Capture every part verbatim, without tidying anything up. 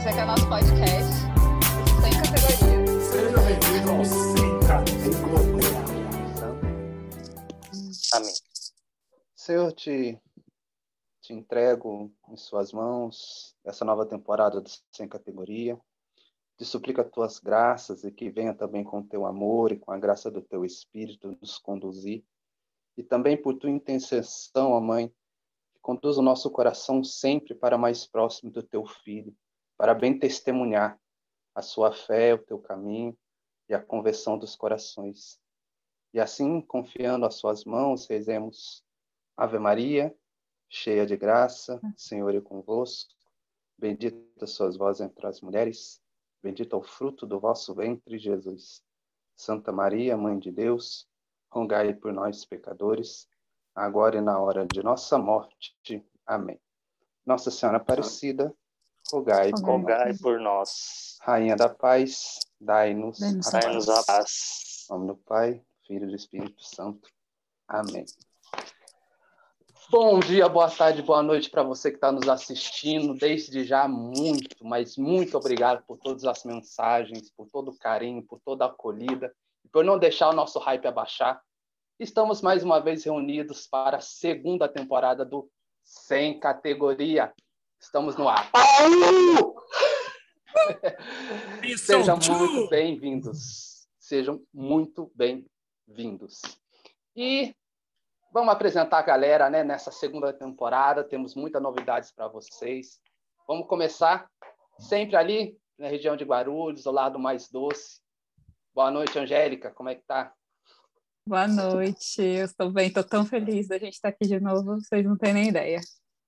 esse aqui é o nosso podcast Sem Categoria. Seja bem-vindo ao Sem Categoria. Amém. Senhor, te, te entrego em suas mãos essa nova temporada do Sem Categoria. Te suplico as tuas graças e que venha também com o teu amor e com a graça do teu Espírito nos conduzir. E também por tua intercessão, ó Mãe, que conduz o nosso coração sempre para mais próximo do teu Filho, para bem testemunhar a sua fé, o teu caminho e a conversão dos corações. E assim, confiando às suas mãos, rezemos: Ave Maria, cheia de graça, o Senhor é convosco. Bendita sois vós entre as mulheres, bendito é o fruto do vosso ventre, Jesus. Santa Maria, Mãe de Deus, rogai por nós, pecadores, agora e na hora de nossa morte. Amém. Nossa Senhora Aparecida, rogai por nós. Rogai por nós. Rainha da Paz, dai-nos Dai-nos a a Dai-nos paz. a paz. Em nome do Pai, Filho e do Espírito Santo. Amém. Bom dia, boa tarde, boa noite para você que está nos assistindo. Desde já, muito, mas muito obrigado por todas as mensagens, por todo o carinho, por toda a acolhida, e por não deixar o nosso hype abaixar. Estamos mais uma vez reunidos para a segunda temporada do Sem Categoria. Estamos no ar. Sejam muito bem-vindos. Sejam muito bem-vindos. E vamos apresentar a galera, né, nessa segunda temporada. Temos muitas novidades para vocês. Vamos começar sempre ali na região de Guarulhos, ao lado mais doce. Boa noite, Angélica. Como é que tá? Boa noite, eu estou bem, estou tão feliz da gente estar aqui de novo, vocês não têm nem ideia.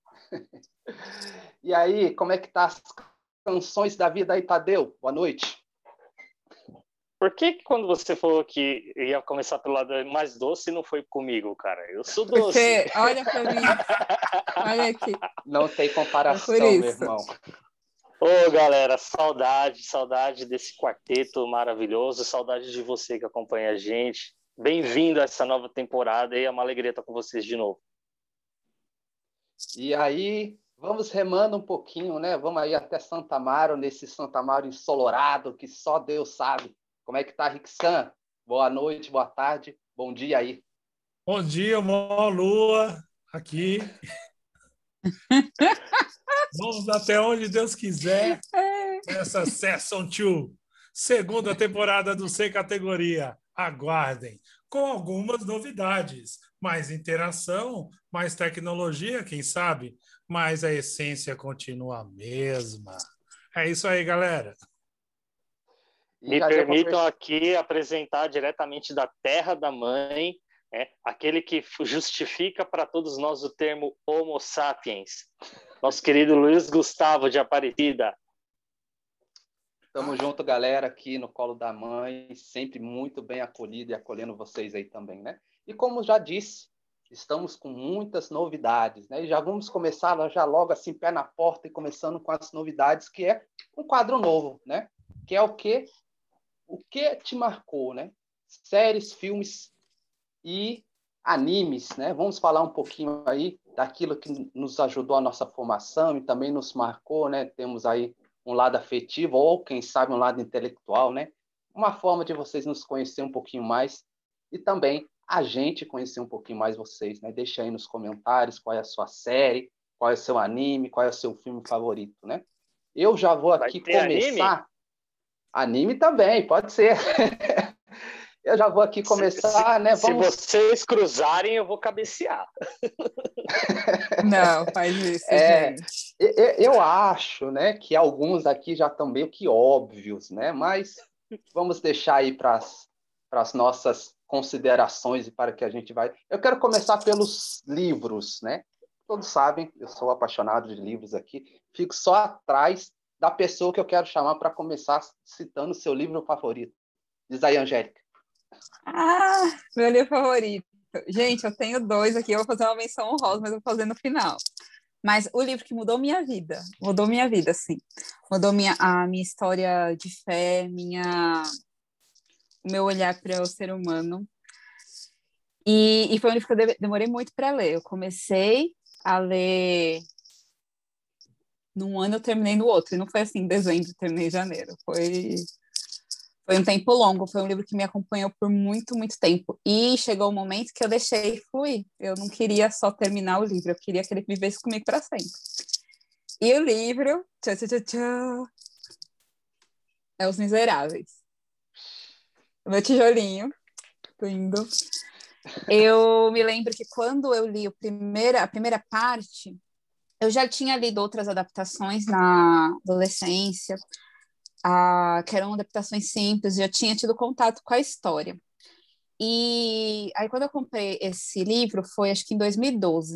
E aí, como é que tá as canções da vida aí, Tadeu? Boa noite. Por que que quando você falou que ia começar pelo lado mais doce, não foi comigo, cara? Eu sou doce. Porque, olha para mim, olha aqui. Não tem comparação, É por isso. meu irmão. Ô, galera, saudade, saudade desse quarteto maravilhoso, saudade de você que acompanha a gente. Bem-vindo a essa nova temporada e é uma alegria estar com vocês de novo. E aí, vamos remando um pouquinho, né? Vamos aí até Santa Amaro, nesse Santa Amaro ensolarado, que só Deus sabe. Como é que tá, Rixan? Boa noite, boa tarde, bom dia aí. Bom dia, mó lua, aqui. Vamos até onde Deus quiser. Essa Season dois, segunda temporada do Sem Categoria. Aguardem, com algumas novidades. Mais interação, mais tecnologia, quem sabe? Mas a essência continua a mesma. É isso aí, galera. E Me já já permitam conversa- aqui apresentar diretamente da terra da mãe, né, aquele que justifica para todos nós o termo Homo sapiens, nosso querido Luiz Gustavo de Aparecida. Tamo junto, galera, aqui no colo da mãe, sempre muito bem acolhido e acolhendo vocês aí também, né? E como já disse, estamos com muitas novidades, né? E já vamos começar já logo assim, pé na porta e começando com as novidades, que é um quadro novo, né? Que é o que o que te marcou, né? Séries, filmes e animes, né? Vamos falar um pouquinho aí daquilo que nos ajudou a nossa formação e também nos marcou, né? Temos aí um lado afetivo ou, quem sabe, um lado intelectual, né? Uma forma de vocês nos conhecer um pouquinho mais e também a gente conhecer um pouquinho mais vocês, né? Deixa aí nos comentários qual é a sua série, qual é o seu anime, qual é o seu filme favorito, né? Eu já vou Vai aqui ter anime? começar... Anime também, pode ser. Eu já vou aqui começar, se, né? Se Vamos... vocês cruzarem, eu vou cabecear. Não, faz isso, É, gente. eu, eu acho, né, que alguns aqui já estão meio que óbvios, né? Mas vamos deixar aí para as nossas considerações e para que a gente vai... Eu quero começar pelos livros, né? Todos sabem, eu sou apaixonado de livros aqui. Fico só atrás da pessoa que eu quero chamar para começar citando o seu livro favorito. Diz aí, Angélica. Ah, meu livro favorito. Gente, eu tenho dois aqui, eu vou fazer uma menção honrosa, mas eu vou fazer no final. Mas o livro que mudou minha vida, mudou minha vida, sim. Mudou minha, a minha história de fé, minha, o meu olhar para o ser humano. E, e foi um livro que eu demorei muito para ler. Eu comecei a ler num ano eu terminei no outro, e não foi assim, em dezembro, terminei em janeiro, foi, foi um tempo longo, foi um livro que me acompanhou por muito, muito tempo, e chegou um momento que eu deixei fluir, eu não queria só terminar o livro, eu queria que ele vivesse comigo para sempre. E o livro, tchá, tchá, tchá, tchá, é Os Miseráveis. O meu tijolinho, lindo. Eu me lembro que quando eu li o primeira, a primeira parte, eu já tinha lido outras adaptações na adolescência, a, que eram adaptações simples, já tinha tido contato com a história. E aí, quando eu comprei esse livro, foi acho que em dois mil e doze.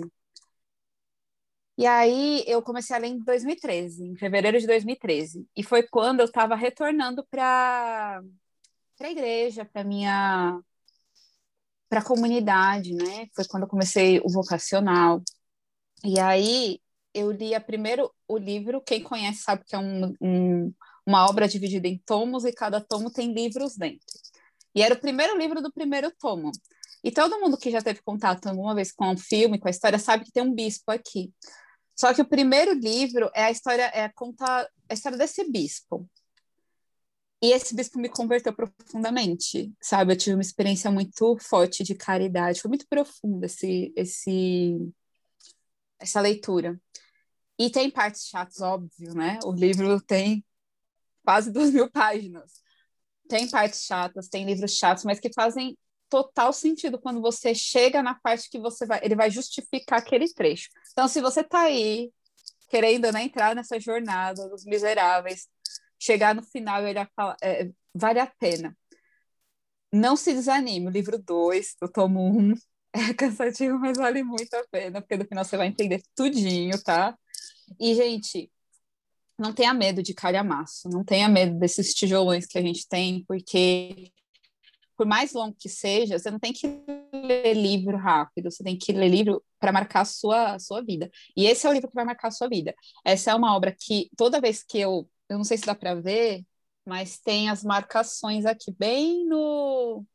E aí, eu comecei a ler em dois mil e treze, em fevereiro de dois mil e treze. E foi quando eu estava retornando para a igreja, para minha para a comunidade, né? Foi quando eu comecei o vocacional. E aí, eu li a primeiro o livro, quem conhece sabe que é um, um, uma obra dividida em tomos e cada tomo tem livros dentro. E era o primeiro livro do primeiro tomo. E todo mundo que já teve contato alguma vez com o filme, com a história, sabe que tem um bispo aqui. Só que o primeiro livro é a história, é a, conta, a história desse bispo. E esse bispo me converteu profundamente, sabe? Eu tive uma experiência muito forte de caridade, foi muito profunda esse, esse, essa leitura. E tem partes chatas, óbvio, né? O livro tem quase duas mil páginas. Tem partes chatas, tem livros chatos, mas que fazem total sentido quando você chega na parte que você vai, ele vai justificar aquele trecho. Então, se você tá aí querendo, né, entrar nessa jornada dos miseráveis, chegar no final e olhar, é, vale a pena. Não se desanime, o livro dois, do tomo um, é cansativo, mas vale muito a pena, porque no final você vai entender tudinho, tá? E, gente, não tenha medo de calhamaço, não tenha medo desses tijolões que a gente tem, porque por mais longo que seja, você não tem que ler livro rápido, você tem que ler livro para marcar a sua, a sua vida. E esse é o livro que vai marcar a sua vida. Essa é uma obra que, toda vez que eu, eu não sei se dá para ver, mas tem as marcações aqui, bem no,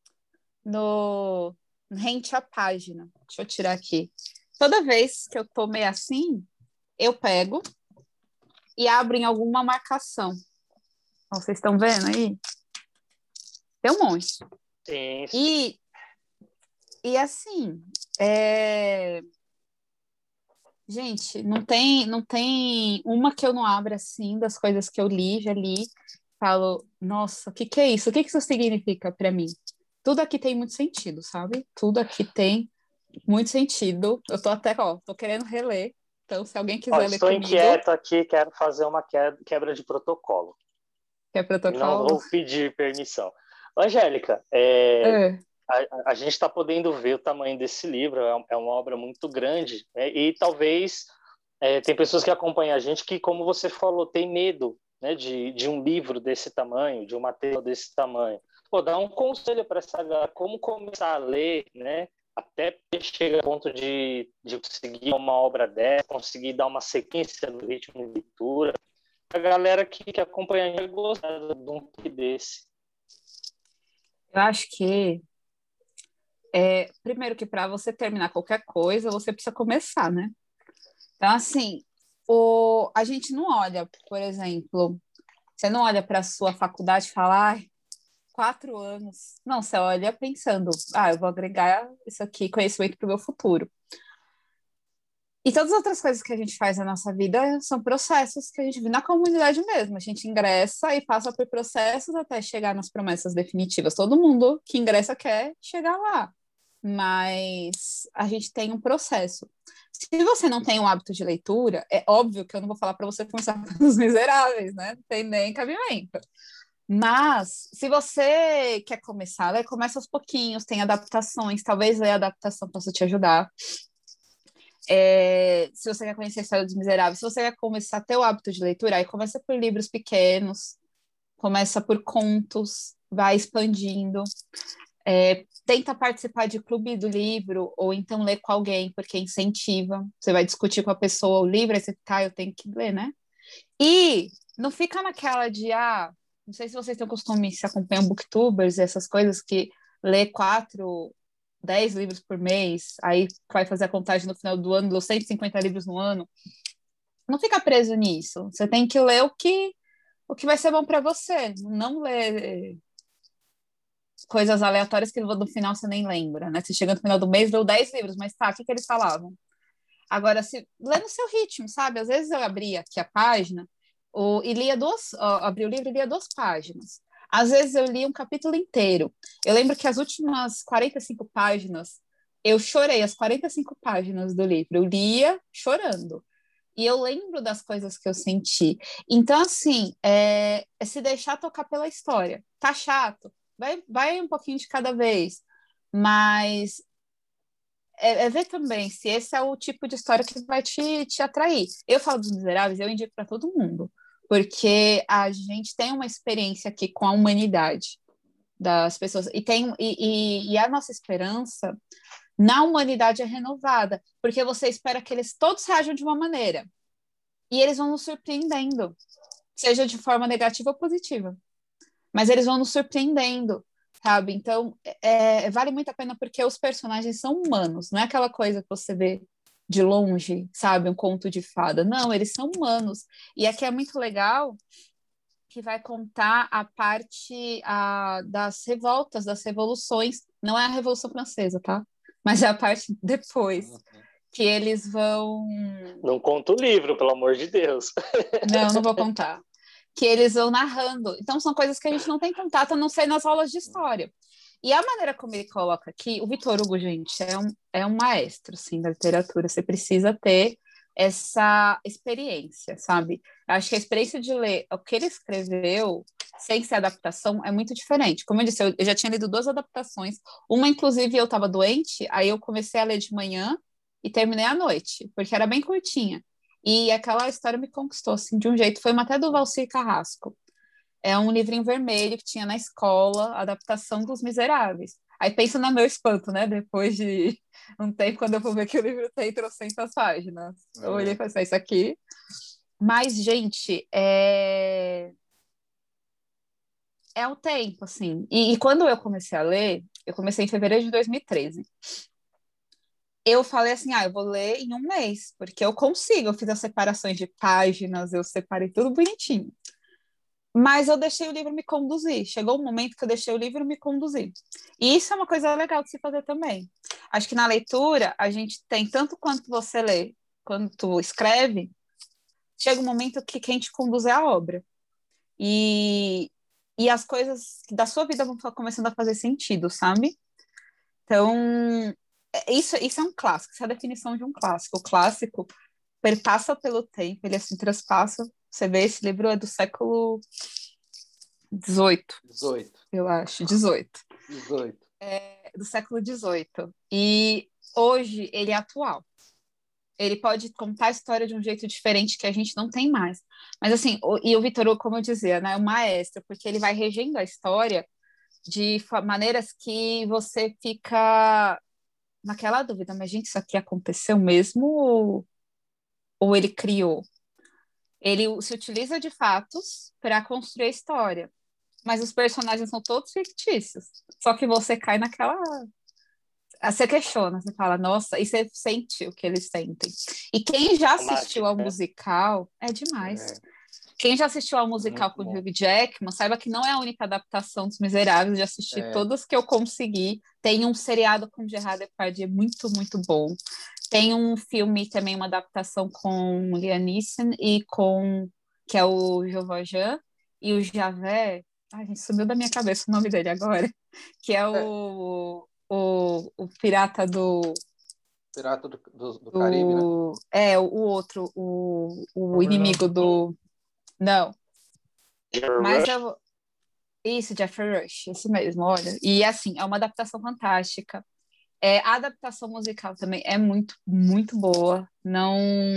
no rente à página. Deixa eu tirar aqui. Toda vez que eu tô meio assim, eu pego e abro em alguma marcação. Ó, vocês estão vendo aí? Tem um monte. Sim. E, e assim, é... gente, não tem, não tem uma que eu não abra assim, das coisas que eu li, já li, falo, nossa, o que que é isso? O que que isso significa para mim? Tudo aqui tem muito sentido, sabe? Tudo aqui tem muito sentido. Eu tô até, ó, tô querendo reler. Então, se alguém quiser Ó, ler estou comigo... inquieto aqui, quero fazer uma quebra de protocolo. Quer protocolo? Não vou pedir permissão. Angélica, é, É. a, a gente está podendo ver o tamanho desse livro, é, é uma obra muito grande, né? E talvez é, tem pessoas que acompanham a gente que, como você falou, tem medo, né, de, de um livro desse tamanho, de um material desse tamanho. Pô, dá um conselho para essa galera, como começar a ler, né, até chegar ao ponto de, de conseguir uma obra dessa, conseguir dar uma sequência no ritmo de leitura. A galera que, que acompanha a gente gosta de um tipo desse. Eu acho que, é, primeiro que para você terminar qualquer coisa, você precisa começar, né? Então, assim, o, a gente não olha, por exemplo, você não olha para a sua faculdade e fala, ai, quatro anos. Não, você olha pensando, ah, eu vou agregar isso aqui, conhecimento para o meu futuro. E todas as outras coisas que a gente faz na nossa vida são processos que a gente vive na comunidade mesmo. A gente ingressa e passa por processos até chegar nas promessas definitivas. Todo mundo que ingressa quer chegar lá, mas a gente tem um processo. Se você não tem um hábito de leitura, é óbvio que eu não vou falar para você começar pelos Miseráveis, né? Não tem nem cabimento. Mas, se você quer começar, né, começa aos pouquinhos, tem adaptações, talvez a adaptação possa te ajudar. É, se você quer conhecer a história dos Miseráveis, se você quer começar a ter o hábito de leitura, aí começa por livros pequenos, começa por contos, vai expandindo. É, tenta participar de clube do livro, ou então ler com alguém, porque incentiva. Você vai discutir com a pessoa o livro, aí você fica, ah, eu tenho que ler, né? E não fica naquela de, ah, não sei se vocês têm o costume, se acompanham booktubers, essas coisas que lê quatro, dez livros por mês, aí vai fazer a contagem no final do ano, leu cento e cinquenta livros no ano. não fica preso nisso. Você tem que ler o que, o que vai ser bom para você. Não ler coisas aleatórias que no final você nem lembra, né? Você chega no final do mês, leu dez livros, mas tá, o que, que eles falavam? Agora, se lê no seu ritmo, sabe? Às vezes eu abria aqui a página o, e lia duas, ó, abria o livro e lia duas páginas. Às vezes eu lia um capítulo inteiro. Eu lembro que as últimas quarenta e cinco páginas, eu chorei as quarenta e cinco páginas do livro. Eu lia chorando. E eu lembro das coisas que eu senti. Então, assim, é, é se deixar tocar pela história. Tá chato? Vai, vai um pouquinho de cada vez. Mas é, é ver também se esse é o tipo de história que vai te, te atrair. Eu falo dos Miseráveis, eu indico para todo mundo. Porque a gente tem uma experiência aqui com a humanidade das pessoas. E, tem, e, e, e a nossa esperança na humanidade é renovada, porque você espera que eles todos reajam de uma maneira, e eles vão nos surpreendendo, seja de forma negativa ou positiva, mas eles vão nos surpreendendo, sabe? Então, é, vale muito a pena porque os personagens são humanos, não é aquela coisa que você vê de longe, sabe? Um conto de fada. Não, eles são humanos. E aqui é muito legal que vai contar a parte a, das revoltas, das revoluções, não é a Revolução Francesa, tá? Mas é a parte depois, que eles vão... Não conta o livro, pelo amor de Deus. Não, não vou contar. Que eles vão narrando. Então, são coisas que a gente não tem contato, a não ser nas aulas de história. E a maneira como ele coloca aqui, o Victor Hugo, gente, é um, é um maestro, assim, da literatura. Você precisa ter essa experiência, sabe? Eu acho que a experiência de ler o que ele escreveu, sem ser adaptação, é muito diferente. Como eu disse, eu, eu já tinha lido duas adaptações. Uma, inclusive, eu estava doente, aí eu comecei a ler de manhã e terminei à noite, porque era bem curtinha. E aquela história me conquistou, assim, de um jeito. Foi uma até do Valcir Carrasco. É um livrinho vermelho que tinha na escola, adaptação dos Miseráveis. Aí pensa no meu espanto, né? Depois de um tempo, quando eu vou ver que o livro tem trocentas páginas. Eu olhei e falei assim, isso aqui... Mas, gente, é... é o tempo, assim. E, e quando eu comecei a ler, eu comecei em fevereiro de dois mil e treze. Eu falei assim, ah, eu vou ler em um mês, porque eu consigo. Eu fiz as separações de páginas, eu separei tudo bonitinho. Mas eu deixei o livro me conduzir. Chegou um momento que eu deixei o livro me conduzir. E isso é uma coisa legal de se fazer também. Acho que na leitura, a gente tem, tanto quanto você lê, quanto escreve, chega um momento que quem te conduz é a obra. E, e as coisas da sua vida vão começando a fazer sentido, sabe? Então, isso, isso é um clássico, isso é a definição de um clássico. O clássico perpassa pelo tempo, ele assim transpassa. Você vê, esse livro é do século dezoito. dezoito. Eu acho, dezoito. dezoito. É do século dezoito. E hoje ele é atual. Ele pode contar a história de um jeito diferente que a gente não tem mais. Mas assim, o, e o Victor Hugo, como eu dizia, né, é um maestro, porque ele vai regendo a história de maneiras que você fica naquela dúvida, mas gente, isso aqui aconteceu mesmo ou, ou ele criou? Ele se utiliza de fatos para construir a história, mas os personagens são todos fictícios. Só que você cai naquela... Você questiona, você fala, nossa, e você sente o que eles sentem. E quem já assistiu ao musical, é demais. É. Quem já assistiu ao musical muito com o Hugh Jackman, saiba que não é a única adaptação dos Miseráveis, eu já assisti é. todas que eu consegui. Tem um seriado com Gerard Depardieu muito, muito bom. Tem um filme também, uma adaptação com Liam Neeson e com, que é o Joe Valjean, e o Javert, ai, gente, sumiu da minha cabeça o nome dele agora, que é o... É. O, o pirata do... Pirata do, do, do Caribe, né? É, o, o outro, o, o inimigo do... Não. Mas eu... Isso, Jeffrey Rush, esse mesmo, olha. E, assim, é uma adaptação fantástica. É, a adaptação musical também é muito, muito boa. Não...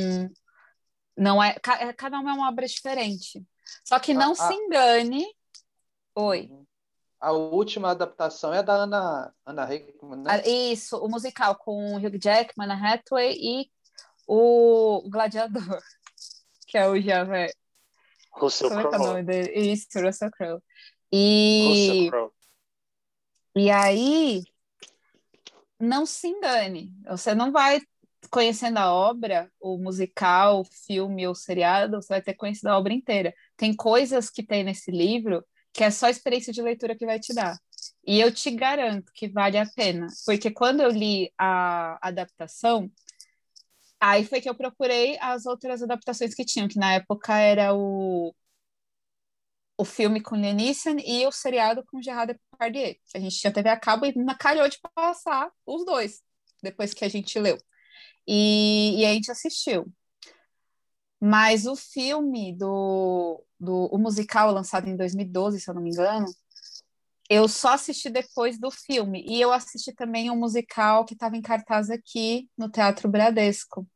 não é... Cada uma é uma obra diferente. Só que não ah, se engane... Ah. Oi. Uhum. A última adaptação é da Ana, Ana Hickman, né? Isso, o musical com o Hugh Jackman, Anne Hathaway e o Gladiador, que é o Javert. Russell Crowe. Como é que é o nome dele? Isso, Russell Crowe. E... Russell Crowe. E aí, não se engane, você não vai conhecendo a obra, o musical, o filme ou seriado, você vai ter conhecido a obra inteira. Tem coisas que tem nesse livro que é só a experiência de leitura que vai te dar. E eu te garanto que vale a pena, porque quando eu li a adaptação, aí foi que eu procurei as outras adaptações que tinham, que na época era o, o filme com Liam Neeson e o seriado com Gerard Depardieu, que a gente tinha T V a cabo e calhou de passar os dois, depois que a gente leu. E, e a gente assistiu. Mas o filme do, do o musical lançado em dois mil e doze, se eu não me engano, eu só assisti depois do filme. E eu assisti também um musical que estava em cartaz aqui no Teatro Bradesco.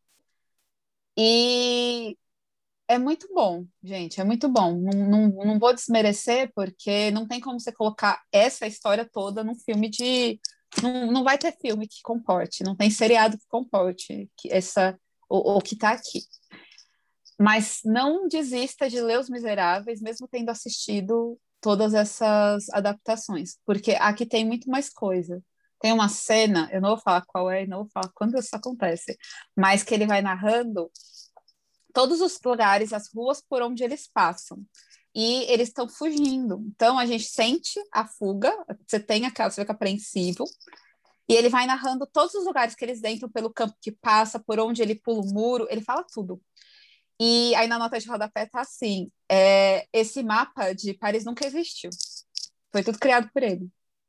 E é muito bom, gente, é muito bom. Não, não, não vou desmerecer, porque não tem como você colocar essa história toda num filme de... Não, não vai ter filme que comporte, não tem seriado que comporte que essa, o, o que está aqui. Mas não desista de ler Os Miseráveis, mesmo tendo assistido todas essas adaptações, porque aqui tem muito mais coisa. Tem uma cena, eu não vou falar qual é, não vou falar quando isso acontece, mas que ele vai narrando todos os lugares, as ruas por onde eles passam. E eles estão fugindo. Então a gente sente a fuga, você tem aquela, você fica apreensivo, e ele vai narrando todos os lugares que eles entram, pelo campo que passa, por onde ele pula o muro, ele fala tudo. E aí na nota de rodapé tá assim, é, esse mapa de Paris nunca existiu. Foi tudo criado por ele.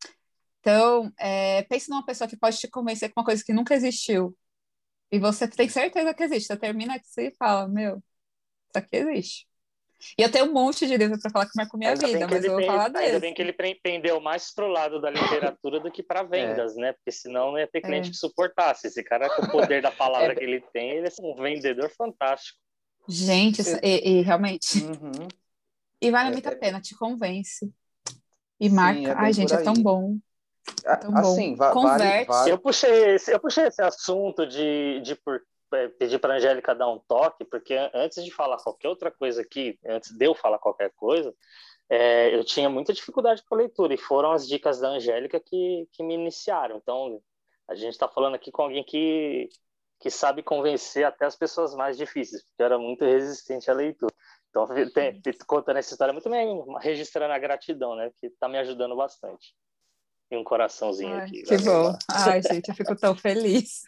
Então, é, pense numa pessoa que pode te convencer com uma coisa que nunca existiu. E você tem certeza que existe. Você termina aqui e fala, meu, isso aqui existe. E eu tenho um monte de livro para falar que marcou minha Ainda vida, mas eu vou pen- falar Ainda desse. bem que ele pen- pendeu mais pro lado da literatura do que para vendas, né? Porque senão não ia ter cliente É. que suportasse. Esse cara, com o poder da palavra É. que ele tem, ele é um vendedor fantástico. Gente, isso- e, e realmente. Uhum. E vale É, muito a é- pena, te convence. E Sim, marca. é Ai, bem gente, por é tão aí. bom. A- Tão bom. Assim, va- vale, Converte. vale. Eu puxei esse, eu puxei esse assunto de, de por- é, pedir para a Angélica dar um toque, porque an- antes de falar qualquer outra coisa aqui, antes de eu falar qualquer coisa, é, eu tinha muita dificuldade com a leitura, e foram as dicas da Angélica que, que me iniciaram. Então, a gente está falando aqui com alguém que, que sabe convencer até as pessoas mais difíceis, porque eu era muito resistente à leitura. Então, tem, tem- contando essa história, mas também registrando a gratidão, né? Que está me ajudando bastante. E um coraçãozinho Ai, aqui. que Valeu, bom. Mar. Ai, gente, eu fico tão feliz.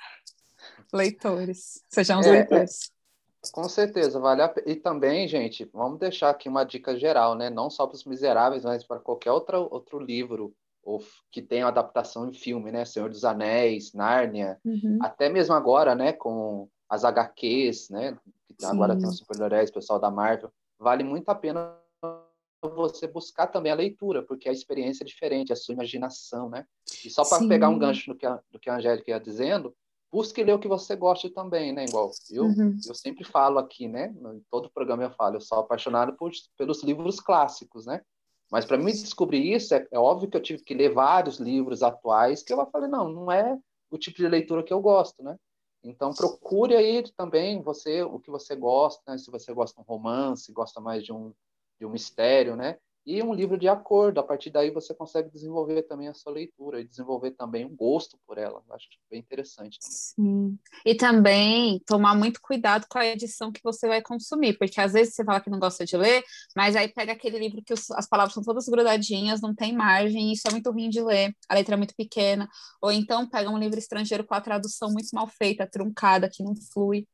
Leitores. Sejam os É, leitores. Com certeza, vale a pena. E também, gente, vamos deixar aqui uma dica geral, né? Não só para os Miseráveis, mas para qualquer outra, outro livro ou f- que tenha adaptação em filme, né? Senhor dos Anéis, Nárnia, Uhum. até mesmo agora, né? Com as H Qs, né? Que agora tem Sim. os super-heróis, o pessoal da Marvel. Vale muito a pena você buscar também a leitura, porque a experiência é diferente, a sua imaginação, né? E só para pegar um Sim. gancho do que a, do que a Angélica ia dizendo, busque ler o que você goste também, né? Igual eu, Uhum. eu sempre falo aqui, né? Em todo programa eu falo, eu sou apaixonado por, pelos livros clássicos, né? Mas para mim descobrir isso, é, é óbvio que eu tive que ler vários livros atuais que eu falei, não, não é o tipo de leitura que eu gosto, né? Então procure aí também você o que você gosta, né? Se você gosta de um romance, gosta mais de um de um mistério, né? E um livro de acordo. A partir daí você consegue desenvolver também a sua leitura e desenvolver também um gosto por ela. Eu acho bem interessante também. Sim. E também tomar muito cuidado com a edição que você vai consumir, porque às vezes você fala que não gosta de ler, mas aí pega aquele livro que os- as palavras são todas grudadinhas, não tem margem, e isso é muito ruim de ler, a letra é muito pequena, ou então pega um livro estrangeiro com a tradução muito mal feita, truncada, que não flui.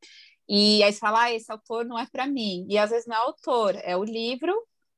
E aí você fala, ah, esse autor não é para mim. E às vezes não é autor, é o livro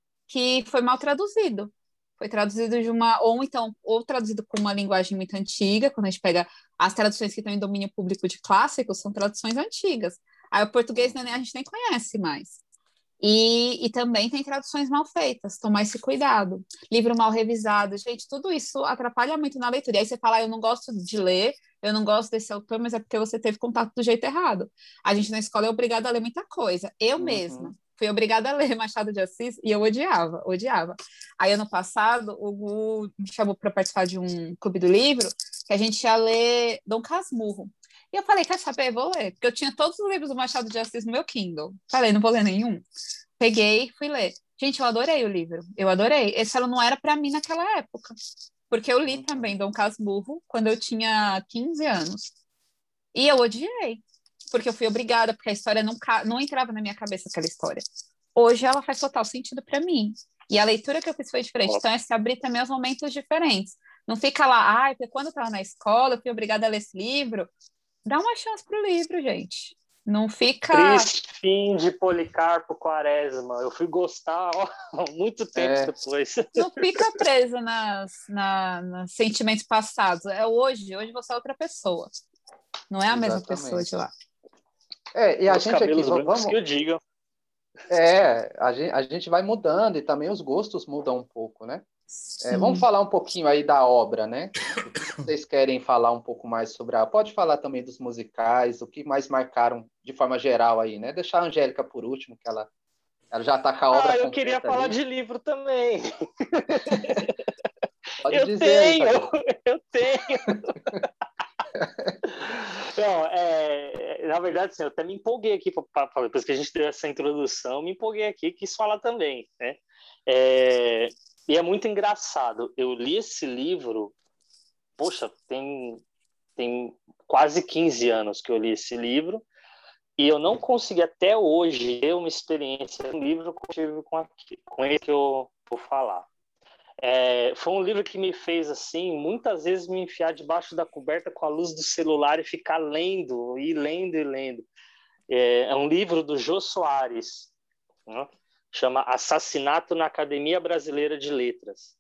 que foi mal traduzido. Foi traduzido de uma, ou então, ou traduzido com uma linguagem muito antiga, quando a gente pega as traduções que estão em domínio público de clássicos, são traduções antigas. Aí o português né, a gente nem conhece mais. E, e também tem traduções mal feitas, tomar esse cuidado. Livro mal revisado, gente, tudo isso atrapalha muito na leitura. E aí você fala, ah, eu não gosto de ler, eu não gosto desse autor, mas é porque você teve contato do jeito errado. A gente na escola é obrigada a ler muita coisa. Eu Uhum. mesma fui obrigada a ler Machado de Assis e eu odiava, odiava. Aí ano passado o Gu me chamou para participar de um clube do livro que a gente ia ler Dom Casmurro. E eu falei, quer saber? Vou ler. Porque eu tinha todos os livros do Machado de Assis no meu Kindle. Falei, não vou ler nenhum. Peguei, fui ler. Gente, eu adorei o livro. Eu adorei. Esse ela não era para mim naquela época. Porque eu li Uhum. também Dom Casmurro quando eu tinha quinze anos. E eu odiei. porque eu fui obrigada, porque a história não, não entrava na minha cabeça, aquela história. Hoje ela faz total sentido para mim. E a leitura que eu fiz foi diferente. Então, é se abrir também aos momentos diferentes. Não fica lá, ah, porque quando eu estava na escola, eu fui obrigada a ler esse livro. Dá uma chance pro livro, gente. Não fica... Triste fim de Policarpo Quaresma. Eu fui gostar ó, muito tempo é. depois. Não fica presa nas, na, nos sentimentos passados. É hoje. Hoje você é outra pessoa. Não é a Exatamente. mesma pessoa de lá. É, e a Os gente aqui... Vamos... que eu diga. É, a gente, a gente vai mudando e também os gostos mudam um pouco, né? É, vamos falar um pouquinho aí da obra, né? O que vocês querem falar um pouco mais sobre a... Pode falar também dos musicais, o que mais marcaram de forma geral aí, né? Deixar a Angélica por último, que ela, ela já está com a obra Ah, eu queria falar ali. de livro também. Pode eu dizer tenho, aí, eu tenho. Não, é, na verdade, assim, eu até me empolguei aqui para falar, depois que a gente deu essa introdução, me empolguei aqui, quis falar também, né? É, e é muito engraçado. Eu li esse livro, poxa, tem, tem quase quinze anos que eu li esse livro, e eu não consegui até hoje ter uma experiência no livro que eu tive com, aqui, com esse que eu vou falar. É, foi um livro que me fez, assim, muitas vezes me enfiar debaixo da coberta com a luz do celular e ficar lendo, e lendo e lendo. É, é um livro do Jô Soares, né? Chama Assassinato na Academia Brasileira de Letras.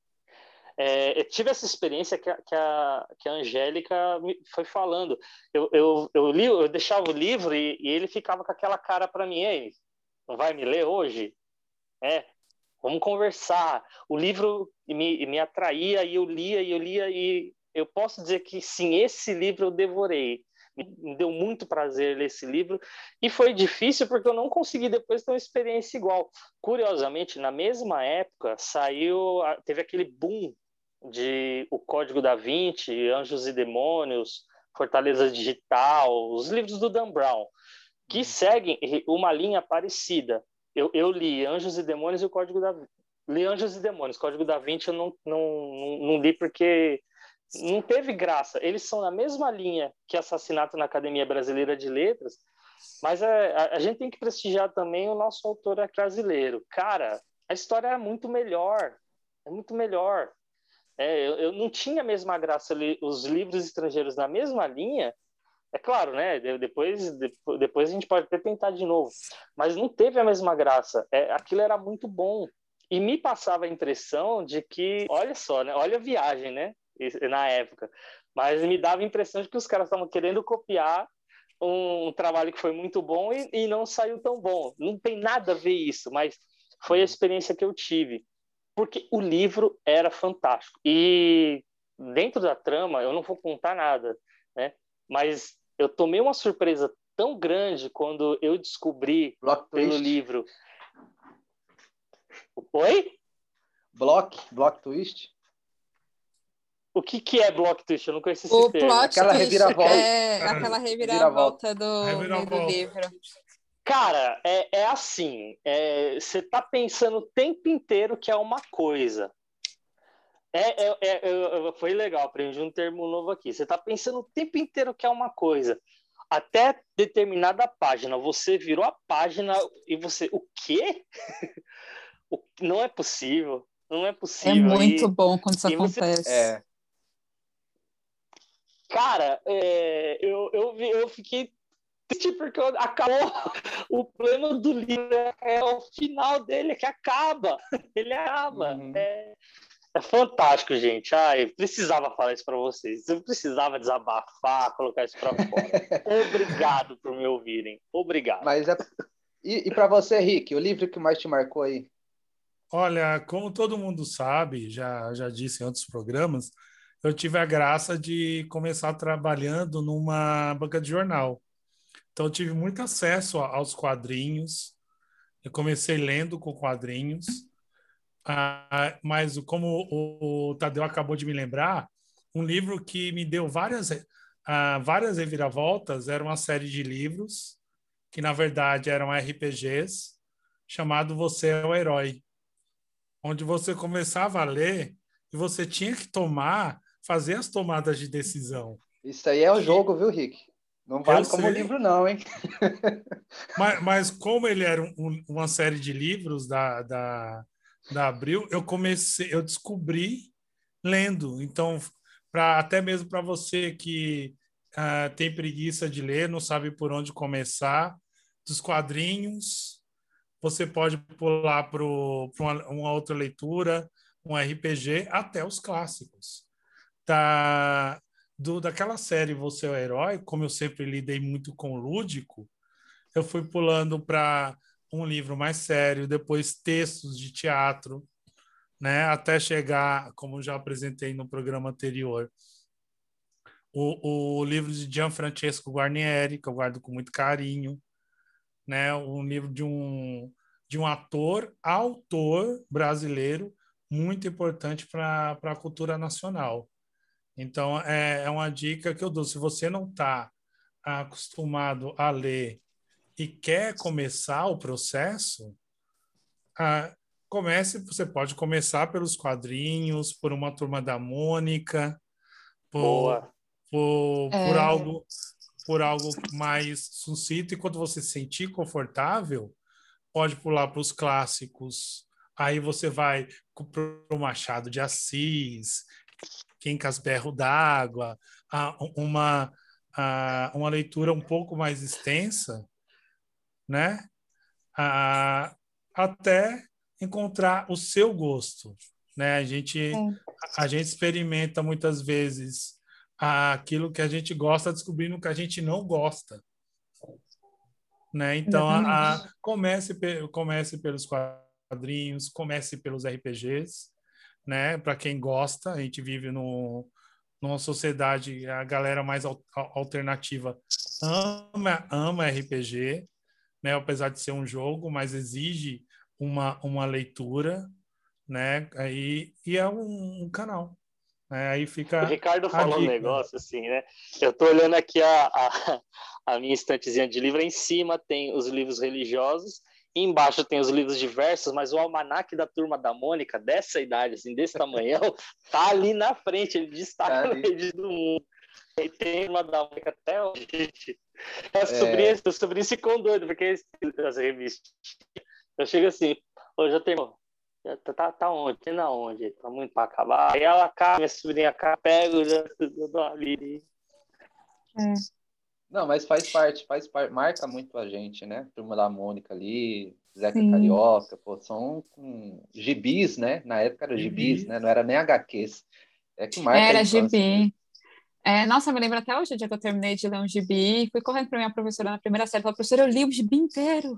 É, eu tive essa experiência que a, que a, que a Angélica me foi falando. Eu, eu, eu, li, eu deixava o livro e, e ele ficava com aquela cara para mim, ei, não vai me ler hoje? É, vamos conversar. O livro me, me atraía e eu lia e eu lia e eu posso dizer que sim, esse livro eu devorei. Me deu muito prazer ler esse livro e foi difícil porque eu não consegui depois ter uma experiência igual. Curiosamente, na mesma época saiu, teve aquele boom de O Código da Vinci, Anjos e Demônios, Fortaleza Digital, os livros do Dan Brown, que seguem uma linha parecida. Eu, eu li Anjos e Demônios e o Código da Vinci. Li Anjos e Demônios, Código da Vinci eu não, não, não, não li porque não teve graça. Eles são na mesma linha que Assassinato na Academia Brasileira de Letras, mas a, a, a gente tem que prestigiar também o nosso autor brasileiro. Cara, a história é muito melhor. É muito melhor. É, eu, eu não tinha a mesma graça ler os livros estrangeiros na mesma linha. É claro, né? Depois, depois a gente pode até tentar de novo. Mas não teve a mesma graça. É, aquilo era muito bom. E me passava a impressão de que, olha só, né? Olha a viagem, né? Na época. Mas me dava a impressão de que os caras estavam querendo copiar um, um trabalho que foi muito bom e, e não saiu tão bom. Não tem nada a ver isso, mas foi a experiência que eu tive. Porque o livro era fantástico. E dentro da trama, eu não vou contar nada, né? Mas eu tomei uma surpresa tão grande quando eu descobri Block pelo twist. livro... Oi? Block, block twist. O que, que é block twist? Eu não conheço esse o termo. Plot Aquela twist reviravolta. É aquela reviravolta, reviravolta do, reviravolta. do livro. Cara, é, é assim, é, você tá pensando o tempo inteiro que é uma coisa. É, é, é, é, foi legal, aprendi um termo novo aqui. Você tá pensando o tempo inteiro que é uma coisa. Até determinada página, você virou a página e você... O quê? o, não é possível. Não é possível. É muito e, bom quando isso acontece. Você, é... Cara, é, eu, eu, eu fiquei triste porque acabou. O plano do livro é, é o final dele, que acaba. Ele acaba. Uhum. É, é fantástico, gente. Ai, precisava falar isso para vocês. Eu precisava desabafar, colocar isso para fora. Obrigado por me ouvirem. Obrigado. Mas é... E, e para você, Rick, o livro que mais te marcou aí? Olha, como todo mundo sabe, já, já disse em outros programas, eu tive a graça de começar trabalhando numa banca de jornal. Então, eu tive muito acesso aos quadrinhos. Eu comecei lendo com quadrinhos. Ah, mas, como o, o Tadeu acabou de me lembrar, um livro que me deu várias, ah, várias reviravoltas era uma série de livros que, na verdade, eram R P Gs, chamado Você é o Herói, onde você começava a ler e você tinha que tomar, fazer as tomadas de decisão. Isso aí é o jogo, viu, Rick? Não vale como livro, não, hein? mas, mas como ele era um, um, uma série de livros da, da, da Abril, eu comecei, eu descobri lendo. Então, pra, até mesmo para você que uh, tem preguiça de ler, não sabe por onde começar, dos quadrinhos, você pode pular para uma, uma outra leitura, um R P G, até os clássicos. Da, do, daquela série Você é o Herói, como eu sempre lidei muito com o lúdico, eu fui pulando para um livro mais sério, depois textos de teatro, né, até chegar, como já apresentei no programa anterior, o, o livro de Gianfrancesco Guarnieri, que eu guardo com muito carinho, né, um livro de um, de um ator, autor brasileiro, muito importante para a cultura nacional. Então, é, é uma dica que eu dou. Se você não está acostumado a ler e quer começar o processo, ah, comece, você pode começar pelos quadrinhos, por uma Turma da Mônica, por, por, por, é. algo, por algo mais sucinto, e quando você se sentir confortável, pode pular para os clássicos. Aí você vai para o Machado de Assis, Quincas Berro d'Água, uma, uma leitura um pouco mais extensa, né? Até encontrar o seu gosto, né? A gente, a gente experimenta muitas vezes aquilo que a gente gosta, descobrindo que a gente não gosta, né? Então, a, a, comece, comece pelos quadrinhos, comece pelos R P Gs, né? Para quem gosta, a gente vive no, numa sociedade, a galera mais al, alternativa ama, ama R P G, né? Apesar de ser um jogo, mas exige uma, uma leitura, né? Aí, e é um, um canal. Né? Aí fica o Ricardo a falou dica. um negócio assim, né? Eu tô olhando aqui a, a, a minha estantezinha de livro, em cima tem os livros religiosos, e embaixo tem os livros diversos, mas o almanaque da Turma da Mônica, dessa idade, assim, desse tamanhão, tá ali na frente, ele destaca tá no do mundo. E tem uma da Mônica até hoje. As é... sobrinhas, os sobrinhos ficam doidos, porque as revistas. Eu chego assim, hoje eu tenho. Tá, tá, tá onde? Tem na onde? Tá muito pra acabar. Aí ela cá, minha sobrinha cá, pego, já dou ali. É. Não, mas faz parte, faz parte, marca muito a gente, né? Turma da Mônica ali, Zeca Sim. Carioca, pô, são um, gibis, né? Na época era gibis, gibis, né? Não era nem agá quês. É que marca era a infância, gibi. Né? É, nossa, eu me lembro até hoje o dia que eu terminei de ler um gibi, fui correndo para minha professora na primeira série, falei, professora, eu li o gibi inteiro.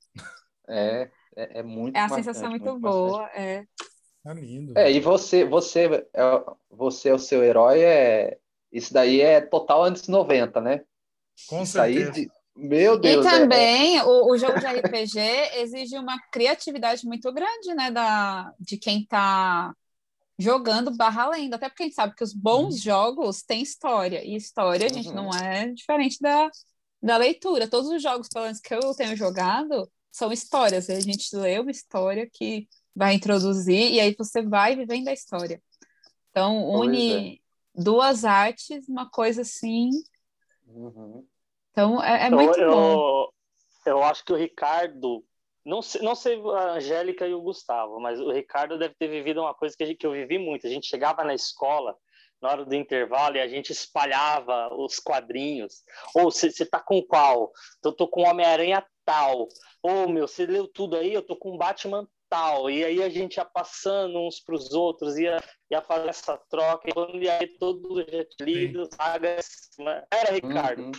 É, é, é muito É a marcante, sensação muito, muito boa, é. Tá lindo. É, e você, você, é, você é o seu herói, é, isso daí é total anos noventa, né? Com isso certeza. Aí de, meu Deus. E também é, é... O, o jogo de R P G exige uma criatividade muito grande, né, da, de quem está jogando barra lendo, até porque a gente sabe que os bons uhum. jogos têm história, e história, uhum. gente, não é diferente da, da leitura. Todos os jogos, pelo menos que eu tenho jogado, são histórias. A gente lê uma história que vai introduzir, e aí você vai vivendo a história. Então, une é. duas artes, uma coisa assim. Uhum. Então, é, é muito eu, bom. Eu, eu acho que o Ricardo, não sei, não sei a Angélica e o Gustavo, mas o Ricardo deve ter vivido uma coisa que, a gente, que eu vivi muito. A gente chegava na escola, na hora do intervalo, e a gente espalhava os quadrinhos. Ou, você tá com qual? Eu tô com Homem-Aranha tal. Ou, meu, você leu tudo aí? Eu tô com Batman tal. E aí a gente ia passando uns para os outros, ia, ia fazer essa troca. E quando ia aí todo já lido, sagas. Era, Ricardo? Uhum.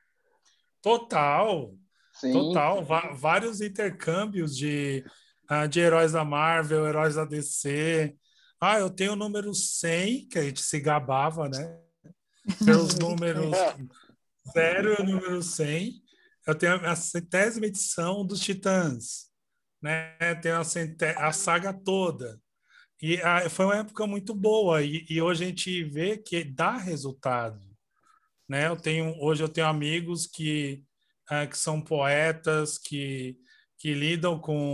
Total. Sim. Total. Va- vários intercâmbios de, uh, de heróis da Marvel, heróis da D C. Ah, eu tenho o número cem, que a gente se gabava, né? Pelos números zero e o número cem. Eu tenho a centésima edição dos Titãs, né? Tem a, centé- a saga toda. E a, foi uma época muito boa. E, e hoje a gente vê que dá resultado, né? Eu tenho, hoje eu tenho amigos que, uh, que são poetas, que, que lidam com,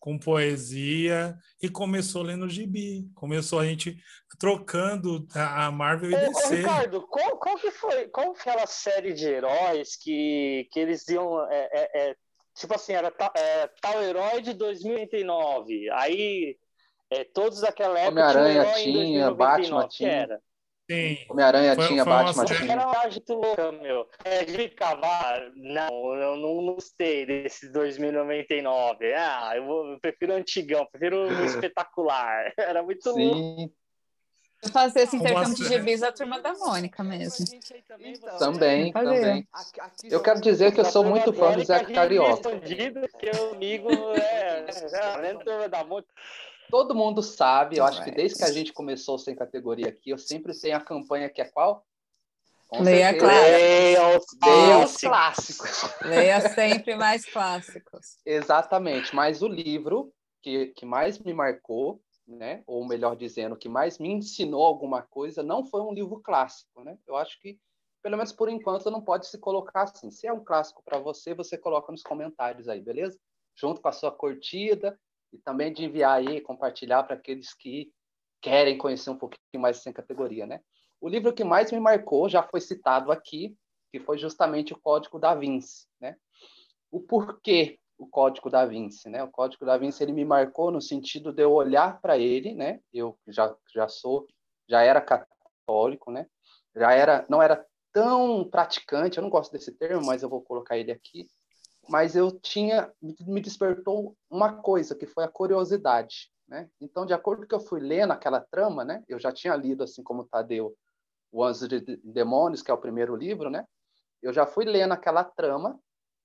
com poesia e começou lendo gibi. Começou a gente trocando a Marvel e Ô, D ô, C. Ricardo, qual, qual que foi? Qual foi aquela série de heróis que, que eles iam. É, é, é, tipo assim, era tal, é, tal herói de dois mil e noventa e nove. Aí é, todos daquela época tinham um Homem-Aranha herói em tinha, dois mil e noventa e Batman nove. Que tinha. era? Sim, Homem-Aranha foi, tinha, foi uma Batman série. tinha. Era uma gente louca, meu. É, de cavar, não, eu não gostei desses dois mil e noventa e nove. Ah, eu, vou, eu prefiro o antigão, eu prefiro o espetacular. Era muito louco. Sim, Eu fazia esse Uma intercâmbio de série. gibis da Turma da Mônica mesmo. Então, também, Eu fazia. também. Eu quero dizer que eu da sou Turma muito da fã do Mônica, Zé Carioca. escondido, porque o amigo é, é dentro da Turma da Mônica. Todo mundo sabe, eu acho que Alright. desde que a gente começou sem categoria aqui, eu sempre tenho a campanha que é qual? Com Leia certeza. clássicos. Leia os Leia os clássicos. clássicos. Leia sempre mais clássicos. Exatamente, mas o livro que, que mais me marcou, né, ou melhor dizendo, que mais me ensinou alguma coisa, não foi um livro clássico, né? Eu acho que, pelo menos por enquanto, não pode se colocar assim. Se é um clássico para você, você coloca nos comentários aí, beleza? Junto com a sua curtida e também de enviar aí, compartilhar para aqueles que querem conhecer um pouquinho mais sem categoria, né? O livro que mais me marcou já foi citado aqui, que foi justamente o Código da Vinci, né? O porquê o Código da Vinci, né? O Código da Vinci ele me marcou no sentido de eu olhar para ele, né? Eu já já sou, já era católico, né? Já era, não era tão praticante, eu não gosto desse termo, mas eu vou colocar ele aqui. Mas eu tinha, me despertou uma coisa, que foi a curiosidade, né? Então, de acordo com o que eu fui lendo aquela trama, né? Eu já tinha lido, assim como o Tadeu, O Anjos e Demônios, que é o primeiro livro, né? Eu já fui lendo aquela trama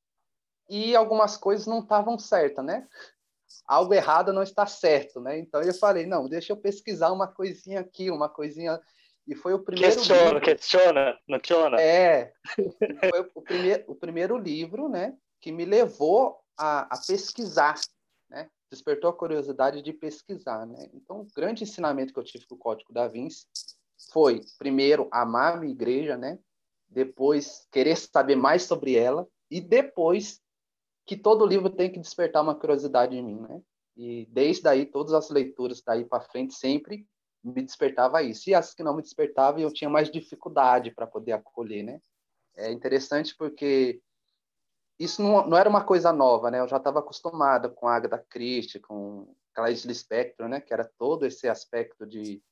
e algumas coisas não estavam certas, né? Algo errado não está certo, né? Então eu falei, não, deixa eu pesquisar uma coisinha aqui, uma coisinha... E foi o primeiro Questiona, livro... questiona, não questiona? É, foi o primeiro, o primeiro livro, né, que me levou a, a pesquisar, né? Despertou a curiosidade de pesquisar, né? Então, o grande ensinamento que eu tive com o Código da Vinci foi, primeiro, amar a minha igreja, né? Depois, querer saber mais sobre ela e depois que todo livro tem que despertar uma curiosidade em mim, né? E desde aí, todas as leituras daí para frente sempre me despertava isso. E as que não me despertavam, eu tinha mais dificuldade para poder acolher, né? É interessante porque isso não, não era uma coisa nova, né? Eu já estava acostumada com a Agatha Christie, com Clarice Lispector, né? Que era todo esse aspecto de,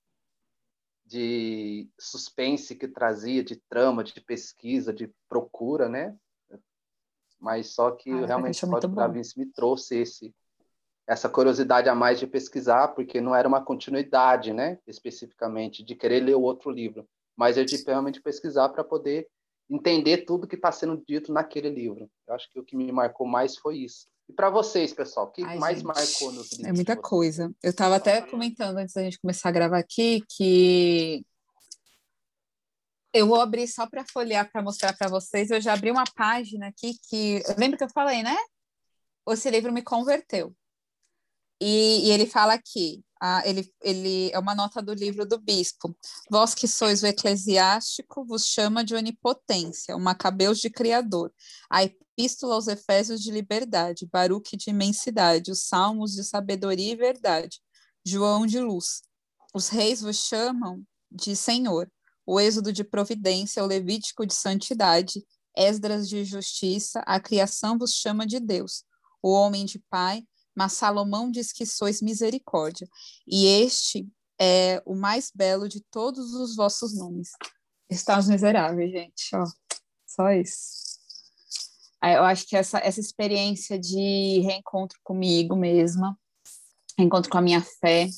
de suspense que trazia, de trama, de pesquisa, de procura, né? Mas só que Ah, realmente é o muito Código da bom. Vinci me trouxe esse, essa curiosidade a mais de pesquisar, porque não era uma continuidade, né? Especificamente, de querer ler o outro livro, mas é de realmente pesquisar para poder entender tudo que está sendo dito naquele livro. Eu acho que o que me marcou mais foi isso. E para vocês, pessoal, o que Ai, mais gente, marcou nos livros é muita de vocês? coisa. Eu estava até comentando antes da gente começar a gravar aqui que eu vou abrir só para folhear para mostrar para vocês. Eu já abri uma página aqui que lembra que eu falei, né? Esse livro me converteu. E, e ele fala aqui, ah, ele, ele é uma nota do livro do bispo. Vós que sois o eclesiástico, vos chama de onipotência, o Macabeus de criador, a epístola aos Efésios de liberdade, Baruque de imensidade, os salmos de sabedoria e verdade, João de luz. Os reis vos chamam de Senhor, o Êxodo de providência, o Levítico de santidade, Esdras de justiça, a criação vos chama de Deus, o homem de pai, mas Salomão diz que sois misericórdia, e este é o mais belo de todos os vossos nomes. Está os miseráveis, gente, ó, só isso. Eu acho que essa, essa experiência de reencontro comigo mesma, reencontro com a minha fé,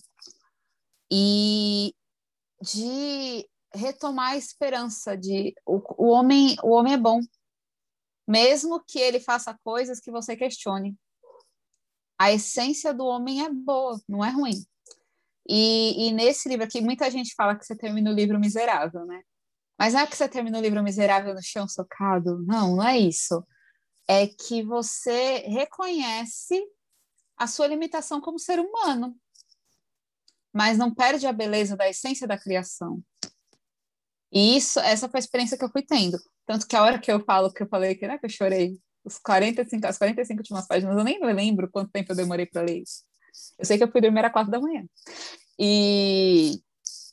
e de retomar a esperança de o, o homem, o homem é bom, mesmo que ele faça coisas que você questione. A essência do homem é boa, não é ruim. E, e nesse livro aqui, muita gente fala que você termina o livro miserável, né? Mas não é que você termina o livro miserável no chão socado. Não, não é isso. É que você reconhece a sua limitação como ser humano, mas não perde a beleza da essência da criação. E isso, essa foi a experiência que eu fui tendo. Tanto que a hora que eu falo, que eu falei que, né, que eu chorei Os quarenta e cinco, as quarenta e cinco últimas páginas, eu nem lembro quanto tempo eu demorei para ler isso. Eu sei que eu fui dormir às quatro da manhã. E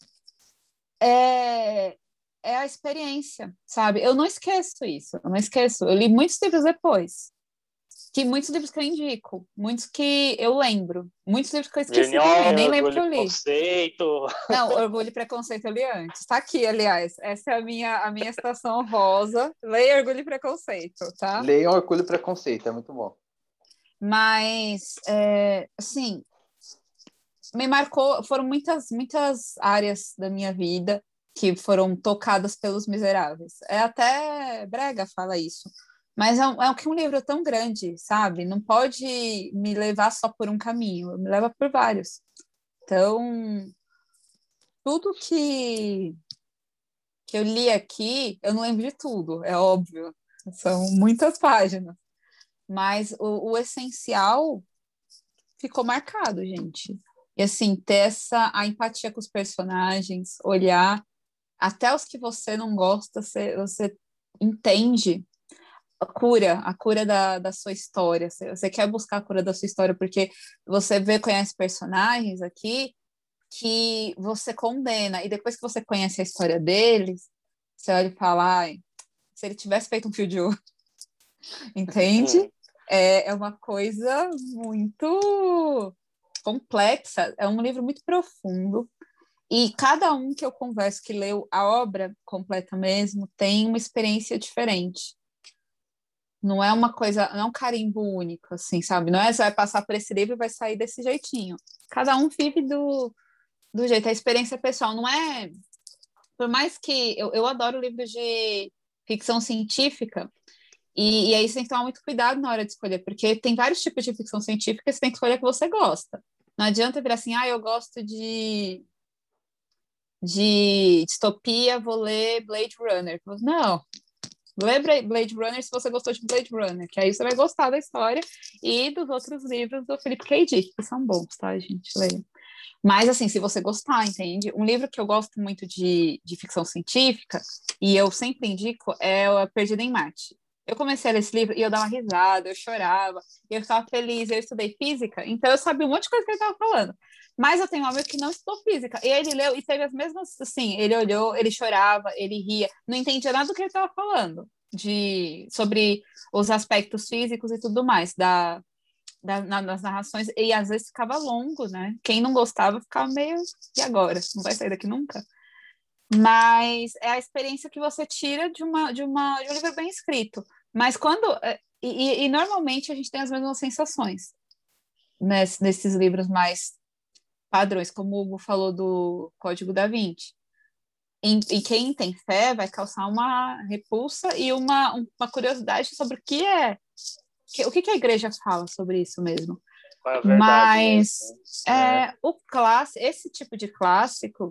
é, é a experiência, sabe? Eu não esqueço isso, eu não esqueço. Eu li muitos livros depois. Que muitos livros que eu indico, muitos que eu lembro, muitos livros que eu esqueci Genial, também, nem lembro que eu Orgulho e li. Preconceito. Não, Orgulho e Preconceito eu li antes. Tá aqui, aliás. Essa é a minha, a minha estação rosa. Leia Orgulho e Preconceito, tá? Leiam Orgulho e Preconceito, é muito bom. Mas, é, assim, me marcou, foram muitas, muitas áreas da minha vida que foram tocadas pelos Miseráveis. É até brega fala isso. Mas é um, é um livro tão grande, sabe? Não pode me levar só por um caminho, me leva por vários. Então, tudo que, que eu li aqui, eu não lembro de tudo, é óbvio. São muitas páginas. Mas o, o essencial ficou marcado, gente. E assim, ter essa, a empatia com os personagens, olhar, até os que você não gosta, você, você entende a cura, a cura da, da sua história. Você, você quer buscar a cura da sua história, porque você vê, conhece personagens aqui que você condena, e depois que você conhece a história deles, você olha e fala, ai, se ele tivesse feito um fio de ouro, entende? É, é uma coisa muito complexa, é um livro muito profundo, e cada um que eu converso que leu a obra completa mesmo tem uma experiência diferente. Não é uma coisa, não é um carimbo único, assim, sabe? Não é você vai passar por esse livro e vai sair desse jeitinho. Cada um vive do, do jeito, a experiência pessoal. Não é... Por mais que... Eu, eu adoro livros de ficção científica, e, e aí você tem que tomar muito cuidado na hora de escolher, porque tem vários tipos de ficção científica, você tem que escolher o que você gosta. Não adianta virar assim, ah, eu gosto de, de distopia, vou ler Blade Runner. Não, lê Blade Runner se você gostou de Blade Runner, que aí você vai gostar da história e dos outros livros do Philip K. Dick, que são bons, tá, gente? Leia. Mas, assim, se você gostar, entende? Um livro que eu gosto muito de, de ficção científica, e eu sempre indico, é o Perdido em Marte. Eu comecei a ler esse livro e eu dava risada, eu chorava, e eu ficava feliz. Eu estudei física, então eu sabia um monte de coisa que ele estava falando. Mas eu tenho um amigo que não estudou física, e ele leu e teve as mesmas, assim, ele olhou, ele chorava, ele ria, não entendia nada do que ele estava falando, de, sobre os aspectos físicos e tudo mais, da, da, na, nas narrações, e às vezes ficava longo, né? Quem não gostava ficava meio, e agora? Não vai sair daqui nunca? Mas é a experiência que você tira de, uma, de, uma, de um livro bem escrito. Mas quando... E, e normalmente a gente tem as mesmas sensações ness, nesses livros mais padrões, como o Hugo falou do Código da Vinci. E, e quem tem fé vai causar uma repulsa e uma, uma curiosidade sobre o que é... Que, o que, que a igreja fala sobre isso mesmo. É a verdade, Mas né? é, é. o clássico, esse tipo de clássico,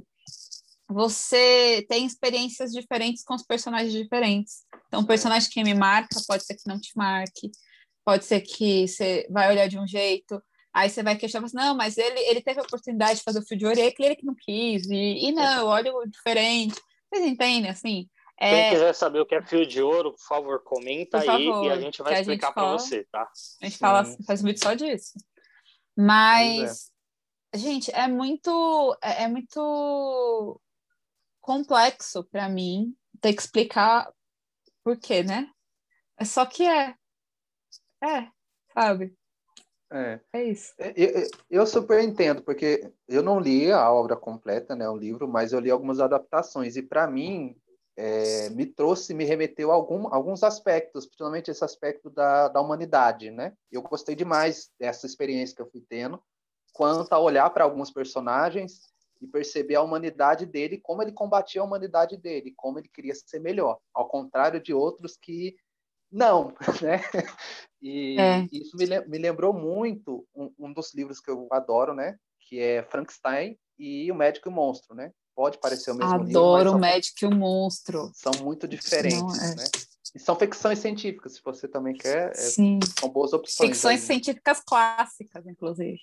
você tem experiências diferentes com os personagens diferentes. Então, o personagem que me marca pode ser que não te marque, pode ser que você vai olhar de um jeito, aí você vai questionar, não, mas ele, ele teve a oportunidade de fazer o fio de ouro, e é ele que não quis, e, e não, eu olho diferente. Vocês entendem, assim? É, Quem quiser saber o que é fio de ouro, por favor, comenta por aí favor, e a gente vai explicar para você, tá? A gente fala, Sim, faz sim. muito só disso. Pois Mas, gente, é muito, é, é muito complexo para mim ter que explicar por quê, né? É só que é. É, sabe? É. É isso. Eu, eu super entendo, porque eu não li a obra completa, né, o livro, mas eu li algumas adaptações, e para mim é, me trouxe, me remeteu a algum, alguns aspectos, principalmente esse aspecto da, da humanidade, né? Eu gostei demais dessa experiência que eu fui tendo, quanto a olhar para alguns personagens e perceber a humanidade dele, como ele combatia a humanidade dele, como ele queria ser melhor, ao contrário de outros que não, né? E É. isso me, me lembrou muito um, um dos livros que eu adoro, né? Que é Frankenstein e O Médico e o Monstro, né? Pode parecer o mesmo livro, mas Adoro o são, Médico e o Monstro. são muito Não, diferentes, é. né? E são ficções científicas, se você também quer, é, Sim. são boas opções. Ficções aí. científicas clássicas, inclusive.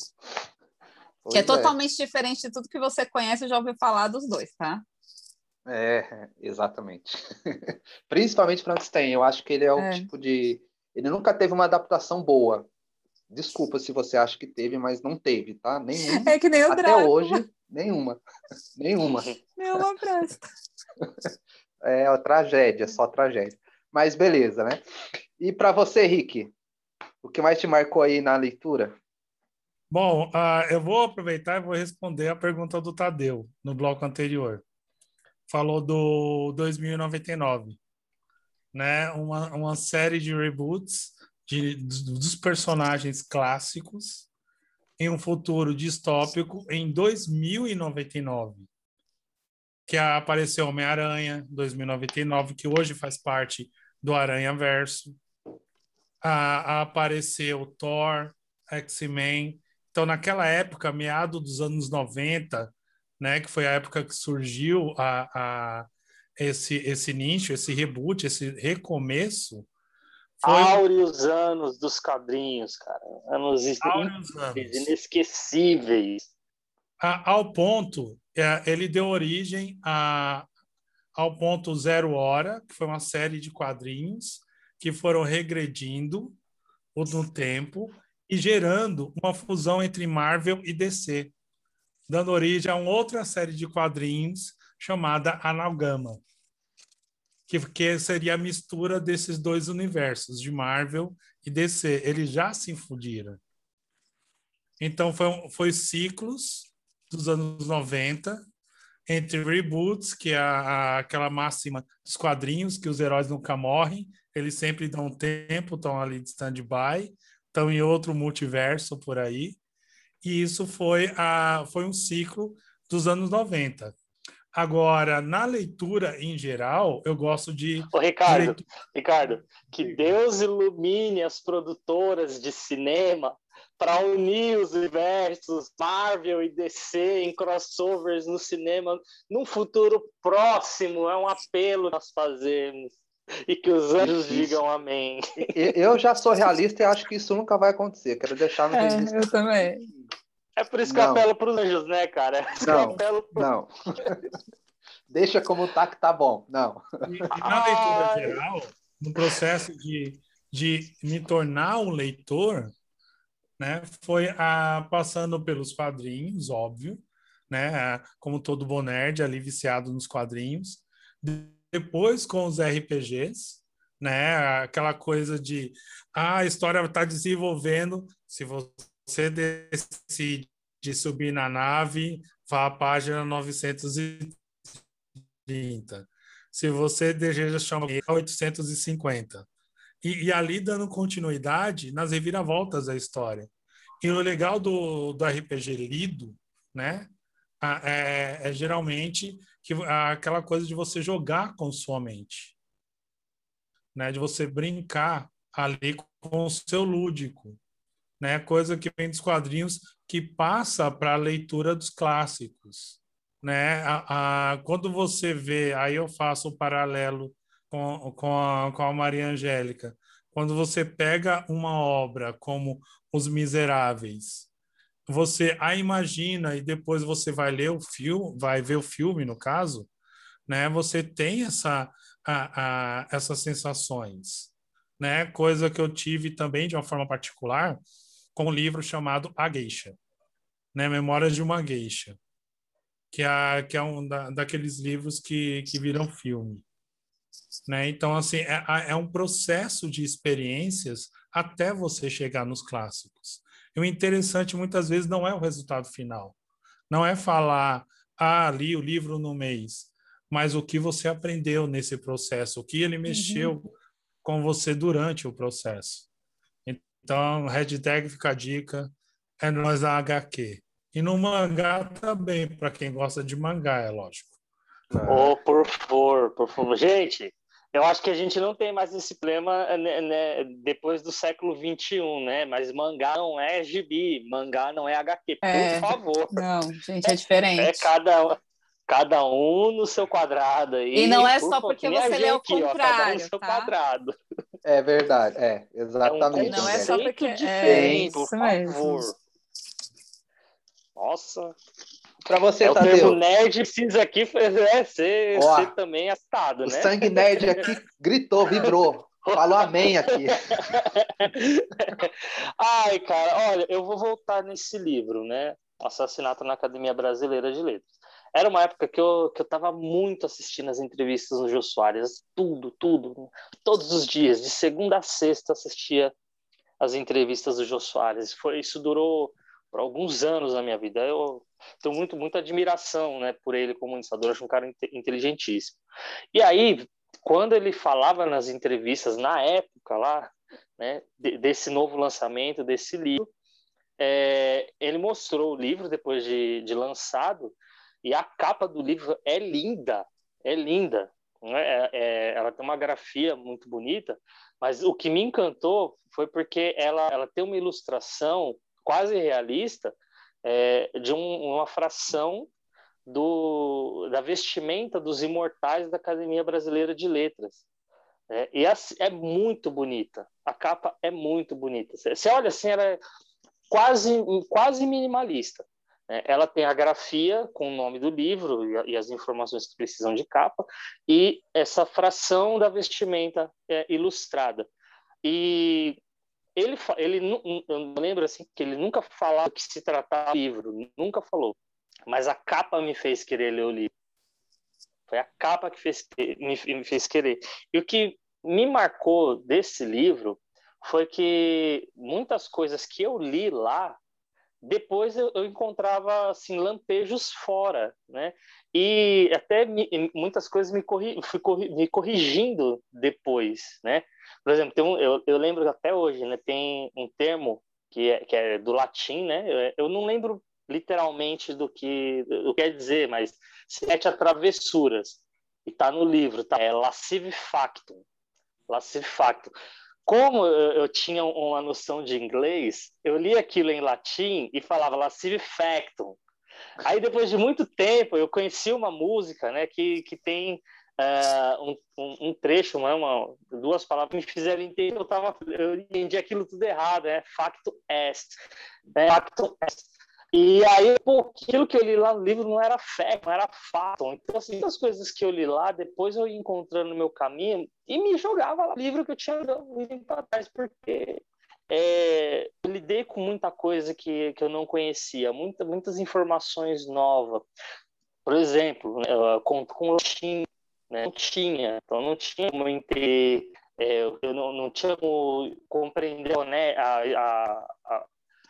Pois Que é é totalmente diferente de tudo que você conhece e já ouviu falar dos dois, tá? É, exatamente. Principalmente Frankenstein. Eu acho que ele é o É. tipo de, ele nunca teve uma adaptação boa. Desculpa se você acha que teve, mas não teve, tá? Nenhuma. É que nem o Até Drácula. hoje, nenhuma. Nenhuma. Nenhuma presta. É uma tragédia, só tragédia. Mas beleza, né? E para você, Rick, o que mais te marcou aí na leitura? Bom, uh, eu vou aproveitar e vou responder a pergunta do Tadeu, no bloco anterior. Falou do dois mil e noventa e nove, né? Uma, uma série de reboots de, dos personagens clássicos em um futuro distópico em dois mil e noventa e nove, que apareceu Homem-Aranha, dois mil e noventa e nove, que hoje faz parte do Aranha-Verso. Ah, apareceu Thor, X-Men. Então, naquela época, meado dos anos noventa, né, que foi a época que surgiu a, a, esse, esse nicho, esse reboot, esse recomeço. Foi... Áureos anos dos quadrinhos, cara. Anos, Áureos anos. Inesquecíveis. A, ao ponto, é, ele deu origem a, ao ponto Zero Hora, que foi uma série de quadrinhos que foram regredindo no tempo e gerando uma fusão entre Marvel e D C, dando origem a uma outra série de quadrinhos chamada Amalgama, que, que seria a mistura desses dois universos, de Marvel e D C. Eles já se infundiram. Então, foi, foi ciclos dos anos noventa, entre reboots, que é a, a, aquela máxima dos quadrinhos, que os heróis nunca morrem, eles sempre dão tempo, estão ali de stand-by, estão em outro multiverso por aí. E isso foi, a, foi um ciclo dos anos noventa. Agora, na leitura em geral, eu gosto de... Ô, Ricardo, de leitura... Ricardo, que Deus ilumine as produtoras de cinema para unir os universos Marvel e D C em crossovers no cinema num futuro próximo. É um apelo que nós fazemos. E que os anjos isso. digam amém. Eu já sou realista e acho que isso nunca vai acontecer. Quero deixar no registro. É, eu também. É por isso que não. eu apelo para os anjos, né, cara? É não, pro... não. Deixa como tá que tá bom. Não. E, e na leitura Ai. geral, no processo de, de me tornar um leitor, né, foi a, passando pelos quadrinhos, óbvio, né, como todo bom nerd, ali viciado nos quadrinhos. Depois com os R P Gs, né, aquela coisa de ah, a história está desenvolvendo, se você decide subir na nave, vá à página novecentos e trinta. Se você deseja chamar oitocentos e cinquenta. E, e ali dando continuidade nas reviravoltas da história. E o legal do, do R P G lido, né, é, é geralmente que, aquela coisa de você jogar com sua mente, né, de você brincar ali com o seu lúdico, né, coisa que vem dos quadrinhos que passa para a leitura dos clássicos, né, a, a, quando você vê, aí eu faço um paralelo com, com, a, com a Maria Angélica, quando você pega uma obra como Os Miseráveis, você a imagina e depois você vai ler o filme, vai ver o filme, no caso, né? Você tem essa, a, a, essas sensações, né? Coisa que eu tive também de uma forma particular com um livro chamado A Geisha, né? Memórias de uma Geisha, que é, que é um da, daqueles livros que, que viram filme. Né? Então, assim, é, é um processo de experiências até você chegar nos clássicos. E o interessante, muitas vezes, não é o resultado final. Não é falar, ah, li o livro no mês, mas o que você aprendeu nesse processo, o que ele mexeu uhum. com você durante o processo. Então, hashtag fica a dica, é nós a H Q. E no mangá também, para quem gosta de mangá, é lógico. Oh, por favor, por favor. Gente, eu acho que a gente não tem mais esse problema, né, né, depois do século vinte e um, né? Mas mangá não é gibi, mangá não é H Q, é, por favor. Não, gente, é diferente. É, é cada, cada um no seu quadrado. E, e não é por só porque você lê o contrário, ó, cada um no seu tá? quadrado. É verdade, é, exatamente. É um não é só porque diferente, é por isso favor. Mesmo. Nossa... Para você, é, Tadeu. O termo nerd precisa aqui é, ser, ser também assado, o né? O sangue nerd aqui gritou, vibrou. Falou amém aqui. Ai, cara, olha, eu vou voltar nesse livro, né? Assassinato na Academia Brasileira de Letras. Era uma época que eu, que eu tava muito assistindo as entrevistas do Jô Soares, tudo, tudo, todos os dias, de segunda a sexta, assistia as entrevistas do Jô Soares. Foi, isso durou por alguns anos na minha vida. Eu tenho muito, muita admiração, né, por ele como comunicador, acho um cara inteligentíssimo. E aí, quando ele falava nas entrevistas, na época lá, né, desse novo lançamento, desse livro, é, ele mostrou o livro depois de, de lançado, e a capa do livro é linda, é linda. É, é, ela tem uma grafia muito bonita, mas o que me encantou foi porque ela, ela tem uma ilustração quase realista é, de um, uma fração do, da vestimenta dos imortais da Academia Brasileira de Letras. É, e assim, é muito bonita. A capa é muito bonita. Você olha assim, ela é quase, quase minimalista. É, ela tem a grafia com o nome do livro e, e as informações que precisam de capa, e essa fração da vestimenta é, ilustrada. E ele, ele eu lembro assim, que ele nunca falava que se tratava de livro, nunca falou. Mas a capa me fez querer ler o livro. Foi a capa que fez, me, me fez querer. E o que me marcou desse livro foi que muitas coisas que eu li lá, depois eu, eu encontrava assim, lampejos fora, né? E até me, muitas coisas me, corri, fui corri, me corrigindo depois, né? Por exemplo, tem um, eu, eu lembro até hoje, né? Tem um termo que é, que é do latim, né? Eu, eu não lembro literalmente do que eu quer dizer, mas sete travessuras, e tá no livro, tá? É lascive factum. Lascive factum. Como eu, eu tinha uma noção de inglês, eu li aquilo em latim e falava lascive factum. Aí, depois de muito tempo, eu conheci uma música, né, que, que tem uh, um, um, um trecho, uma, uma, duas palavras que me fizeram entender. Eu, tava, eu entendi aquilo tudo errado, né? Factum est. Né? Factum est. E aí, pô, aquilo que eu li lá no livro não era fé, não era fato. Então, assim, as coisas que eu li lá, depois eu ia encontrando no meu caminho e me jogava lá no livro que eu tinha lido para trás, porque é, eu lidei com muita coisa que, que eu não conhecia, muita, muitas informações novas. Por exemplo, né, eu conto com latim, né? Não tinha, então não tinha como entender, é, eu não, não tinha como compreender, né, a, a, a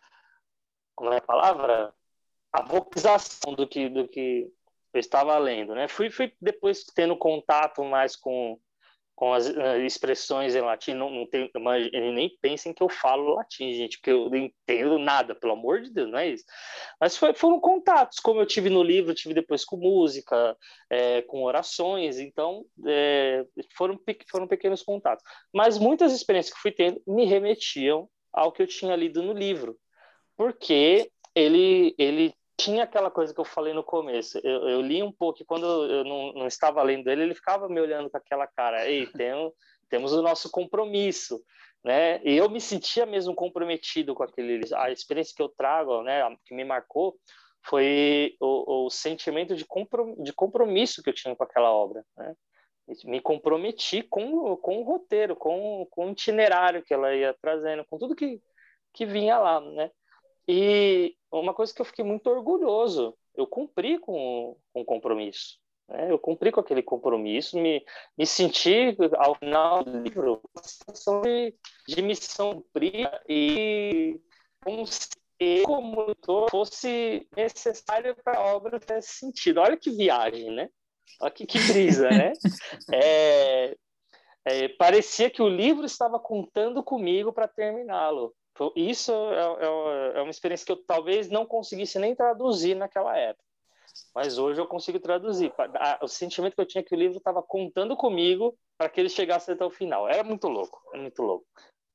como é a palavra? A vocalização do que, do que eu estava lendo, né? Fui, fui depois tendo contato mais com, com as uh, expressões em latim. Não, não tem, mas nem pensem que eu falo latim, gente, porque eu não entendo nada, pelo amor de Deus, não é isso. Mas foi, foram contatos, como eu tive no livro, tive depois com música, é, com orações, então é, foram, foram pequenos contatos. Mas muitas experiências que fui tendo me remetiam ao que eu tinha lido no livro. Porque ele, ele tinha aquela coisa que eu falei no começo. Eu, eu li um pouco, e quando eu não, não estava lendo ele, ele ficava me olhando com aquela cara. Ei, tem, temos o nosso compromisso, né? E eu me sentia mesmo comprometido com aquele... A experiência que eu trago, né, que me marcou, foi o, o sentimento de, comprom, de compromisso que eu tinha com aquela obra, né? Me comprometi com, com o roteiro, com, com o itinerário que ela ia trazendo, com tudo que, que vinha lá, né? E uma coisa que eu fiquei muito orgulhoso, eu cumpri com, com o compromisso, né? Eu cumpri com aquele compromisso, me, me senti, ao final do livro, uma sensação de, de missão cumprida e como se eu, como autor, fosse necessário para a obra ter sentido. Olha que viagem, né? Olha que, que brisa, né? É, é, parecia que o livro estava contando comigo para terminá-lo. Isso é, é, é uma experiência que eu talvez não conseguisse nem traduzir naquela época, mas hoje eu consigo traduzir. O sentimento que eu tinha que o livro estava contando comigo para que ele chegasse até o final. Era muito louco, é muito louco.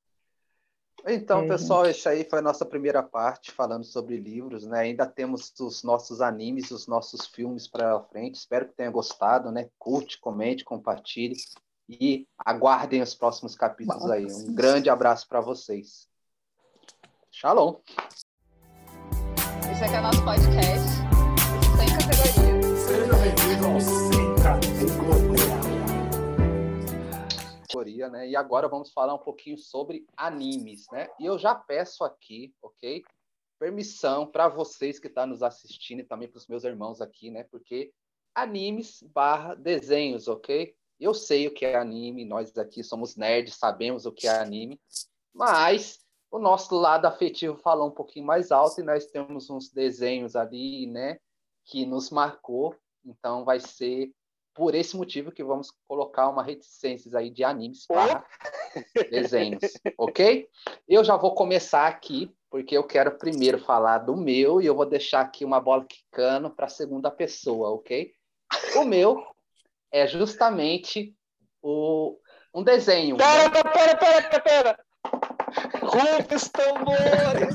Então, pessoal, essa aí foi a nossa primeira parte falando sobre livros, né? Ainda temos os nossos animes, os nossos filmes para frente. Espero que tenha gostado, né? Curte, comente, compartilhe e aguardem os próximos capítulos Nossa. aí. Um grande abraço para vocês. Shalom. Esse aqui é o nosso podcast Sem Categoria. Seja bem-vindo ao Sem Categoria. Categoria, né? dia, né? E agora vamos falar um pouquinho sobre animes, né? E eu já peço aqui, ok? Permissão para vocês que estão nos assistindo e também para os meus irmãos aqui, né? Porque animes barra desenhos, ok? Eu sei o que é anime, nós aqui somos nerds, sabemos o que é anime, mas o nosso lado afetivo fala um pouquinho mais alto e nós temos uns desenhos ali, né? Que nos marcou, então vai ser por esse motivo que vamos colocar uma reticências aí de animes barra desenhos, ok? Eu já vou começar aqui, porque eu quero primeiro falar do meu e eu vou deixar aqui uma bola quicando para a segunda pessoa, ok? O meu é justamente o, um desenho. Pera, né? pera, pera, pera, pera! Rufa os tambores!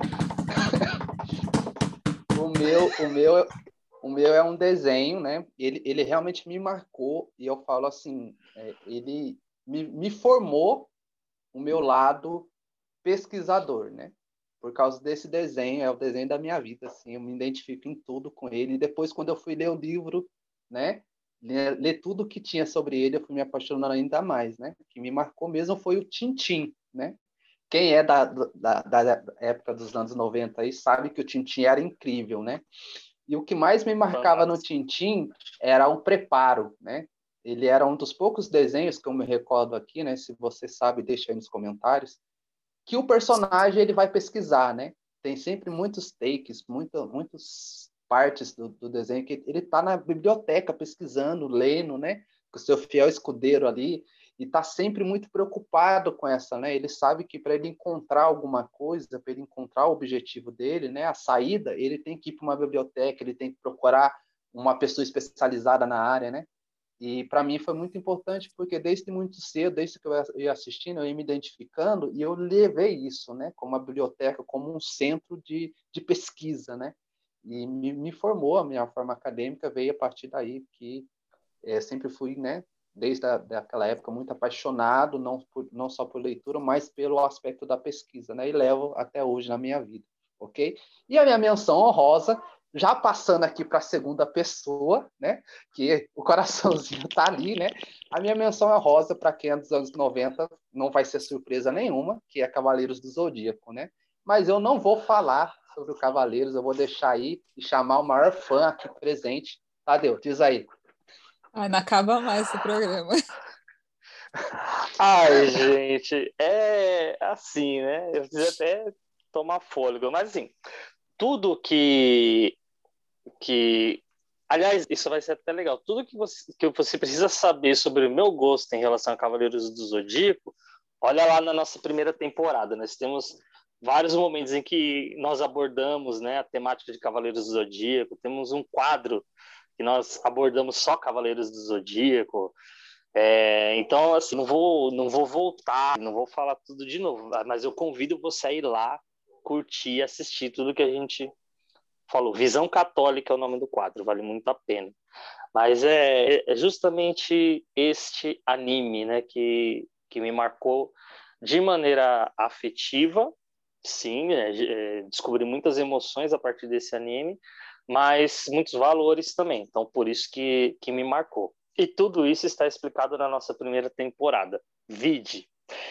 O meu, o meu, o meu é um desenho, né? Ele, ele realmente me marcou e eu falo assim, é, ele me, me formou o meu lado pesquisador, né? Por causa desse desenho, é o desenho da minha vida, assim, eu me identifico em tudo com ele. E depois, quando eu fui ler o livro, né? Ler, ler tudo que tinha sobre ele, eu fui me apaixonando ainda mais, né? O que me marcou mesmo foi o Tintin, né? Quem é da, da, da época dos anos noventa aí sabe que o Tintin era incrível, né? E o que mais me marcava no Tintin era o preparo, né? Ele era um dos poucos desenhos que eu me recordo aqui, né? Se você sabe, deixa aí nos comentários, que o personagem ele vai pesquisar, né? Tem sempre muitos takes, muito, muitas partes do, do desenho que ele está na biblioteca pesquisando, lendo, né? Com o seu fiel escudeiro ali, e está sempre muito preocupado com essa, né? Ele sabe que para ele encontrar alguma coisa, para ele encontrar o objetivo dele, né? A saída, ele tem que ir para uma biblioteca, ele tem que procurar uma pessoa especializada na área, né? E para mim foi muito importante porque desde muito cedo, desde que eu ia assistindo, eu ia me identificando e eu levei isso, né, como uma biblioteca, como um centro de, de pesquisa, né? E me, me formou, a minha forma acadêmica veio a partir daí, que é, sempre fui, né, desde a, daquela época muito apaixonado, não, por, não só por leitura, mas pelo aspecto da pesquisa, né? E levo até hoje na minha vida, ok? E a minha menção honrosa, já passando aqui para a segunda pessoa, né? Que o coraçãozinho tá ali, né? A minha menção honrosa, para quem é dos anos noventa, não vai ser surpresa nenhuma, que é Cavaleiros do Zodíaco, né? Mas eu não vou falar sobre o Cavaleiros, eu vou deixar aí e chamar o maior fã aqui presente. Tadeu, diz aí. Ai, não acaba mais esse programa. Ai, gente, é assim, né? Eu preciso até tomar fôlego, mas assim, tudo que que aliás, isso vai ser até legal. Tudo que você, que você precisa saber sobre o meu gosto em relação a Cavaleiros do Zodíaco, olha lá na nossa primeira temporada. Nós temos vários momentos em que nós abordamos, né, a temática de Cavaleiros do Zodíaco. Temos um quadro que nós abordamos só Cavaleiros do Zodíaco. É, então, assim, não vou, não vou voltar, não vou falar tudo de novo, mas eu convido você a ir lá, curtir, assistir tudo que a gente falou. Visão Católica é o nome do quadro, vale muito a pena. Mas é, é justamente este anime, né, que, que me marcou de maneira afetiva. Sim, é, é, descobri muitas emoções a partir desse anime, mas muitos valores também. Então, por isso que, que me marcou. E tudo isso está explicado na nossa primeira temporada. Vide.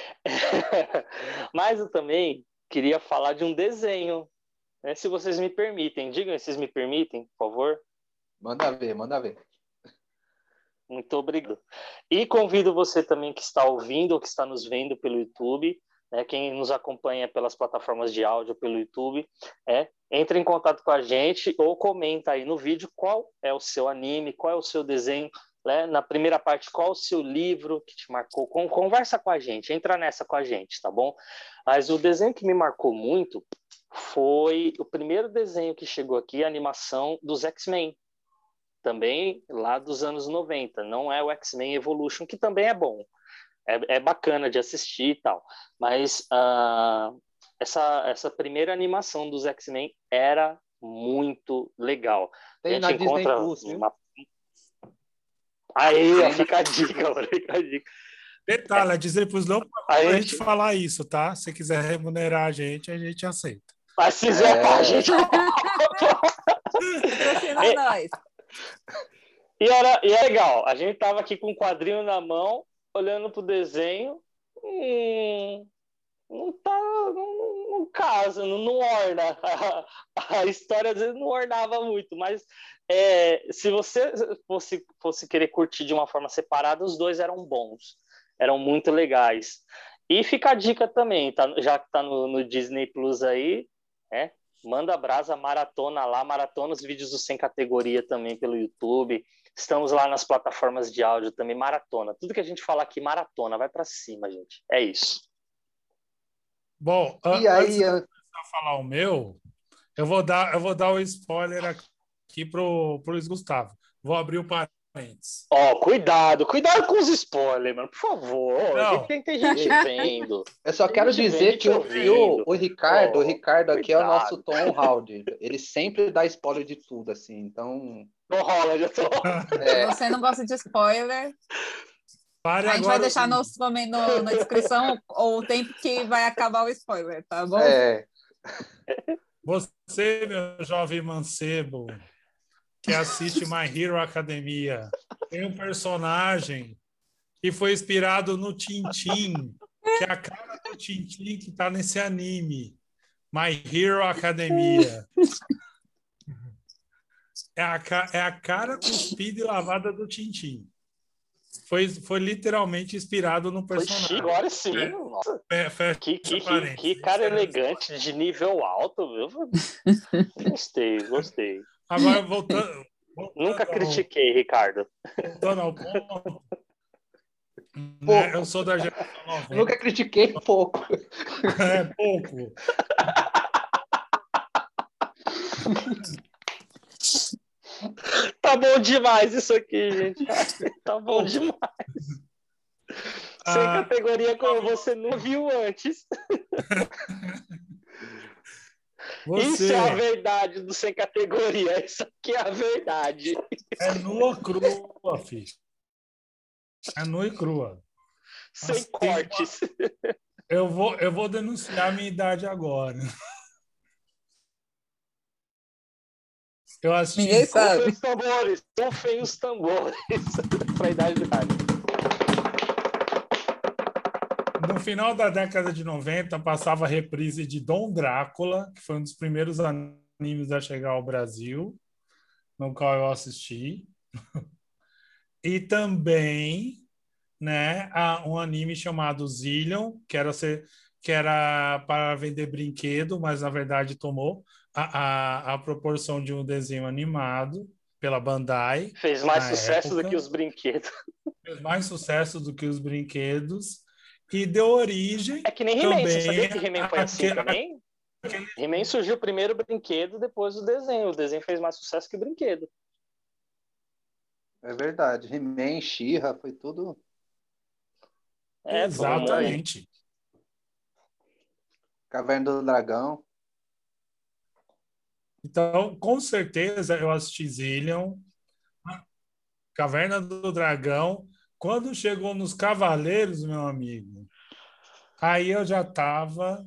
Mas eu também queria falar de um desenho, né? Se vocês me permitem. Digam se vocês me permitem, por favor. Manda ver, manda ver. Muito obrigado. E convido você também que está ouvindo ou que está nos vendo pelo YouTube, né, quem nos acompanha pelas plataformas de áudio pelo YouTube, é, entre em contato com a gente ou comenta aí no vídeo qual é o seu anime, qual é o seu desenho, né? Na primeira parte, qual é o seu livro que te marcou. Conversa com a gente, entra nessa com a gente, tá bom? Mas o desenho que me marcou muito foi o primeiro desenho que chegou aqui, a animação dos X-Men, também lá dos anos noventa. Não é o X-Men Evolution, que também é bom, é, é bacana de assistir e tal, mas uh, essa, essa primeira animação dos X-Men era muito legal. Tem a na gente Disney encontra Plus, viu? uma... Aí, Tem fica na... a dica, mano, fica a dica. Detalhe, a Disney Plus não pagou A pra gente... gente falar isso, tá? Se quiser remunerar a gente, a gente aceita. Mas se quiser, É... a gente... Patrocina e, nós. E era, e é legal, a gente tava aqui com um quadrinho na mão olhando pro desenho, hum, não tá, não, não casa, não, não orna. A, a história às vezes não ornava muito, mas é, se você fosse, fosse querer curtir de uma forma separada, os dois eram bons, eram muito legais. E fica a dica também, tá, já que tá no, no Disney Plus aí, né? Manda brasa, maratona lá, maratona os vídeos do Sem Categoria também pelo YouTube. Estamos lá nas plataformas de áudio também, maratona. Tudo que a gente falar aqui, maratona, vai para cima, gente. É isso. Bom, E a- aí, antes de a- começar a falar o meu, eu vou dar, eu vou dar o spoiler aqui pro, pro Luiz Gustavo. Vou abrir o parênteses. Ó, cuidado, cuidado com os spoilers, mano, por favor. Não, Tem, tem gente vendo. eu só Tem quero gente dizer vendo, que, o, te que o, ouvindo. o Ricardo, o Ó, Ricardo aqui é o nosso cuidado. Tom Hardy. Ele sempre dá spoiler de tudo, assim. Então, Não rola, já tô. Se é, você não gosta de spoiler, pare a gente vai agora. deixar o- nos comen- no- na descrição o tempo que vai acabar o spoiler, tá bom? é, Você, meu jovem mancebo, que assiste My Hero Academia, tem um personagem que foi inspirado no Tintin, que é a cara do Tintin que está nesse anime, My Hero Academia. É a, ca- é a cara cuspida e lavada do Tintin. Foi, foi literalmente inspirado no Foi personagem. chique, agora sim. É. Nossa, Fe- Fecha que, que, que, parênteses. que cara Isso é- elegante, de nível alto, viu? Gostei, gostei. Agora, voltando, voltando, Nunca ao, critiquei, Ricardo. voltando ao ponto, né? Pouco. Eu sou da geração noventa. nunca critiquei pouco. É pouco. Tá bom demais isso aqui, gente. Tá bom Pouco. demais. Sem Ah, categoria como você não viu antes. você Isso é a verdade do sem categoria. Isso aqui é a verdade. é nua crua, filho. É nua e crua. Sem Assim, cortes. Eu vou, eu vou denunciar a minha idade agora. Eu assisti Ninguém Rufem sabe. os tambores. Rufem os tambores. Pra idade do rádio. no final da década de noventa, passava a reprise de Dom Drácula, que foi um dos primeiros animes a chegar ao Brasil, no qual eu assisti. E também, né, a- um anime chamado Zillion, que era, ser, que era para vender brinquedo, mas na verdade tomou a, a, a proporção de um desenho animado pela Bandai. Fez mais na sucesso época. do que os brinquedos. Fez mais sucesso do que os brinquedos e deu origem É que nem He-Man. Você também sabia que He-Man foi assim àquele- também? He-Man surgiu primeiro o brinquedo, depois o desenho. O desenho fez mais sucesso que o brinquedo. É verdade. He-Man, She-Ra, foi tudo. É, Exatamente. Caverna do Dragão. Então, com certeza, eu assisti Zillion, Caverna do Dragão. Quando chegou nos Cavaleiros, meu amigo, aí eu já estava...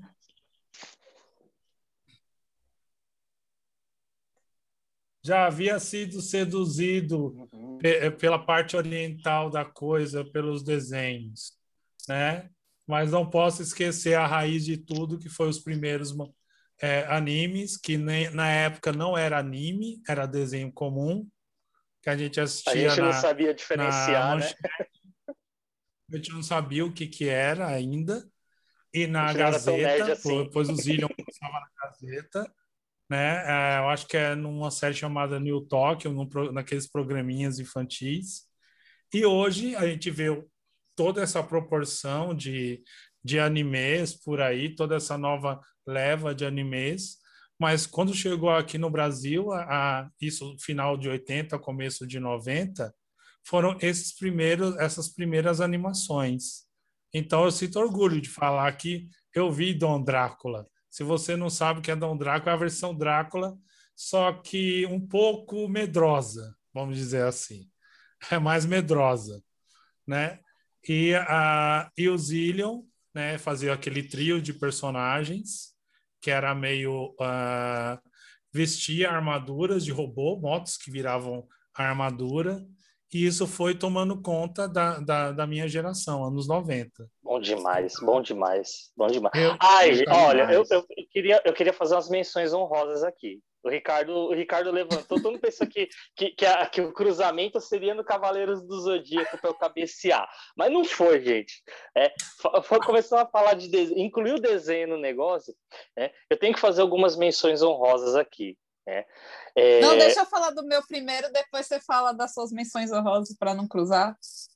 Já havia sido seduzido Uhum. pe- pela parte oriental da coisa, pelos desenhos, né? Mas não posso esquecer a raiz de tudo, que foi os primeiros é, animes, que nem, na época não era anime, era desenho comum, que a gente A assistia gente não na, sabia na diferenciar, né? manchete, a gente não sabia o que, que era ainda, e A na gente não era tão nerd Gazeta, assim. depois o Zillion passava na Gazeta, né? É, eu acho que é numa série chamada New Tokyo, num, pro- naqueles programinhas infantis. E hoje a gente vê toda essa proporção de, de animes por aí, toda essa nova leva de animes. Mas quando chegou aqui no Brasil, a, a- isso final de oitenta, começo de noventa, foram esses primeiros, essas primeiras animações. Então eu sinto orgulho de falar que eu vi Dom Drácula. Se você não sabe o que é Dom Drácula, é a versão Drácula, só que um pouco medrosa, vamos dizer assim. É mais medrosa, né? E, a, e o Zillion, né, fazia aquele trio de personagens que era meio... Uh, vestia armaduras de robô, motos que viravam a armadura, e isso foi tomando conta da, da, da minha geração, anos noventa. Bom demais, bom demais, bom demais. Eu, Ai, eu olha, eu, demais. eu, eu, queria, eu queria fazer umas menções honrosas aqui. O Ricardo, o Ricardo levantou, todo mundo pensou que, que, que, a, que o cruzamento seria no Cavaleiros do Zodíaco para eu cabecear. Mas não foi, gente. É, começou a falar de desenho, incluir o desenho no negócio. Né? Eu tenho que fazer algumas menções honrosas aqui. Né? É... Não, deixa eu falar do meu primeiro, depois você fala das suas menções honrosas para não cruzar.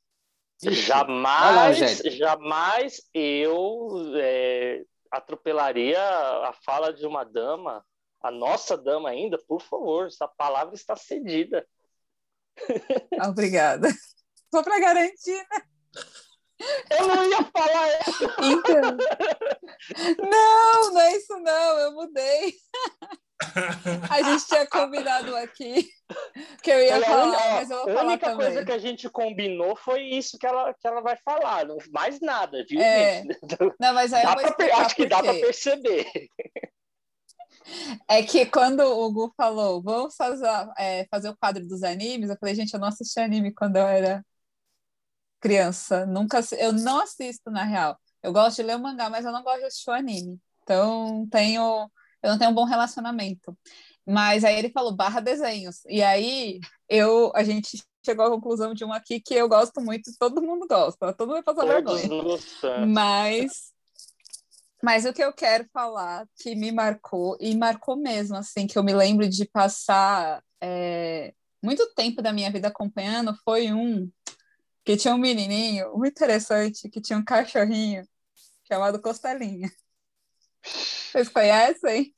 Jamais, lá, jamais eu é, atropelaria a fala de uma dama, a nossa dama ainda, por favor, essa palavra está cedida. Obrigada. Só para garantir, né? Eu não ia falar isso. Então. Não, não é isso não, eu mudei. A gente tinha combinado aqui que eu ia falar, a, mas eu vou falar também. A única coisa que a gente combinou foi isso que ela, que ela vai falar, não, mais nada, viu, é... gente? Não, mas aí dá eu vou pra, acho que dá para perceber. É que quando o Gu falou, vamos fazer, é, fazer o quadro dos animes, eu falei, gente, eu não assisti anime quando eu era criança. Nunca, eu não assisto, na real. Eu gosto de ler o mangá, mas eu não gosto de assistir o anime. Então, tenho, eu não tenho um bom relacionamento. Mas aí ele falou, barra desenhos. E aí, eu, a gente chegou à conclusão de um aqui que eu gosto muito, todo mundo gosta, todo mundo vai passar vergonha. Mas... Mas o que eu quero falar que me marcou, e marcou mesmo, assim, que eu me lembro de passar é, muito tempo da minha vida acompanhando, foi um que tinha um menininho muito interessante, que tinha um cachorrinho chamado Costelinha. Vocês conhecem?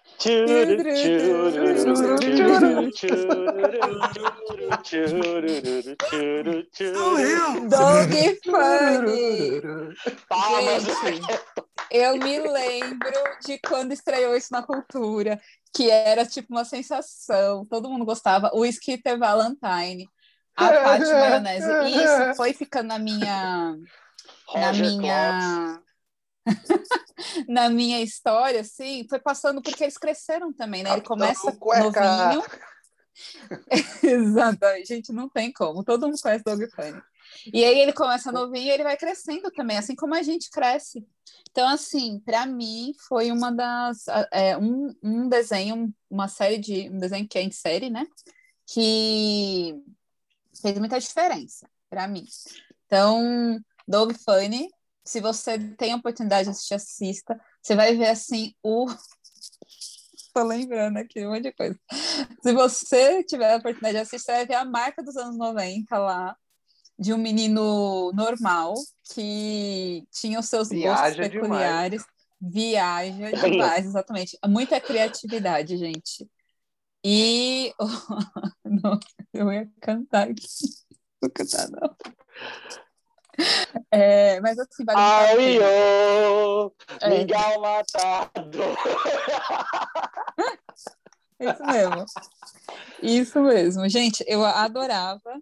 Dog Funny! Gente, eu me lembro de quando estreou isso na cultura, que era tipo uma sensação, todo mundo gostava. O Skitter Valentine, a Paty Maionese, e isso foi ficando na minha... Na minha... na minha história, assim, foi passando porque eles cresceram também, né? Ele começa novinho. Exatamente, gente, não tem como. Todo mundo conhece Dog Funny. E aí ele começa novinho e ele vai crescendo também, assim como a gente cresce. Então, assim, para mim foi uma das é, um, um desenho, uma série de um desenho que é em série, né? Que fez muita diferença para mim. Então, Dog Funny, se você tem a oportunidade de assistir, assista. Você vai ver assim o tô lembrando aqui um monte de coisa. Se você tiver a oportunidade de assistir, você vai ver a marca dos anos noventa lá, de um menino normal que tinha os seus Viaja gostos peculiares. Demais. Viaja demais, exatamente. Muita criatividade, gente. E não, eu ia cantar aqui. Não vou cantar, não. É, mas assim, vale Aiô, Miguel Matado. Isso mesmo. Isso mesmo. Gente, eu adorava.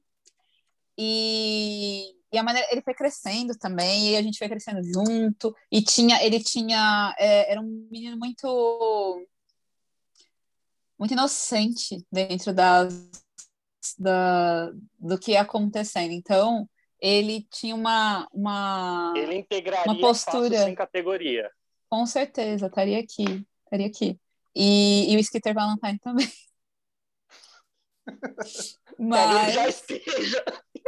E, e a maneira, ele foi crescendo também, e a gente foi crescendo junto. E tinha, ele tinha, é, era um menino muito, muito inocente dentro das, da, do que ia acontecendo. Então, ele tinha uma, uma, ele integraria uma postura sem categoria. Com certeza, estaria aqui, estaria aqui. E, e o Skitter Valentine também. Mas... já esteja.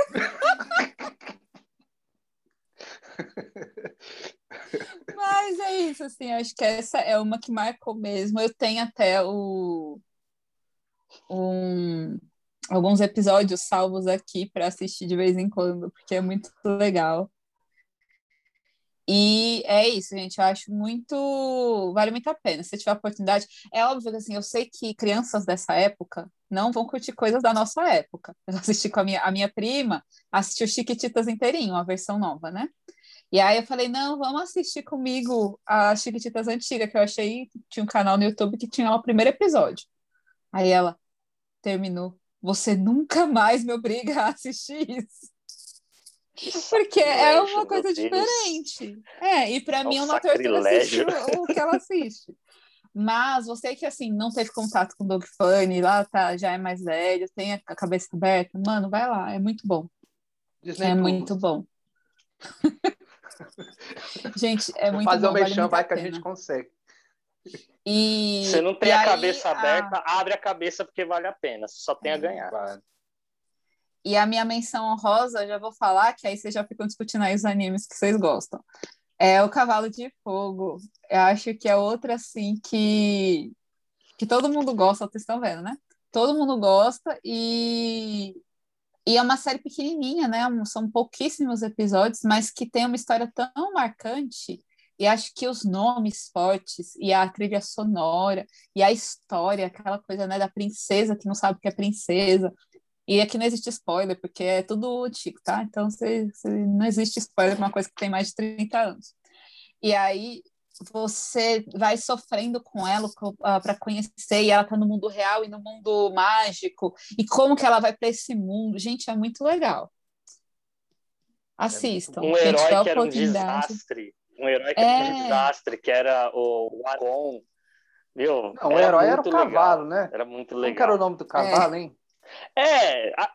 Mas é isso, assim, acho que essa é uma que marcou mesmo. Eu tenho até o, um, alguns episódios salvos aqui para assistir de vez em quando, porque é muito legal. E é isso, gente, eu acho muito, vale muito a pena, se tiver a oportunidade. É óbvio que, assim, eu sei que crianças dessa época não vão curtir coisas da nossa época. Eu assisti com a minha, a minha prima, assistiu Chiquititas inteirinho, a versão nova, né? E aí eu falei, não, vamos assistir comigo a Chiquititas antiga, que eu achei, tinha um canal no YouTube que tinha lá o primeiro episódio. Aí ela terminou, você nunca mais me obriga a assistir isso. Porque é uma coisa diferente. É, e para mim é uma tortura assistir o que ela assiste. Mas você que, assim, não teve contato com o Dog Funny, lá tá, já é mais velho, tem a cabeça aberta, mano, vai lá, é muito bom. Disney É Plus. muito bom. Gente, é Vou muito fazer bom, o vale mexão, muito vai a que a gente pena. consegue. Você E, não tem e a aí, cabeça a, aberta, abre a cabeça porque vale a pena. Você só tem a ganhar. Vai. e a minha menção honrosa, já vou falar, que aí vocês já ficam discutindo aí os animes que vocês gostam. É o Cavalo de Fogo. Eu acho que é outra, assim, que, que todo mundo gosta, vocês estão vendo, né? Todo mundo gosta e, e é uma série pequenininha, né? Um- São pouquíssimos episódios, mas que tem uma história tão marcante. E acho que os nomes fortes e a trilha sonora e a história, aquela coisa, né, da princesa que não sabe o que é princesa. E aqui não existe spoiler, porque é tudo antigo, tá? Então você, você- não existe spoiler para uma coisa que tem mais de trinta anos. E aí você vai sofrendo com ela para conhecer, e ela tá no mundo real e no mundo mágico, e como que ela vai para esse mundo. Gente, é muito legal. Assistam, Um quem herói tiver que era um oportunidade. desastre. Um herói que era um É, desastre, que era o Argon. Viu? Não, o Era herói era o muito cavalo, legal. né? Era muito Como que era o legal. nome do é. cavalo, hein? É, a,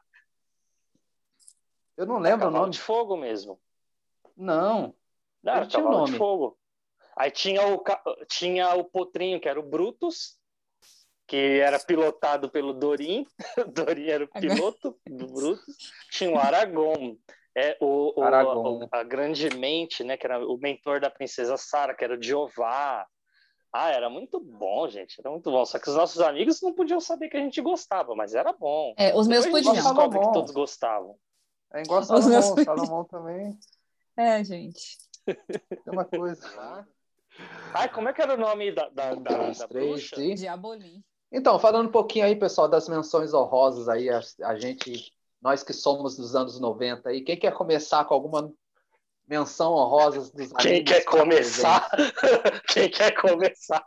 Eu não era lembro o Cavalo nome. de Fogo mesmo. Não, Não, ele era tinha o Cavalo de nome. Fogo. Aí tinha o, ca- tinha o Potrinho, que era o Brutus, que era pilotado pelo Dorin. O Dorin era o Agora- piloto do Brutus. Tinha o Aragorn, é, o, o, Aragorn. o- a grande mente, né, que era o mentor da princesa Sarah, que era o Jeová. Ah, era muito bom, gente. Era muito bom. Só que os nossos amigos não podiam saber que a gente gostava, mas era bom. é, os meus Depois a gente Igual podiam. descobre que Salomão. todos gostavam. É igual Os meus Salomão. podiam. Salomão também É, gente. tem uma coisa. Ai, como é que era o nome da, da, Um, da, dois, da três bruxa? e... Diabolim. Então, falando um pouquinho aí, pessoal, das menções honrosas aí, a, a gente, nós que somos dos anos noventa aí, quem quer começar com alguma menção honrosa dos Quem animes quer que tá começar? Quem quer começar?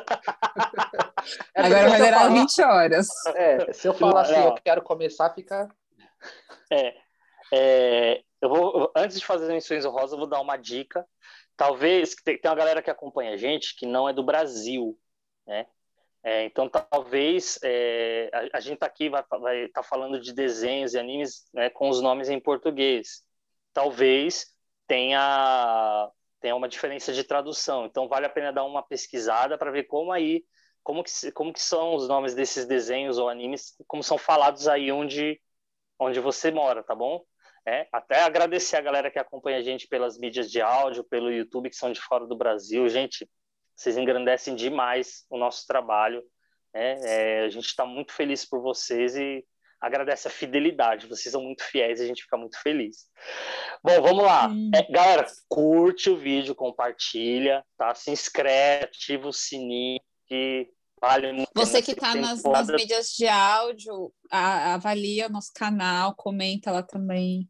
É Agora porque vai se eu durar falar, vinte horas. é, se eu falar assim, Não. eu quero começar, fica... É, é, eu vou, antes de fazer as menções honrosas, eu vou dar uma dica. Talvez, tem, tem uma galera que acompanha a gente que não é do Brasil, né? É, então, talvez é, a, a gente tá aqui vai vai tá falando de desenhos e animes, né, com os nomes em português. Talvez tenha tenha uma diferença de tradução. Então, vale a pena dar uma pesquisada para ver como aí como que como que são os nomes desses desenhos ou animes, como são falados aí onde onde você mora, tá bom? É, até agradecer a galera que acompanha a gente pelas mídias de áudio, pelo YouTube, que são de fora do Brasil. Gente, vocês engrandecem demais o nosso trabalho. Né? É, a gente está muito feliz por vocês e agradece a fidelidade. Vocês são muito fiéis e a gente fica muito feliz. Bom, vamos lá. É, galera, curte o vídeo, compartilha, tá? Se inscreve, ativa o sininho, que vale muito. Você que está nas, nas mídias de áudio, a, avalia o nosso canal, comenta lá também.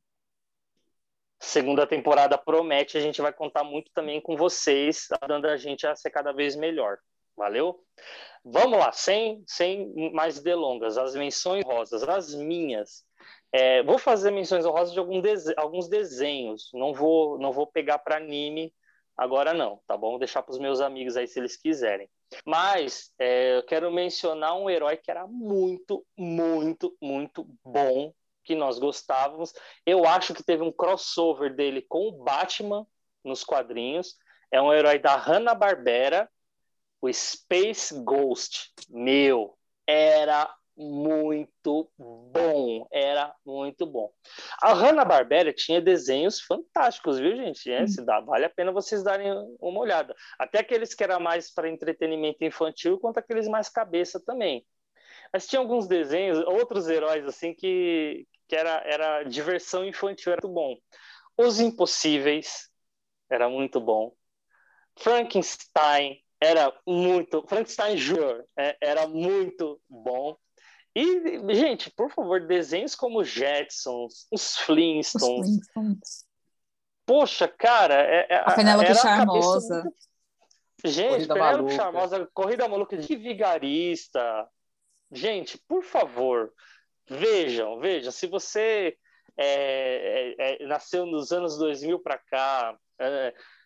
Segunda temporada promete, a gente vai contar muito também com vocês, ajudando a gente a ser cada vez melhor. Valeu? Vamos lá, sem, sem mais delongas, as menções honrosas, as minhas. É, vou fazer menções honrosas de algum dese- alguns desenhos, não vou, não vou pegar para anime agora não, tá bom? Vou deixar para os meus amigos aí se eles quiserem. Mas é, eu quero mencionar um herói que era muito, muito, muito bom, que nós gostávamos. Eu acho que teve um crossover dele com o Batman nos quadrinhos. É um herói da Hanna-Barbera, o Space Ghost. Meu, era muito bom, era muito bom. A Hanna-Barbera tinha desenhos fantásticos, viu, gente? É, se dá, vale a pena vocês darem uma olhada. Até aqueles que eram mais para entretenimento infantil, quanto aqueles mais cabeça também. Mas tinha alguns desenhos, outros heróis assim que, que era, era diversão infantil, era muito bom. Os Impossíveis era muito bom. Frankenstein era muito, Frankenstein Júnior é, era muito bom. E, gente, por favor, desenhos como Jetsons, os Flintstones. Os Flintstones. Poxa, cara, é, é, A Penélope era Charmosa. a muito... Gente, Corrida Penélope Maluca. Charmosa, Corrida Maluca de Vigarista. Gente, por favor, vejam, vejam. Se você é, é, é, nasceu nos anos dois mil para cá, é,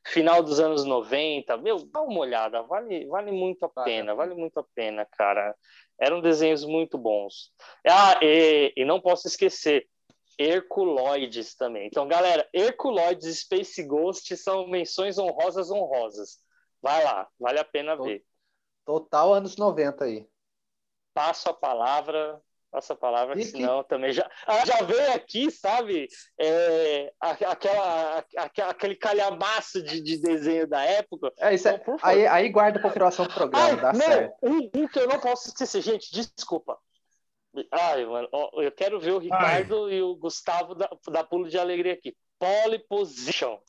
final dos anos noventa, meu, dá uma olhada, vale, vale muito a pena, vale muito a pena, cara. Eram desenhos muito bons. Ah, e, e não posso esquecer, Herculoides também. Então, galera, Herculoides e Space Ghost são menções honrosas honrosas. Vai lá, vale a pena ver. Total anos noventa aí. Passo a palavra, passo a palavra, que E senão que... também já, já veio aqui, sabe, é, aquela, aquele calhamaço de, de desenho da época. É, isso é, então, aí, aí guarda para o próximo programa, Ai, dá não, certo. Um, um que eu não posso esquecer, gente, desculpa. Ai, mano, ó, eu quero ver o Ricardo Ai. e o Gustavo da, da Pulo de Alegria aqui. Pole Position.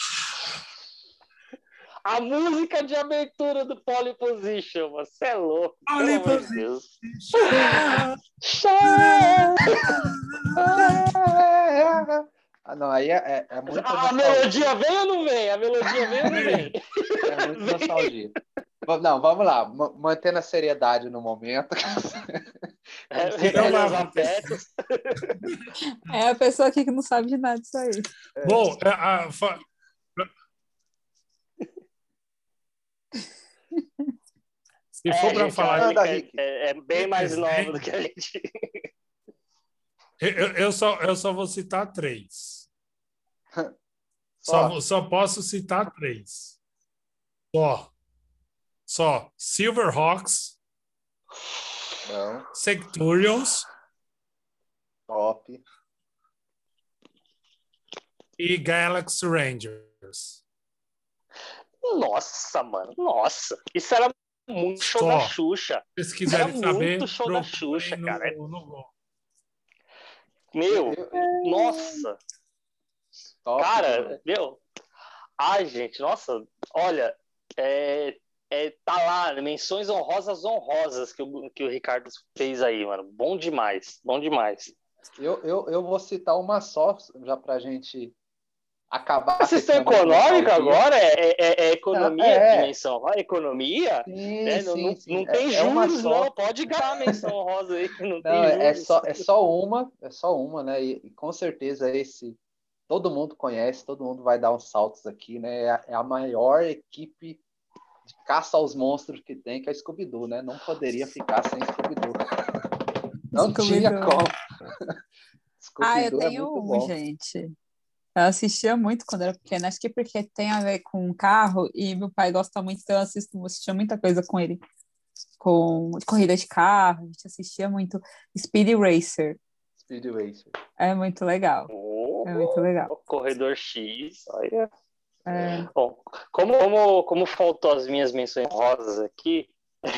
A música de abertura do Pole Position, você é louco. Pole pelo amor de Deus. Ah, não, aí é, é, é muito A, a melodia vem ou não vem? A melodia vem ou não vem? É muito nostalgia. Não, vamos lá. Mantendo a seriedade no momento. É, recolher os afetos. É a pessoa aqui que não sabe de nada disso aí. Bom, é, a, fa... se for é, para falar... É, é, é bem mais nova do que a gente... Eu, eu, só, eu só vou citar três. Só, só posso citar três. Só. Só. Silverhawks. Não. Secturions. Top. E Galaxy Rangers. Nossa, mano. Nossa. Isso era muito show Só. da Xuxa. Se vocês quiserem era saber, muito show da Xuxa, no, cara. No, no... Meu, nossa. Top, cara, né? meu. Ai, gente, nossa. Olha, é, é, tá lá, menções honrosas honrosas que o, que o Ricardo fez aí, mano. Bom demais, bom demais. Eu, eu, eu vou citar uma só, já pra gente acabar. Assistência econômica agora? É, é, é economia é. de menção honrosa? Economia? Sim, é, sim, não, sim. não tem é, juros, é não. Pode gastar a menção honrosa aí. Não, não tem juros. É só, é só uma, é só uma, né? E, e com certeza esse todo mundo conhece, todo mundo vai dar uns saltos aqui, né? É a, é a maior equipe de caça aos monstros que tem, que é a Scooby-Doo, né? Não poderia ficar sem Scooby-Doo. Não tinha como. Ah, eu tenho é um, bom. gente. Eu assistia muito quando era pequena, acho que porque tem a ver com carro e meu pai gosta muito, então eu assisto, assistia muita coisa com ele. Com corrida de carro, a gente assistia muito Speed Racer. Speed Racer. É muito legal. Oh, é muito legal. Corredor X, olha. É. Bom, como, como, como faltou as minhas menções rosas aqui,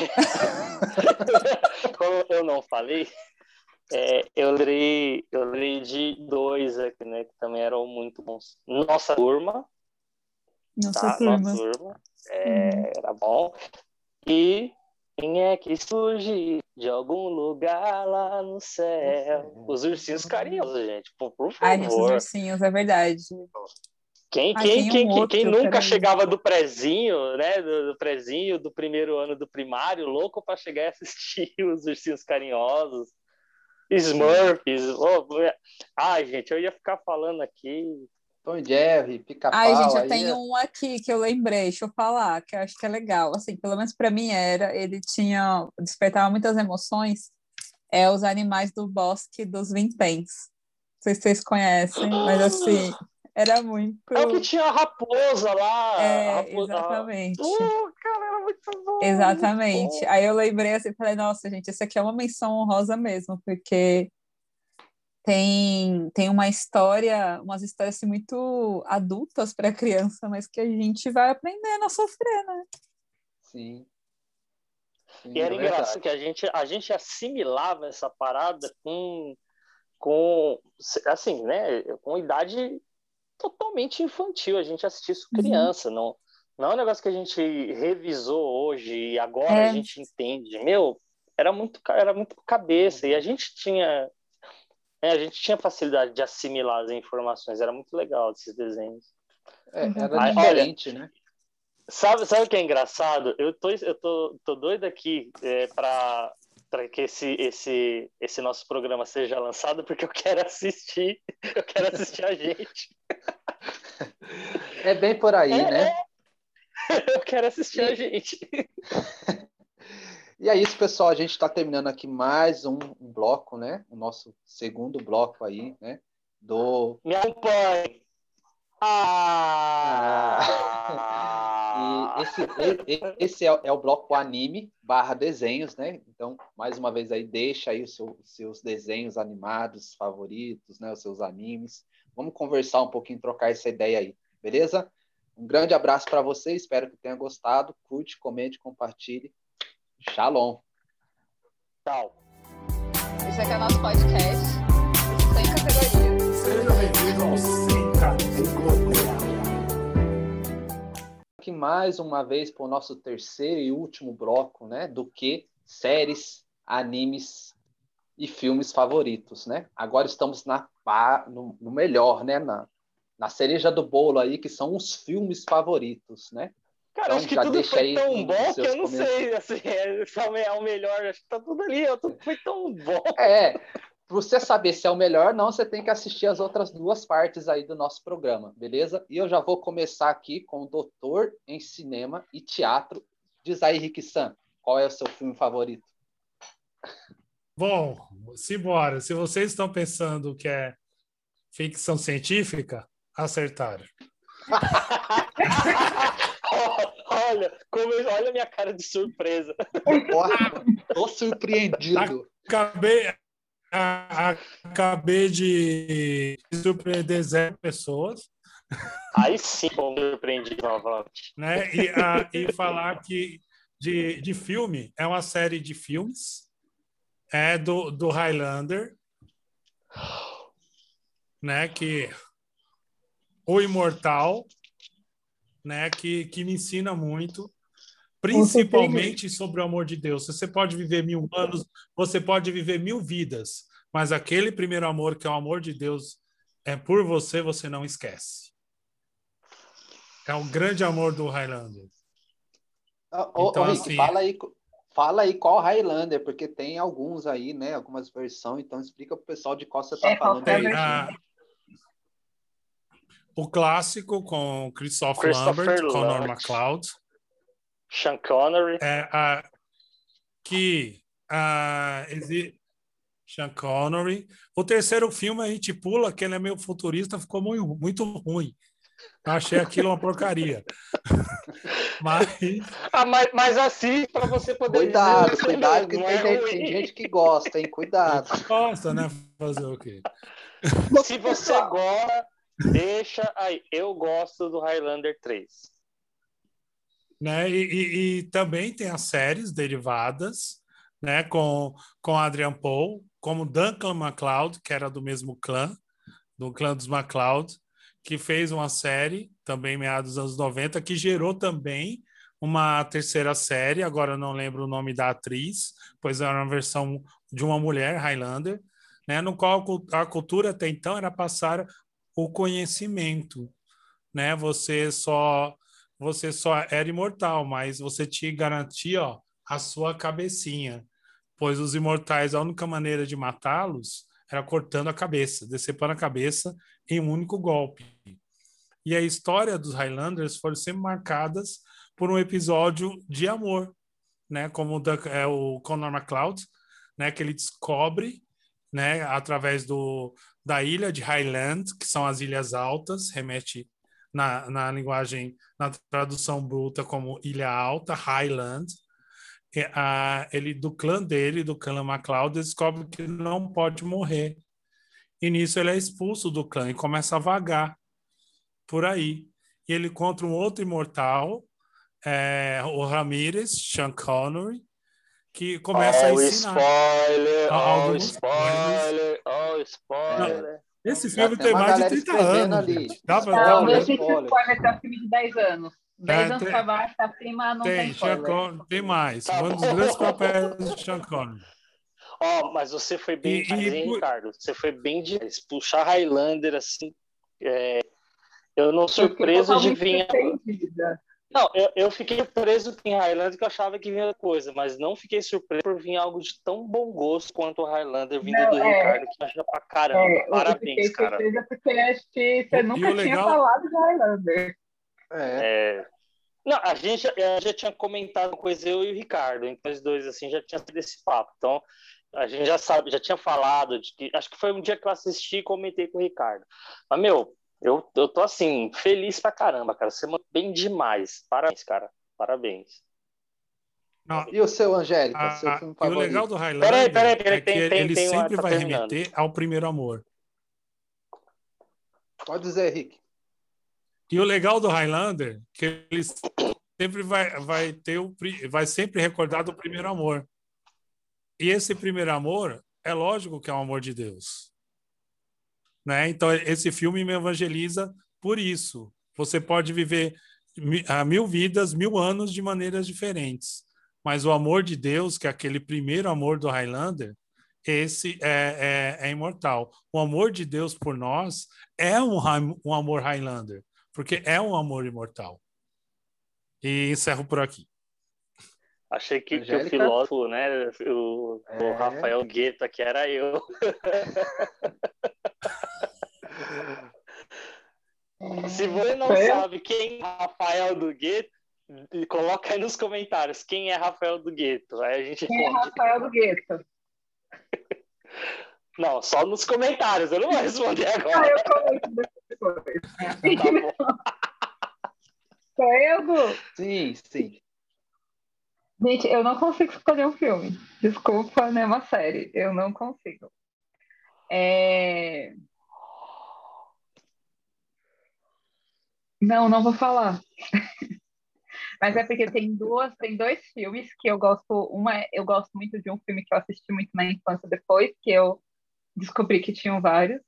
como eu não falei, é, eu lembrei eu lembrei de dois aqui, né, que também eram muito bons. Nossa Turma. Nossa tá? Turma. Nossa Turma. É, uhum. Era bom. E quem é que surge de algum lugar lá no céu? Os ursinhos carinhosos, gente. Por, por favor. Ai, nossos ursinhos, é verdade. Quem, Ai, quem, quem, um quem, quem nunca peraí. chegava do prezinho, né? Do, do prezinho, do primeiro ano do primário, louco para chegar e assistir os ursinhos carinhosos. Smurfs. Oh, ai, gente, eu ia ficar falando aqui. Tom e Jerry, Pica-Pau. Ai, gente, eu aí tenho é... um aqui que eu lembrei, deixa eu falar, que eu acho que é legal. Assim, pelo menos para mim era, ele tinha, despertava muitas emoções. É Os Animais do Bosque dos Vinténs. Não sei se vocês conhecem, mas assim, era muito... É o que tinha a raposa lá. É, a raposa... exatamente. Oh, cara, era muito bom. Exatamente. Muito bom. Aí eu lembrei assim, falei, nossa, gente, esse aqui é uma menção honrosa mesmo, porque tem, tem uma história, umas histórias assim, muito adultas para a criança, mas que a gente vai aprendendo a sofrer, né? Sim. Sim, e era é engraçado que a gente, a gente assimilava essa parada com, com, assim, né, com idade totalmente infantil. A gente assistia isso criança, uhum. não, não é um negócio que a gente revisou hoje e agora é. a gente entende. Meu, era muito, era muito cabeça e a gente tinha, né, a gente tinha facilidade de assimilar as informações. Era muito legal esses desenhos. É, era Aí, diferente, olha, né? Sabe, sabe o que é engraçado? Eu tô, eu tô, tô doido aqui é, para para que esse, esse, esse nosso programa seja lançado, porque eu quero assistir, eu quero assistir a gente. É bem por aí, é, né? É. Eu quero assistir e... a gente. E é isso, pessoal. A gente está terminando aqui mais um, um bloco, né? O nosso segundo bloco aí, né? Do... Me acompanhe. Ah! ah. E esse, esse é, é o bloco anime barra desenhos, né? Então, mais uma vez aí, deixa aí os seu, seus desenhos animados favoritos, né? Os seus animes. Vamos conversar um pouquinho, trocar essa ideia aí, beleza? Um grande abraço para você, espero que tenha gostado. Curte, comente, compartilhe. Shalom. Tchau. Esse aqui é o nosso podcast, sem categoria. Seja bem-vindo ao Sem Categoria. Aqui mais uma vez para o nosso terceiro e último bloco, né? Do que séries, animes e filmes favoritos, né? Agora estamos na, no, no melhor, né? Na, na cereja do bolo aí, que são os filmes favoritos, né? Cara, então, acho que já tudo deixa foi aí tão bom que eu não comentários. sei assim, é o melhor, acho que tá tudo ali, tudo foi tão bom. É, para você saber se é o melhor, não, você tem que assistir as outras duas partes aí do nosso programa, beleza? E eu já vou começar aqui com o doutor em cinema e teatro. Diz aí, Rick-san, qual é o seu filme favorito? Bom, simbora. Se vocês estão pensando que é ficção científica, acertaram. Olha, como eu, olha a minha cara de surpresa. Tô surpreendido. Acabei, a, acabei de surpreender zero pessoas. Aí sim, eu me surpreendi novamente. Né? E, a, e falar que de, de filme, é uma série de filmes é do, do Highlander, né? Que o Imortal, né? Que, que me ensina muito, principalmente sobre o amor de Deus. Você pode viver mil anos, você pode viver mil vidas, mas aquele primeiro amor, que é o amor de Deus, é por você, você não esquece. É o grande amor do Highlander. Ô, então, ô, Rick, assim, fala aí, fala aí qual Highlander, porque tem alguns aí, né? Algumas versões, então explica pro pessoal de qual você tá É, falando. qualquer Aí, a, o clássico com Christoph, Christopher Lambert, com Lambert. Norma MacLeod. Sean Connery. É, a, que a, exi... Sean Connery. O terceiro filme a gente pula, que ele é meio futurista, ficou muito, muito ruim. Eu achei aquilo uma porcaria. Mas... Ah, mas, mas assim, para você poder cuidado, dizer cuidado, que mesmo, tem, é gente, ruim. tem gente que gosta, hein? Cuidado. Gosta, né? Fazer o quê? Se você gosta, deixa aí. Eu gosto do Highlander três. Né? E, e, e também tem as séries derivadas, né? Com, com Adrian Paul, como Duncan MacLeod, que era do mesmo clã, do clã dos MacLeod, que fez uma série, também meados dos anos noventa, que gerou também uma terceira série, agora eu não lembro o nome da atriz, pois era uma versão de uma mulher, Highlander, né, no qual a cultura até então era passar o conhecimento, né? Você só você só era imortal, mas você te garantia, ó, a sua cabecinha, pois os imortais, a única maneira de matá-los era cortando a cabeça, decepando a cabeça em um único golpe. E a história dos Highlanders foram sempre marcadas por um episódio de amor, né? Como o, é, o Conor MacLeod, né? Que ele descobre, né? Através do, da ilha de Highland, que são as ilhas altas, remete na, na linguagem, na tradução bruta como Ilha Alta, Highland. E, a, ele, do clã dele, do clã MacLeod, descobre que não pode morrer. E nisso ele é expulso do clã e começa a vagar por aí. E ele encontra um outro imortal, é, o Ramirez, Sean Connery, que começa oh, a ensinar. Spoiler, alguns oh, spoiler, oh, spoiler. É. Esse Já filme tem tem uma mais de galera trinta escrevendo anos, ali. gente. Dá pra, Não, dá não pra... existe spoiler, tem um filme de dez anos. dez É, anos tem, pra baixo, pra cima, não tem, tem spoiler. Con... Tem mais. Tá um dos grandes papéis do Sean Connery. Ó, oh, mas você foi bem e, demais, e... hein, Ricardo? Você foi bem demais. Puxar Highlander, assim, é... eu não surpreso de vir... Não, eu, eu fiquei surpreso em Highlander, que eu achava que vinha coisa, mas não fiquei surpreso por vir algo de tão bom gosto quanto o Highlander vindo não, do é, Ricardo, que acha pra caramba. É, Parabéns, eu cara. Eu fiquei surpresa porque acho que você o, nunca tinha legal... falado de Highlander. É. É... Não, a gente já, já tinha comentado coisa, eu e o Ricardo, então os dois assim já tinha sido esse papo. Então a gente já sabe, já tinha falado de que acho que foi um dia que eu assisti e comentei com o Ricardo. Mas meu, eu, eu tô assim feliz pra caramba, cara. Você mandou bem demais. Parabéns, cara. Parabéns. Não, E o seu, Angélica? a- Seu a- filme e o legal favorito? do Peraí, peraí, Highlander peraí, é que tem, tem, ele tem uma, sempre tá vai terminando. remeter ao primeiro amor. Pode dizer, Rick. E o legal do Highlander é que ele sempre vai, vai ter o, pri- vai sempre recordar do primeiro amor. E esse primeiro amor é lógico que é o amor de Deus, né? Então esse filme me evangeliza por isso. Você pode viver mi- ah, mil vidas, mil anos de maneiras diferentes, mas o amor de Deus, que é aquele primeiro amor do Highlander, esse é, é, é imortal. O amor de Deus por nós é um, Hi- um amor Highlander, porque é um amor imortal. E encerro por aqui. Achei que, que o Angélica? filósofo, né, o, o É. Rafael Guetta, que era eu. Se você não Foi eu? sabe quem é Rafael do Gueto, coloca aí nos comentários quem é Rafael do Gueto. Aí a gente Quem é responde. Rafael do Gueto? Não, só nos comentários, eu não vou responder Ah, agora. eu comento depois. Tá bom. Sou eu, Gu? Sim, sim. Gente, eu não consigo escolher um filme. Desculpa, né? Uma série. Eu não consigo. É... Não, não vou falar. Mas é porque tem duas, tem dois filmes que eu gosto. Uma, é- eu gosto muito de um filme que eu assisti muito na infância depois, que eu descobri que tinham vários,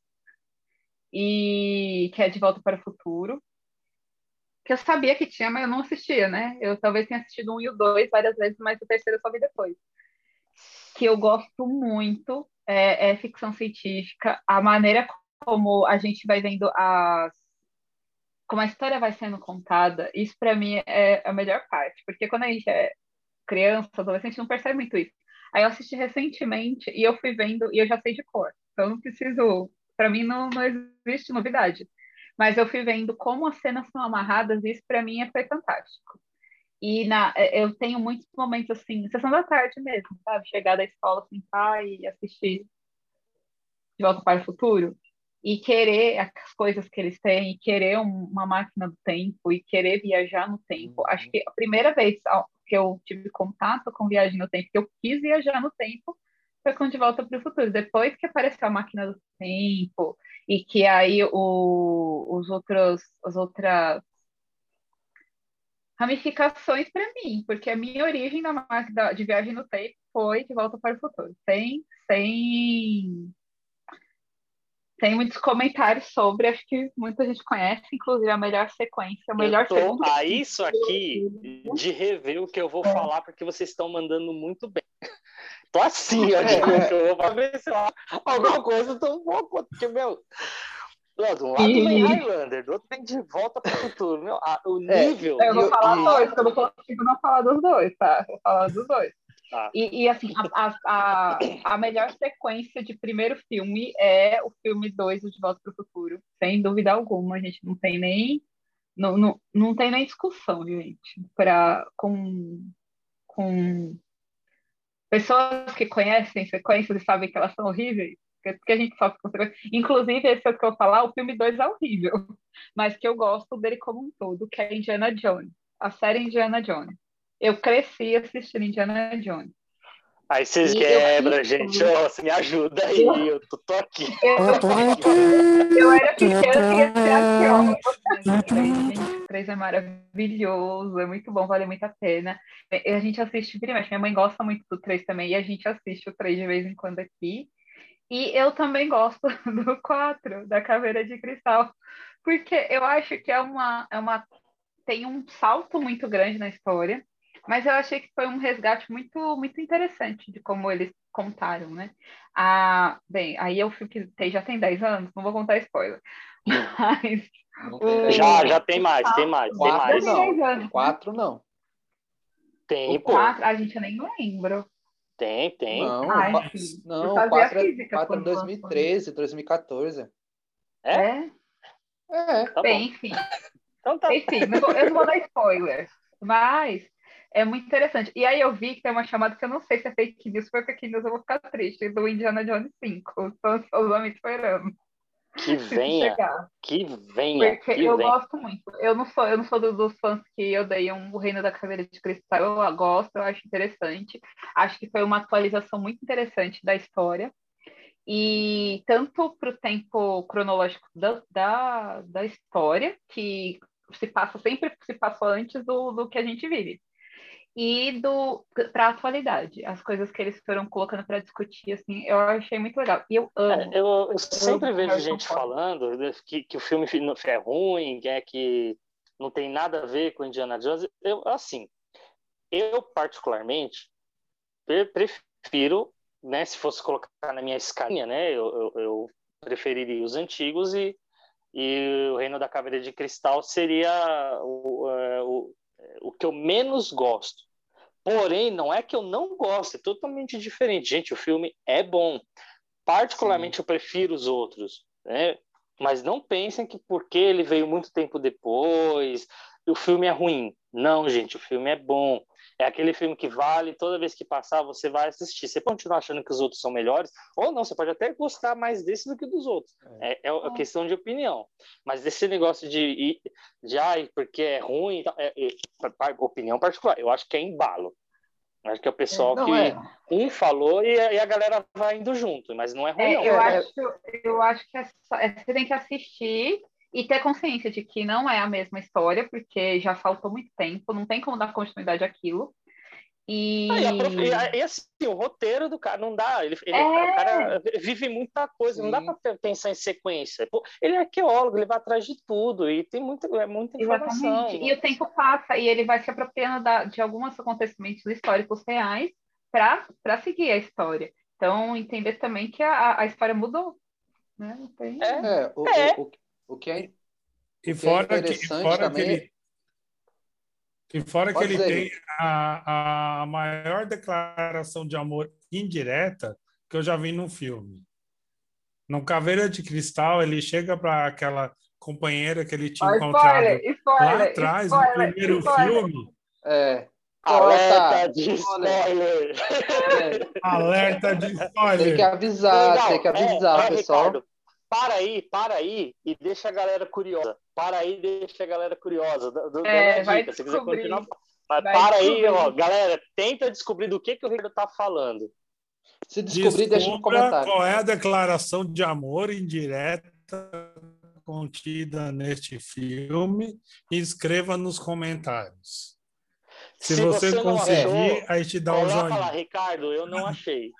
e que é De Volta para o Futuro. Que eu sabia que tinha, mas eu não assistia, né? Eu talvez tenha assistido um e o dois várias vezes, mas o terceiro eu só vi depois. Que eu gosto muito é, é ficção científica, a maneira como a gente vai vendo as como a história vai sendo contada, isso para mim é a melhor parte, porque quando a gente é criança, adolescente, a gente não percebe muito isso. Aí eu assisti recentemente e eu fui vendo e eu já sei de cor, então eu não preciso, para mim não, não existe novidade. Mas eu fui vendo como as cenas são amarradas, e isso para mim foi fantástico. E na, eu tenho muitos momentos assim, sessão da tarde mesmo, sabe? Chegar da escola, sentar e assistir De Volta para o Futuro e querer as coisas que eles têm, e querer um- uma máquina do tempo, e querer viajar no tempo. Acho que a primeira vez que eu tive contato com viagem no tempo, que eu quis viajar no tempo, foi com De Volta para o Futuro. Depois que apareceu a máquina do tempo, e que aí o, os outros, as outras ramificações para mim, porque a minha origem na máquina de viagem no tempo foi De Volta para o Futuro. Sem, sem tem muitos comentários sobre, acho que muita gente conhece, inclusive a melhor sequência, o Eu melhor tô segundo a filme. isso aqui de rever o que eu vou falar, porque vocês estão mandando muito bem. Tô assim, ó, de ver o que eu vou pra ver se lá alguma coisa tão boa, porque, meu. De um lado vem E Highlander, do outro vem De Volta para o Futuro. Meu, a- o É, nível. eu vou E- falar e- dois, porque eu não consigo não falar dos dois, tá? Vou falar dos dois. Tá. E, e, assim, a, a, a, a melhor sequência de primeiro filme é o filme dois, o De Volta para o Futuro. Sem dúvida alguma, a gente não tem nem não, não, não tem nem discussão, gente. Pra, com, com pessoas que conhecem sequências e sabem que elas são horríveis, porque a gente sofre consequências. Inclusive, esse é o que eu vou falar, o filme dois é horrível, mas que eu gosto dele como um todo, que é Indiana Jones, a série Indiana Jones. Eu cresci assistindo Indiana Jones. Aí vocês E quebram, eu gente. fiz- Ô, você me ajuda aí, Eu- eu tô, tô aqui. Eu, Tô aqui. eu era pequena e ia ser assim, ó. O três, gente, o três é maravilhoso, é muito bom, vale muito a pena. E a gente assiste, vira e mexe, minha mãe gosta muito do três também, e a gente assiste o três de vez em quando aqui. E eu também gosto do quatro, da Caveira de Cristal, porque eu acho que é uma, é uma tem um salto muito grande na história, mas eu achei que foi um resgate muito, muito interessante de como eles contaram, né? Ah, bem, aí eu fico, tem, já tem dez anos, não vou contar spoiler, mas Não o- tem dez Já, anos. já tem mais, tem mais, tem Quatro mais. Já tem dez anos, não. né? Quatro não. Tem, O pô. Quatro, a gente eu nem lembro. Tem, tem. Não, Ah, o qua- enfim, eu não, o fazia quatro é, física quatro é quando dois mil e treze, dois mil e quatorze. É? É? É. Tá Bem, bom. enfim. Então tá. Enfim, não vou- eu não vou dar spoiler, mas é muito interessante. E aí eu vi que tem uma chamada que eu não sei se é fake news, se for fake news eu vou ficar triste, do Indiana Jones cinco. Estou ansiosamente esperando Que isso venha, chegar. que venha, Porque que eu venha. gosto muito. Eu não sou, eu não sou do- dos fãs que odeiam o Reino da Caveira de Cristal. Eu gosto, eu acho interessante. Acho que foi uma atualização muito interessante da história. E tanto para o tempo cronológico da, da, da história, que se passa sempre se passou antes do, do que a gente vive, e do para a atualidade, as coisas que eles foram colocando para discutir, assim, eu achei muito legal. E eu amo, É, eu, eu sempre amo vejo Harrison gente Ford. falando que, que o filme é ruim, que, é que não tem nada a ver com Indiana Jones. Eu, assim, eu particularmente pre- prefiro, né, se fosse colocar na minha escalinha, né, eu, eu, eu preferiria os antigos e, e o Reino da Caveira de Cristal seria o, é, o, o que eu menos gosto. Porém, não é que eu não gosto, é totalmente diferente. Gente, o filme é bom. Particularmente, Sim. eu prefiro os outros, né? Mas não pensem que porque ele veio muito tempo depois, o filme é ruim. Não, gente, o filme é bom. É aquele filme que vale, toda vez que passar, você vai assistir. Você pode continuar achando que os outros são melhores, ou não, você pode até gostar mais desse do que dos outros. É, é é questão de opinião. Mas esse negócio de, de ai, porque é ruim, é, é, opinião particular, eu acho que é embalo. Acho que é o É, pessoal Não, é. que um falou e a, e a galera vai indo junto, mas não é ruim, é, não. eu É, é, acho, eu acho que é só- é, você tem que assistir e ter consciência de que não é a mesma história, porque já faltou muito tempo, não tem como dar continuidade àquilo. Ah, e, a prof- e E a- e assim, o roteiro do cara não dá. Ele, ele, o é, cara vive muita coisa, não dá para sim. pensar em sequência. Pô, ele é arqueólogo, ele vai atrás de tudo e tem muita, é muita exatamente. E informação. o tempo passa e ele vai se apropriando da- de alguns acontecimentos históricos reais para para seguir a história. Então, entender também que a, a história mudou, né? Não tem... É, É, o, é. o, o, o que é, E, o e que é fora que, e interessante fora que também. ele, e fora que Pode ele dizer, tem Rick. a, a maior declaração de amor indireta que eu já vi num filme. No Caveira de Cristal, ele chega para aquela companheira que ele tinha Ó, spoiler, encontrado lá spoiler, atrás, no spoiler, primeiro spoiler. filme. É, Alerta corta! de Spoiler! spoiler! Spoiler! Alerta de Tem que spoiler! avisar, tem Não, que é, avisar, é, pessoal. Ricardo, para aí, para aí e deixa a galera curiosa. Para aí e deixa a galera curiosa, d- d- dando a É, vai dica. Se quiser continuar, descobrir, mas vai para aí, ó, descobrir. galera, tenta descobrir do que, que o Ricardo está falando. Se descobrir, deixa no Descubra comentário. qual é a declaração de amor indireta contida neste filme e escreva nos comentários. Se Se você você não conseguir, achou, a gente dá um coloca lá, joinha. Ricardo, eu não achei.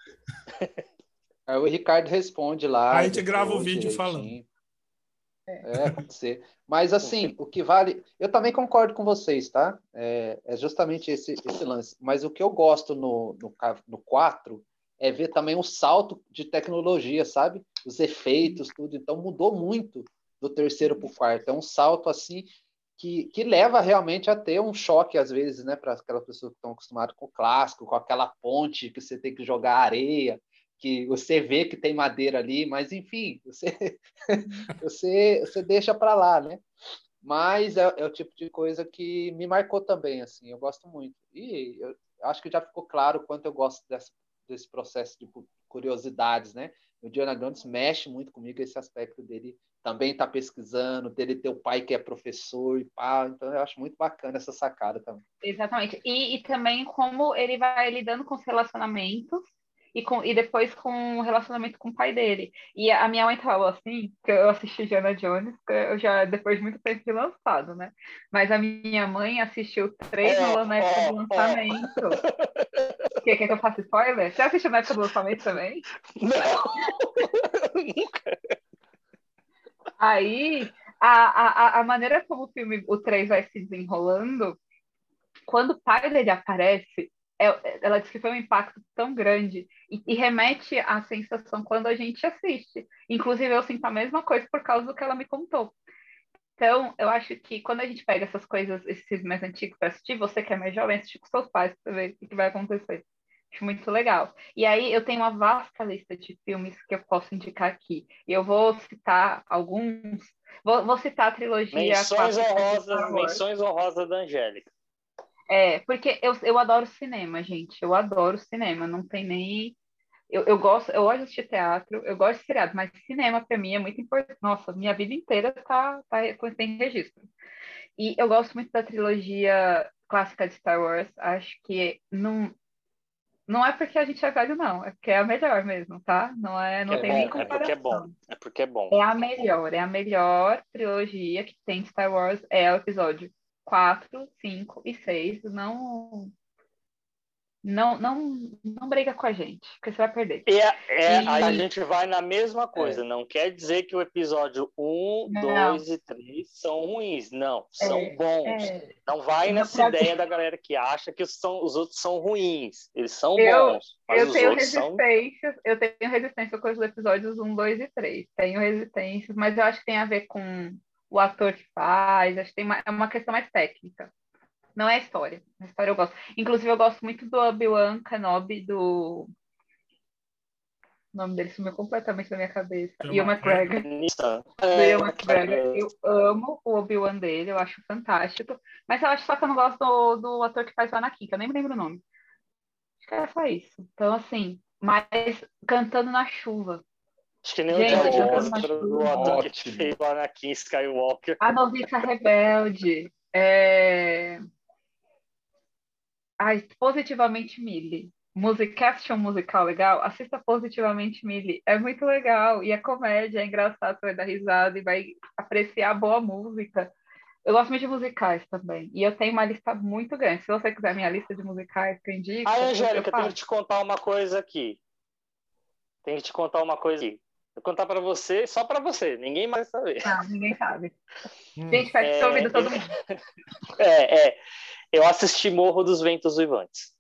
Aí o Ricardo responde Aí lá a gente grava o depois, vídeo falando. direitinho. É, pode ser. Mas assim, o que vale. Eu também concordo com vocês, tá? É, é justamente esse, esse lance. Mas o que eu gosto no, no, ca- no quatro é ver também o salto de tecnologia, sabe? Os efeitos, tudo. Então mudou muito do terceiro para o quarto. É um salto assim que, que leva realmente a ter um choque, às vezes, né? Para aquelas pessoas que estão acostumadas com o clássico, com aquela ponte que você tem que jogar areia, que você vê que tem madeira ali, mas enfim, você você, você deixa para lá, né? Mas é, é o tipo de coisa que me marcou também, assim, eu gosto muito. E eu acho que já ficou claro o quanto eu gosto desse, desse processo de curiosidades, né? O Indiana Jones mexe muito comigo esse aspecto dele também tá pesquisando, dele ter o pai que é professor e pá, então eu acho muito bacana essa sacada também. Exatamente. E, e também como ele vai lidando com os relacionamentos e, com, e depois com o relacionamento com o pai dele. E a minha mãe falou assim, que eu assisti Indiana Jones, que eu já depois de muito tempo de lançado, né? Mas a minha mãe assistiu três Ó, no, na época do ó, ó. lançamento. Quer, quer que eu faça spoiler? Você assistiu na época do lançamento também? Não! Aí, a, a, a maneira como o filme, o três vai se desenrolando, quando o pai dele aparece, é- ela diz que foi um impacto tão grande e, e remete à sensação quando a gente assiste. Inclusive, eu sinto a mesma coisa por causa do que ela me contou. Então, eu acho que quando a gente pega essas coisas, esses filmes mais antigos para assistir, você que é mais jovem, assiste com seus pais para ver o que vai acontecer. Acho muito legal. E aí eu tenho uma vasta lista de filmes que eu posso indicar aqui. E eu vou citar alguns. Vou, vou citar a trilogia Menções clássica de honrosas, Star Wars. menções honrosas da Angélica. É, porque eu, eu adoro cinema, gente. Eu adoro cinema. Não tem nem. Eu, eu gosto, eu gosto de assistir teatro, eu gosto de seriado, mas cinema para mim é muito importante. Nossa, minha vida inteira tá, tá, tem registro. E eu gosto muito da trilogia clássica de Star Wars. Acho que não, não é porque a gente é velho, não. É porque é a melhor mesmo, tá? Não é, Que não é tem nem bom, é porque é bom, comparação. é porque é bom. É a melhor, é a melhor trilogia que tem de Star Wars. É o episódio quatro, cinco e seis. Não, não, não, não briga com a gente, porque você vai perder. E é, é, aí a E gente vai na mesma coisa. É. Não quer dizer que o episódio um, não, dois e três são ruins. Não, são é, bons. é, Não vai não, nessa pra ideia da galera que acha que os, são, os outros são ruins. Eles são Eu, bons, mas eu os tenho outros são... resistência, eu tenho resistência com os episódios um, dois e três. Tenho resistências, mas eu acho que tem a ver com o ator que faz, acho que tem uma, é uma questão mais técnica. Não é a história. A história eu gosto. Inclusive, eu gosto muito do Obi-Wan Kenobi, do. O nome dele sumiu completamente da minha cabeça. John Ian McGregor. McGregor. Do É, Ian McGregor. Eu amo o Obi-Wan dele, eu acho fantástico. Mas eu acho só que eu não gosto do, do ator que faz o Anakin, que eu nem me lembro o nome. Acho que é só isso. Então, assim, mas Cantando na Chuva. acho que nem o Gente, George Cantando Lucas na era o Chuva. ator que Ótimo. fez o Anakin Skywalker. A Noviça Rebelde. É... Ai, Positivamente Millie. Musicast é um musical legal? Assista Positivamente Millie. É muito legal. E é comédia, é engraçado, você vai dar risada e vai apreciar boa música. Eu gosto muito de musicais também. E eu tenho uma lista muito grande. Se você quiser minha lista de musicais que eu indico, Ai, eu, eu Angélica, tenho que faço. te contar uma coisa aqui. Tenho que te contar uma coisa aqui. Vou contar para você, só para você. Ninguém mais vai saber. Não, ninguém sabe. Hum. Gente, fecha seu ouvido É, todo mundo. é, é, eu assisti Morro dos Ventos Vivantes.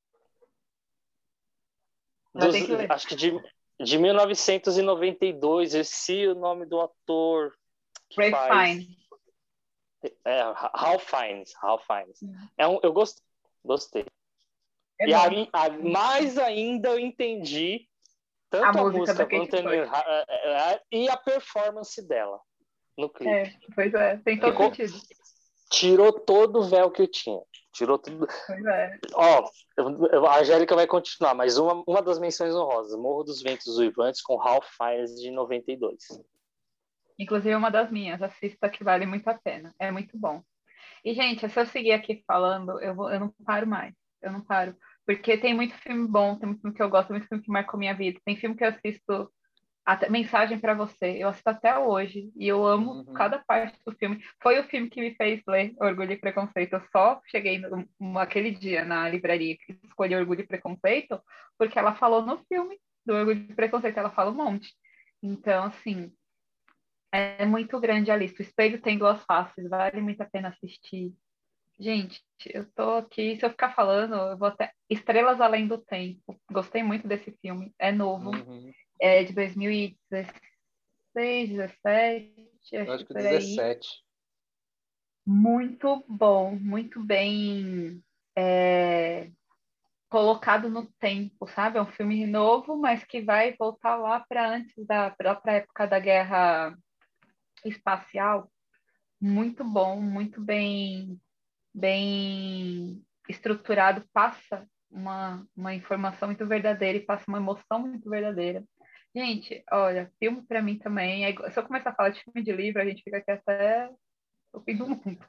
Já Dos, tem que ler. acho que de, de mil novecentos e noventa e dois, esse é o nome do ator que Ray faz. Fine. É, Ralph Fiennes. Ralph Fiennes. Hum. É um, eu gostei. gostei. É E bom. aí, a, mais ainda eu entendi A tanto a música da música Katy quanto a, Perry. a, a, e a performance dela no clipe. É, pois é, tem todo Ficou, sentido. tirou todo o véu que eu tinha. Tirou tudo. Pois é. Ó, eu- a Angélica vai continuar, mas uma, uma das menções honrosas, Morro dos Ventos Uivantes com Ralph Fiennes de noventa e dois. Inclusive uma das minhas, assista que vale muito a pena. É muito bom. E, gente, se eu seguir aqui falando, eu, vou, eu não paro mais. Eu não paro. Porque tem muito filme bom, tem muito filme que eu gosto, tem muito filme que marcou minha vida. Tem filme que eu assisto até, Mensagem para Você. Eu assisto até hoje. E eu amo Uhum. cada parte do filme. Foi o filme que me fez ler Orgulho e Preconceito. Eu só cheguei no, no, aquele dia na livraria que escolhi Orgulho e Preconceito, porque ela falou no filme do Orgulho e Preconceito. Ela fala um monte. Então, assim, é muito grande a lista. O Espelho Tem Duas Faces. Vale muito a pena assistir. Gente, eu tô aqui, se eu ficar falando, eu vou até. Estrelas Além do Tempo. Gostei muito desse filme. É novo. Uhum. É de dois mil e dezesseis, dezessete, Eu acho acho que que por aí. dezessete. Muito bom, muito bem é, colocado no tempo, sabe? É um filme novo, mas que vai voltar lá para antes da própria época da Guerra Espacial. Muito bom, muito bem bem estruturado, passa uma, uma informação muito verdadeira e passa uma emoção muito verdadeira. Gente, olha, filme para mim também. É igual- se eu começar a falar de filme de livro, a gente fica aqui até o fim do mundo.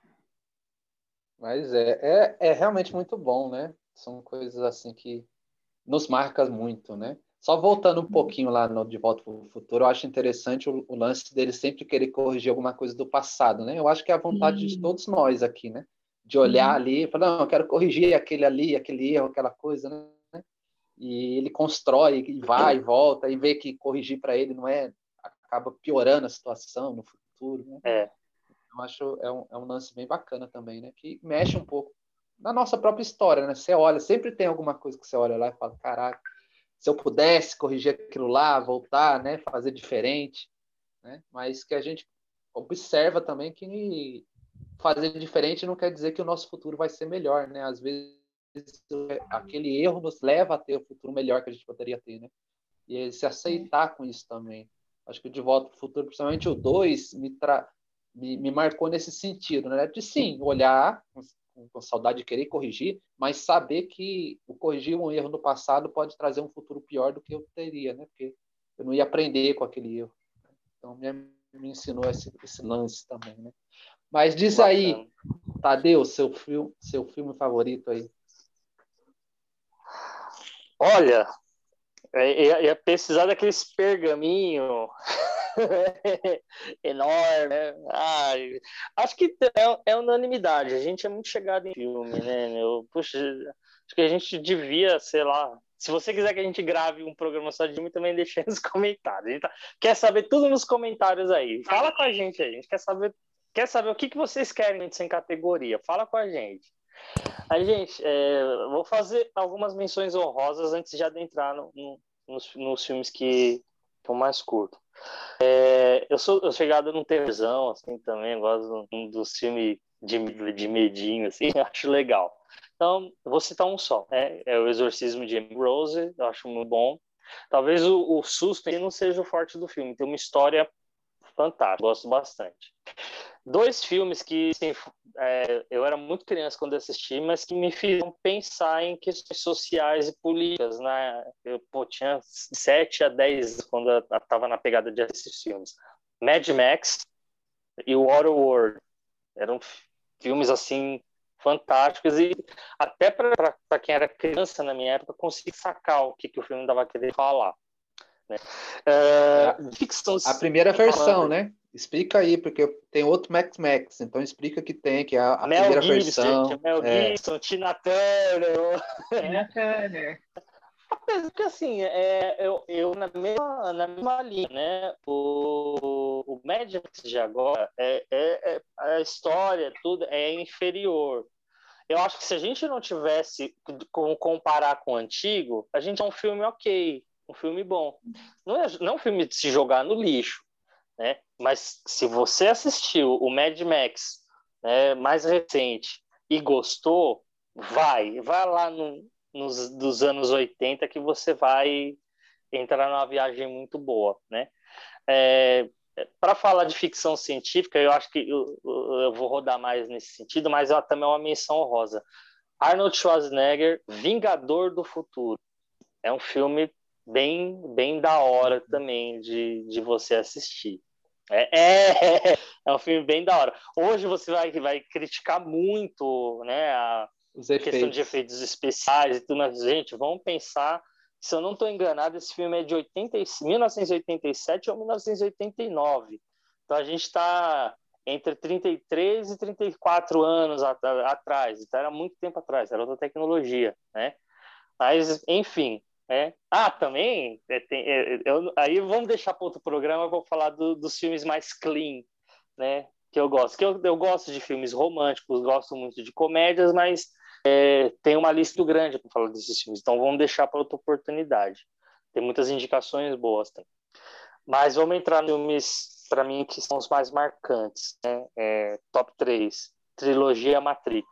Mas é, é, é realmente muito bom, né? São coisas assim que nos marcam muito, né? Só voltando um pouquinho lá no De Volta para o Futuro, eu acho interessante o, o lance dele sempre querer corrigir alguma coisa do passado, né? Eu acho que é a vontade de Sim. todos nós aqui, né? De olhar Uhum. ali e falar, não, eu quero corrigir aquele ali, aquele erro, aquela coisa, né? E ele constrói, e vai e volta, e vê que corrigir para ele não é... acaba piorando a situação no futuro, né? É. Eu acho é um, é um lance bem bacana também, né? Que mexe um pouco na nossa própria história, né? Você olha, sempre tem alguma coisa que você olha lá e fala, caraca, se eu pudesse corrigir aquilo lá, voltar, né? Fazer diferente, né? Mas que a gente observa também que fazer diferente não quer dizer que o nosso futuro vai ser melhor, né? Às vezes aquele erro nos leva a ter o futuro melhor que a gente poderia ter, né? E se aceitar com isso também. Acho que o De Volta para o Futuro, principalmente o dois, me, tra... me, me marcou nesse sentido, né? De sim, olhar com, com saudade de querer corrigir, mas saber que o corrigir um erro no passado pode trazer um futuro pior do que eu teria, né? Porque eu não ia aprender com aquele erro. Então, me, me ensinou esse, esse lance também, né? Mas diz Bacana. aí, Tadeu, seu filme, seu filme favorito aí. Olha, ia, ia precisar daqueles pergaminho enorme, né? Ai, acho que é, é unanimidade. A gente é muito chegado em filme, né, meu? Puxa, acho que a gente devia, sei lá. Se você quiser que a gente grave um programa só de filme, também deixa aí nos comentários. A gente tá, quer saber tudo nos comentários aí. Fala com a gente aí. A gente quer saber, quer saber o que, que vocês querem de Sem Categoria. Fala com a gente. Aí, gente, é, vou fazer algumas menções honrosas antes de adentrar no, no, nos, nos filmes que são mais curtos. É, eu sou eu chegado num terrorzão, assim, também, gosto do, do filme de, de medinho, assim, acho legal. Então, vou citar um só, né? É O Exorcismo de Emily Rose, eu acho muito bom. Talvez o, o susto não seja o forte do filme, tem uma história fantástica, gosto bastante. Dois filmes que assim, é, eu era muito criança quando assisti, mas que me fizeram pensar em questões sociais e políticas, né? Eu pô, tinha sete a dez quando eu estava na pegada de assistir filmes. Mad Max e Waterworld eram filmes assim fantásticos e até para quem era criança na minha época consegui sacar o que, que o filme dava a querer falar. Né? Uh, a, ficção... a primeira versão, né? Explica aí, porque tem outro Max Max, então explica que tem, que é a, a Mel primeira Gibson, versão. gente, Mel é... Gibson, Tina Turner. Tina Turner. Porque assim, é, eu, eu na, mesma, na mesma linha, né? O, o Mad Max de agora, é, é, é, a história, tudo é inferior. Eu acho que se a gente não tivesse como comparar com o antigo, a gente é um filme ok, um filme bom. Não é, não é um filme de se jogar no lixo, né? Mas se você assistiu o Mad Max, né, mais recente e gostou, vai, vai lá no, nos dos anos oitenta que você vai entrar numa viagem muito boa, né? É, para falar de ficção científica, eu acho que eu, eu vou rodar mais nesse sentido, mas ela também é uma menção honrosa. Arnold Schwarzenegger, Vingador do Futuro. É um filme bem, bem da hora também de, de você assistir. É, é, é um filme bem da hora. Hoje você vai, vai criticar muito, né, a Os questão de efeitos. efeitos especiais e tudo, mas, gente, vamos pensar, se eu não estou enganado, esse filme é de oitenta, mil novecentos e oitenta e sete ou mil novecentos e oitenta e nove. Então a gente está entre trinta e três e trinta e quatro anos atrás, então era muito tempo atrás, era outra tecnologia, né? Mas, enfim, é. Ah, também, é, tem, é, eu, aí vamos deixar para outro programa, eu vou falar do, dos filmes mais clean, né, que eu gosto. Que eu, eu gosto de filmes românticos, gosto muito de comédias, mas é, tem uma lista grande para falar desses filmes, então vamos deixar para outra oportunidade. Tem muitas indicações boas também. Mas vamos entrar nos filmes, para mim, que são os mais marcantes, né? É, top três, trilogia Matrix.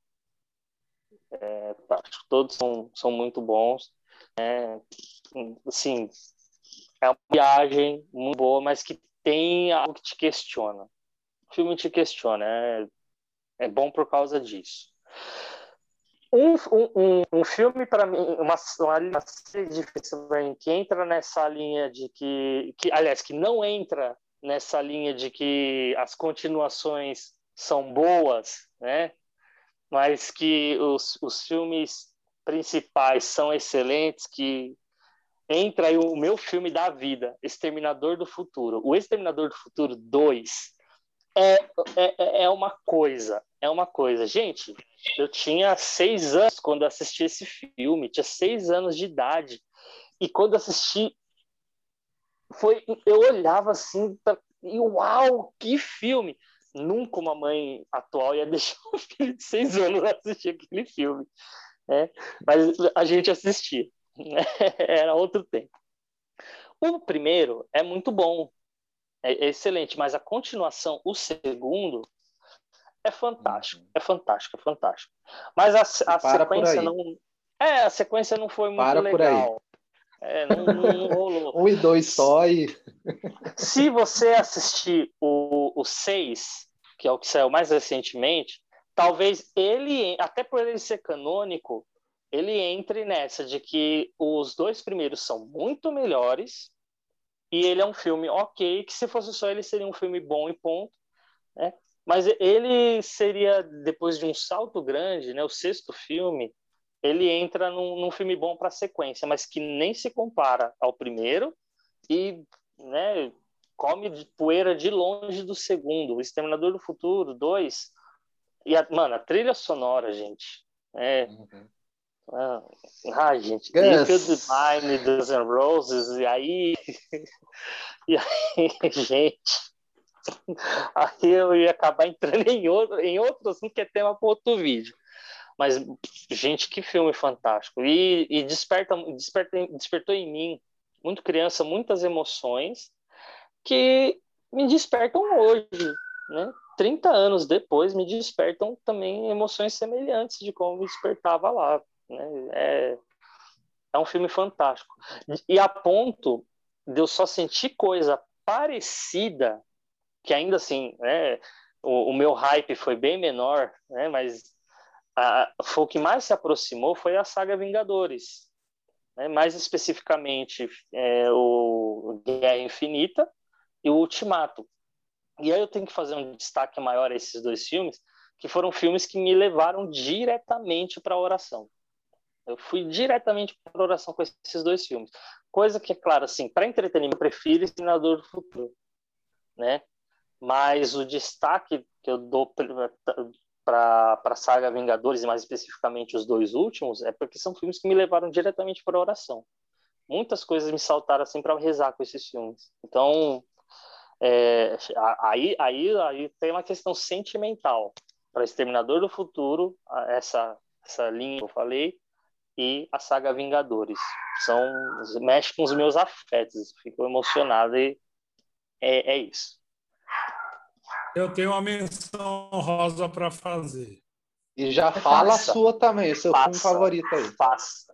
É, acho que todos são, são muito bons. É, assim, é uma viagem muito boa, mas que tem algo que te questiona. O filme te questiona, é, é bom por causa disso. Um, um, um filme, para mim, uma, uma série de filmes que entra nessa linha de que, que, aliás, que não entra nessa linha de que as continuações são boas, né? Mas que os, os filmes principais são excelentes, que entra aí o meu filme da vida, Exterminador do Futuro. O Exterminador do Futuro dois é, é, é uma coisa, é uma coisa. Gente, eu tinha seis anos quando assisti esse filme, tinha seis anos de idade. E quando assisti, foi, eu olhava assim, pra, e uau, que filme! Nunca uma mãe atual ia deixar um filho de seis anos assistir aquele filme, né? Mas a gente assistia. Era outro tempo. O primeiro é muito bom, é excelente, mas a continuação, o segundo, é fantástico, uhum. é fantástico, é fantástico. Mas a, a sequência não... É, a sequência não foi muito para legal. É, não, não rolou. Um e dois só e... Se você assistir o seis, que é o que saiu mais recentemente, talvez ele, até por ele ser canônico, ele entre nessa de que os dois primeiros são muito melhores e ele é um filme ok, que se fosse só ele seria um filme bom e ponto, né? Mas ele seria, depois de um salto grande, né, o sexto filme, ele entra num, num filme bom para a sequência, mas que nem se compara ao primeiro e, né, come de poeira de longe do segundo. O Exterminador do Futuro dois, e a, mano, a trilha sonora, gente, é... Uhum. Ah, ai, gente, If You Divine, Guns N' Roses, e aí, e aí, gente, aí eu ia acabar entrando em outro, em outro assunto que é tema para outro vídeo. Mas, gente, que filme fantástico. E, e desperta, desperta, despertou em mim, muito criança, muitas emoções que me despertam hoje, né? trinta anos depois, me despertam também emoções semelhantes de como me despertava lá. Né? É, é um filme fantástico. E a ponto de eu só sentir coisa parecida, que ainda assim, né, o, o meu hype foi bem menor, né, mas a, foi o que mais se aproximou foi a saga Vingadores. Né, mais especificamente é, o Guerra Infinita e o Ultimato. E aí eu tenho que fazer um destaque maior a esses dois filmes, que foram filmes que me levaram diretamente para a oração. Eu fui diretamente para a oração com esses dois filmes. Coisa que, é claro, assim, para entretenimento, eu prefiro Exterminador do Futuro, né? Mas o destaque que eu dou para a saga Vingadores, e mais especificamente os dois últimos, é porque são filmes que me levaram diretamente para a oração. Muitas coisas me saltaram assim para rezar com esses filmes. Então, é, aí, aí, aí tem uma questão sentimental. Para Exterminador do Futuro, essa, essa linha que eu falei, e a saga Vingadores. São, mexe com os meus afetos, fico emocionado e é, é isso. Eu tenho uma menção rosa para fazer. E já fala Faça. a sua também, o seu Faça. filme favorito aí. Faça.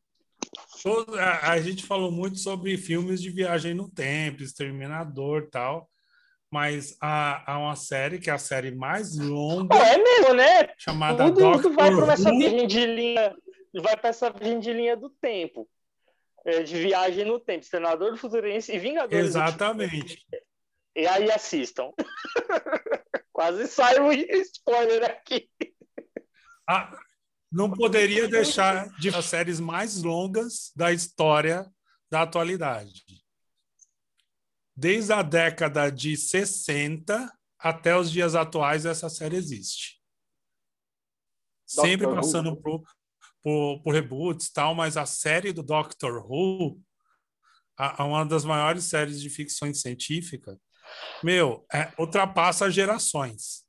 A, a gente falou muito sobre filmes de viagem no tempo, Exterminador e tal, mas há, há uma série que é a série mais longa. Oh, é mesmo, né? Chamada Tudo, Doctor tudo vai para essa Who. viagem de linha, vai para essa viagem de linha do tempo. É, de viagem no tempo, Exterminador do Futurense e Vingadores. Exatamente. E aí assistam. Quase saiu um spoiler aqui. Ah, não poderia deixar de as séries mais longas da história da atualidade. Desde a década de sessenta até os dias atuais, essa série existe. Sempre Doctor passando por, por, por reboots e tal, mas a série do Doctor Who, a, a uma das maiores séries de ficção científica, meu, é, ultrapassa gerações.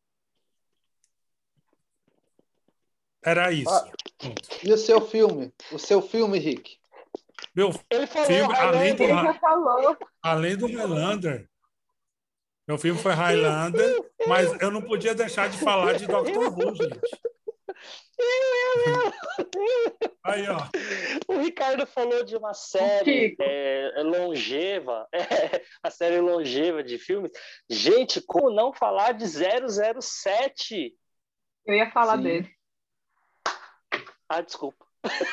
Era isso. Ah, e o seu filme? O seu filme, Rick? Meu ele falou, filme, além do, ele já falou. além do Highlander, meu filme foi Highlander, mas eu não podia deixar de falar de Doctor Who, gente. Aí, ó. O Ricardo falou de uma série é, longeva, é, a série longeva de filmes. Gente, como não falar de zero zero sete? Eu ia falar Sim. dele. Ah, desculpa.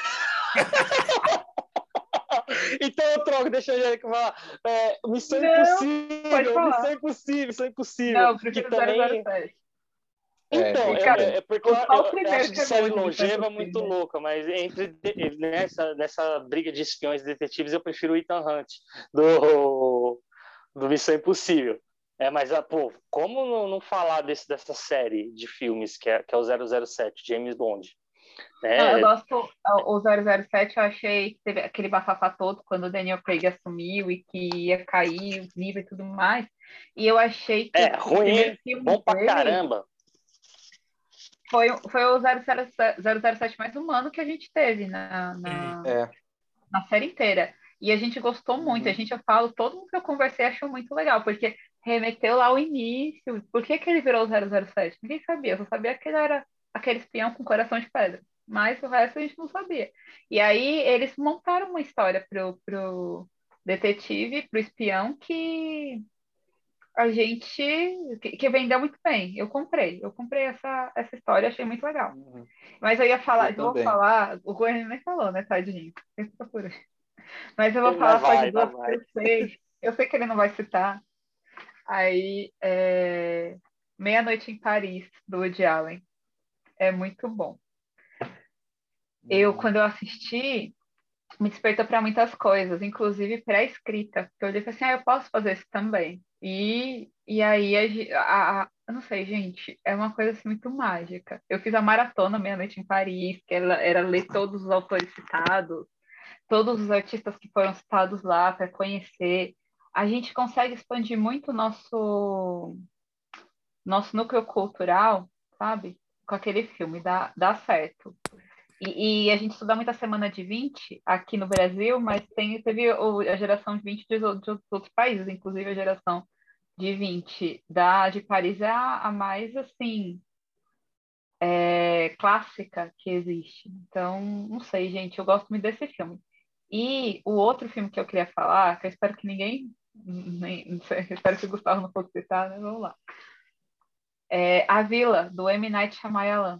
Então eu troco, deixa a Angélica falar. É, Missão Não, Impossível, Missão Impossível, Missão Impossível. Não, eu prefiro que também... zero zero sete. Então, é, é, é porque eu, eu, eu acho que série é longeva é muito louca, mas entre nessa, nessa briga de espiões e detetives eu prefiro o Ethan Hunt do, do Missão Impossível. É, mas, pô, como não, não falar desse, dessa série de filmes que é, que é o zero zero sete, James Bond? É... Não, eu gosto, o zero zero sete eu achei que teve aquele bafafá todo quando o Daniel Craig assumiu e que ia cair os níveis e tudo mais. E eu achei que é, o ruim, primeiro filme bom pra dele caramba. Foi, foi o zero zero sete mais humano que a gente teve na, na, é. na série inteira. E a gente gostou muito. Uhum. A gente, eu falo, todo mundo que eu conversei achou muito legal, porque remeteu lá ao início. Por que que ele virou o zero zero sete? Ninguém sabia. Eu só sabia que ele era aquele espião com coração de pedra. Mas o resto a gente não sabia. E aí eles montaram uma história pro, pro detetive, pro espião, que a gente que, que vendeu muito bem. Eu comprei. Eu comprei essa, essa história, achei muito legal. Uhum. Mas eu ia falar, Eu eu vou também. falar, o Goiânia nem falou, né, tadinho? Fica por aí. Mas eu vou Mas falar só de vai, duas mas que vai. eu sei. Eu sei que ele não vai citar. Aí, é... Meia-Noite em Paris, do Woody Allen. É muito bom. Eu, Uhum. quando eu assisti, me despertou para muitas coisas, inclusive para a escrita. Porque eu disse assim, ah, eu posso fazer isso também. E, e aí, a, ge- a, a- eu não sei, gente, é uma coisa assim, muito mágica. Eu fiz a maratona Meia-Noite em Paris, que era, era ler todos os autores citados, todos os artistas que foram citados lá para conhecer. A gente consegue expandir muito o nosso, nosso núcleo cultural, sabe? Com aquele filme, dá, dá certo. E, e a gente estuda muito a Semana de vinte aqui no Brasil, mas tem, teve o- a geração de vinte de, ou- de outros países, inclusive a geração de vinte da, de Paris é a, a mais, assim, é, clássica que existe. Então, não sei, gente, eu gosto muito desse filme. E o outro filme que eu queria falar, que eu espero que ninguém, nem, não sei, espero que o Gustavo não fosse citar, né? Vamos lá. É A Vila, do M. Night Shyamalan.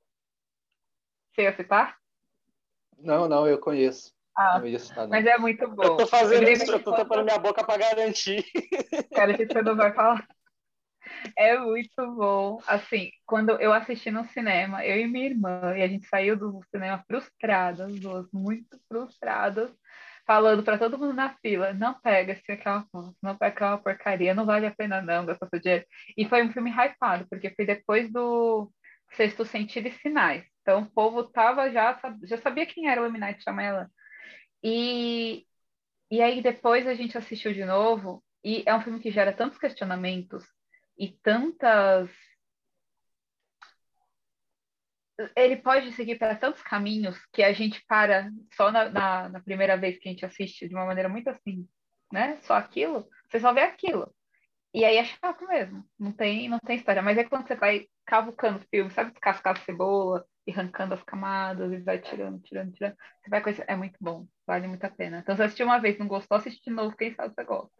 Você ia citar? Não, não, eu conheço. Ah, Não ia citar, mas não. é muito Eu bom. tô fazendo Inclusive, isso, eu tô tampando minha boca para garantir. cara, que você não vai falar. É muito bom. Assim, quando eu assisti no cinema, eu e minha irmã, e a gente saiu do cinema frustradas, duas, muito frustradas, falando para todo mundo na fila: não pega esse aquela, não pega aquela porcaria, não vale a pena não gastar seu dinheiro. E foi um filme hypado, porque foi depois do Sexto Sentido e Sinais. Então o povo tava já, já sabia quem era o M. Night Shyamalan. E, e aí depois a gente assistiu de novo, e é um filme que gera tantos questionamentos e tantas. Ele pode seguir para tantos caminhos que a gente para só na, na, na primeira vez que a gente assiste de uma maneira muito assim, né? Só aquilo, você só vê aquilo. E aí é chato mesmo, não tem, não tem história. Mas é quando você vai cavucando o filme, sabe, descascar a cebola e arrancando as camadas e vai tirando, tirando, tirando. Você vai conhecer, é muito bom, vale muito a pena. Então, se você assistiu uma vez, não gostou, assiste de novo, quem sabe você gosta.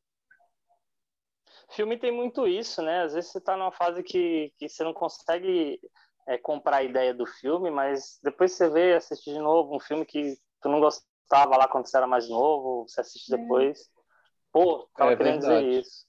Filme tem muito isso, né? Às vezes você tá numa fase que, que você não consegue é, comprar a ideia do filme, mas depois você vê, assiste de novo um filme que tu não gostava lá quando você era mais novo, você assiste É. depois. Pô, tava É querendo dizer verdade. isso.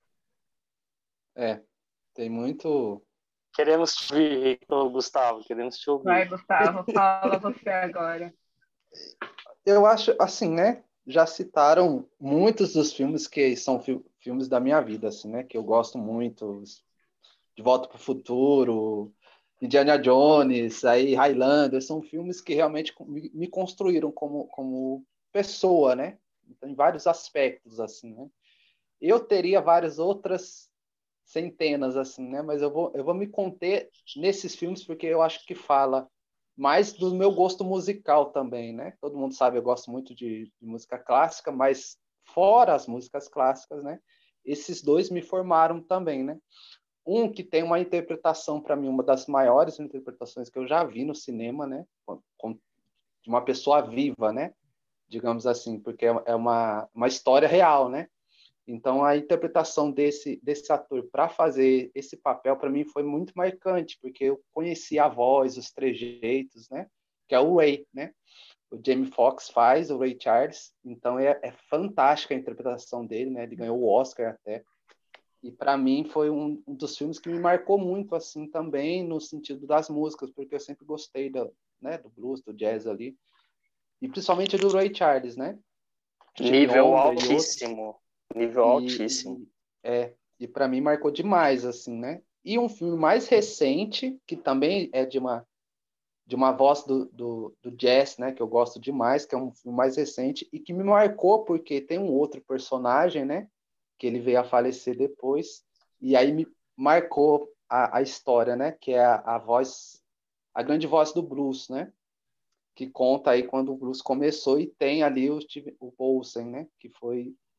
É, tem muito. Queremos te ouvir, ô, Gustavo, queremos te Vai, ouvir. Gustavo, fala você agora. Eu acho assim, né? Já citaram muitos dos filmes que são fi- filmes da minha vida, assim, né? Que eu gosto muito. De Volta para o Futuro, Indiana Jones, aí Highlander, são filmes que realmente me, me construíram como, como pessoa, né? Então, em vários aspectos, assim, né? Eu teria várias outras centenas, assim, né? Mas eu vou, eu vou me conter nesses filmes porque eu acho que fala mais do meu gosto musical também, né? Todo mundo sabe, eu gosto muito de, de música clássica, mas fora as músicas clássicas, né? Esses dois me formaram também, né? Um que tem uma interpretação, para mim, uma das maiores interpretações que eu já vi no cinema, né? De uma pessoa viva, né? Digamos assim, porque é uma, uma história real, né? Então, a interpretação desse, desse ator para fazer esse papel, para mim, foi muito marcante, porque eu conheci a voz, os trejeitos, né? Que é o Ray, né? O Jamie Foxx faz, o Ray Charles. Então, é, é fantástica a interpretação dele, né? Ele ganhou o Oscar até. E para mim foi um, um dos filmes que me marcou muito, assim, também no sentido das músicas, porque eu sempre gostei do, né, do blues, do jazz ali. E principalmente do Ray Charles, né? Stevie Nível Wonder e outros. altíssimo. Nível altíssimo. E, e, é, e para mim marcou demais, assim, né? E um filme mais recente, que também é de uma, de uma voz do, do, do jazz, né? Que eu gosto demais, que é um filme mais recente e que me marcou porque tem um outro personagem, né? Que ele veio a falecer depois, e aí me marcou a, a história, né? Que é a, a voz, a grande voz do blues, né? Que conta aí quando o blues começou e tem ali o, Steve, o Poulsen, né? Que foi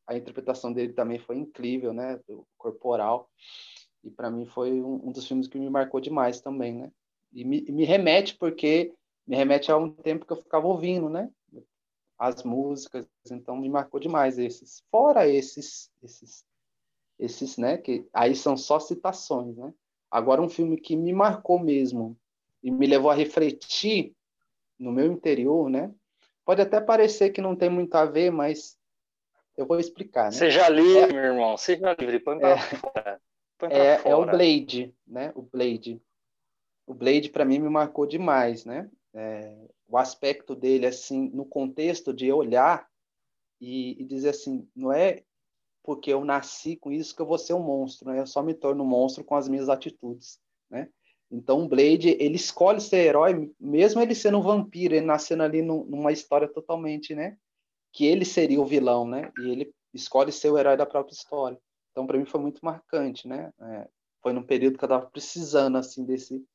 a interpretação dele também foi incrível, né? Do corporal. E para mim foi um, um dos filmes que me marcou demais também, né? E me, me remete porque me remete a um tempo que eu ficava ouvindo, né? As músicas, então me marcou demais esses. Fora esses, esses, esses, né? Que aí são só citações, né? Agora um filme que me marcou mesmo e me levou a refletir no meu interior, né? Pode até parecer que não tem muito a ver, mas eu vou explicar, né? Seja livre, É, meu irmão. Seja livre. Põe pra é, fora. Põe pra é, é o fora. Blade, né? O Blade. O Blade, para mim, me marcou demais, né? É, o aspecto dele, assim, no contexto de olhar e, e dizer assim, não é porque eu nasci com isso que eu vou ser um monstro, né? Eu só me torno um monstro com as minhas atitudes, né? Então, o Blade, ele escolhe ser herói, mesmo ele sendo um vampiro, ele nascendo ali no, numa história totalmente, né? Que ele seria o vilão, né? E ele escolhe ser o herói da própria história. Então, para mim, foi muito marcante, né? É, foi num período que eu estava precisando, assim, desse,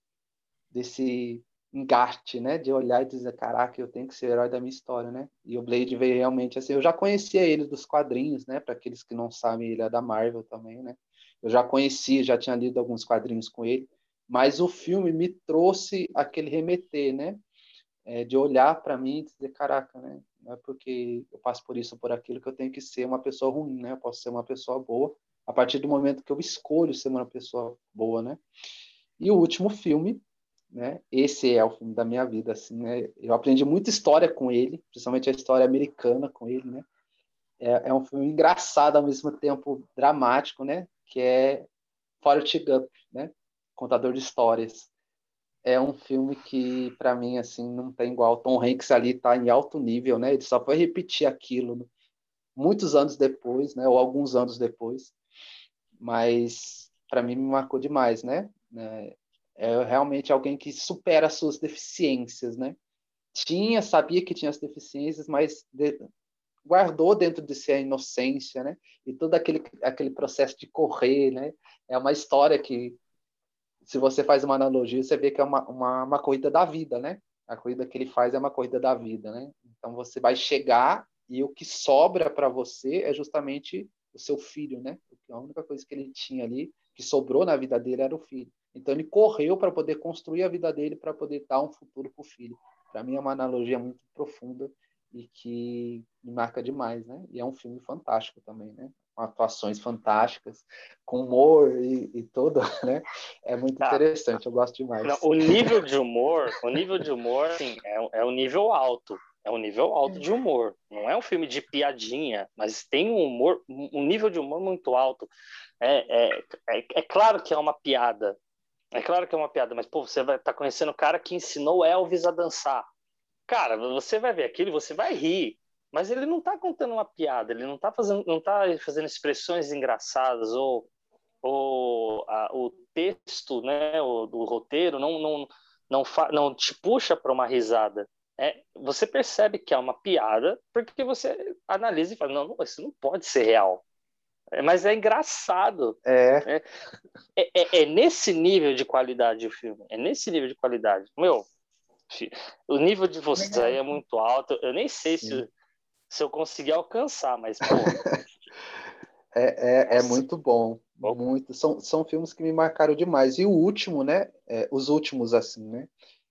desse engate, né? De olhar e dizer, caraca, eu tenho que ser o herói da minha história, né? E o Blade veio realmente assim. Eu já conhecia ele dos quadrinhos, né? Para aqueles que não sabem, ele é da Marvel também, né? Eu já conhecia, já tinha lido alguns quadrinhos com ele, mas o filme me trouxe aquele remeter, né? É, de olhar para mim e dizer, caraca, né? Não é porque eu passo por isso ou por aquilo que eu tenho que ser uma pessoa ruim, né? Eu posso ser uma pessoa boa a partir do momento que eu escolho ser uma pessoa boa, né? E o último filme, né? Esse é o filme da minha vida, assim, né? Eu aprendi muita história com ele, principalmente a história americana com ele, né? É, é um filme engraçado ao mesmo tempo dramático, né? Que é Forrest Gump, né? Contador de histórias. É um filme que, para mim, assim, não tem igual. Tom Hanks ali está em alto nível, né? Ele só foi repetir aquilo muitos anos depois, né? Ou alguns anos depois. Mas, para mim, me marcou demais, né? É realmente alguém que supera as suas deficiências, né? Tinha, sabia que tinha as deficiências, mas de, guardou dentro de si a inocência, né? E todo aquele, aquele processo de correr, né? É uma história que, se você faz uma analogia, você vê que é uma, uma, uma corrida da vida, né? A corrida que ele faz é uma corrida da vida, né? Então você vai chegar e o que sobra para você é justamente o seu filho, né? Porque a única coisa que ele tinha ali, que sobrou na vida dele, era o filho. Então ele correu para poder construir a vida dele, para poder dar um futuro para o filho. Para mim é uma analogia muito profunda e que me marca demais, né? E é um filme fantástico também, né? Com atuações fantásticas, com humor e, e tudo, né? É muito Ah, interessante, eu gosto demais. não, o nível de humor, o nível de humor, assim, é, é um nível alto. É um nível alto de humor. Não é um filme de piadinha, mas tem um humor, um nível de humor muito alto. É, é, é, é claro que é uma piada. É claro que é uma piada, mas pô, você vai estar tá conhecendo o cara que ensinou Elvis a dançar. Cara, você vai ver aquilo e você vai rir. Mas ele não está contando uma piada, ele não está fazendo, não tá fazendo expressões engraçadas ou o, a, o texto, né, o, do roteiro não, não, não, fa, não te puxa para uma risada. É, você percebe que é uma piada porque você analisa e fala, não, não isso não pode ser real. É, mas é engraçado. É. É, é, é nesse nível de qualidade o filme. É nesse nível de qualidade. Meu, o nível de vocês aí é muito alto. Eu nem sei se, se eu conseguir alcançar, mas, pô... É, é, é muito bom, muito. São, são filmes que me marcaram demais. E o último, né? É, os últimos, assim, né?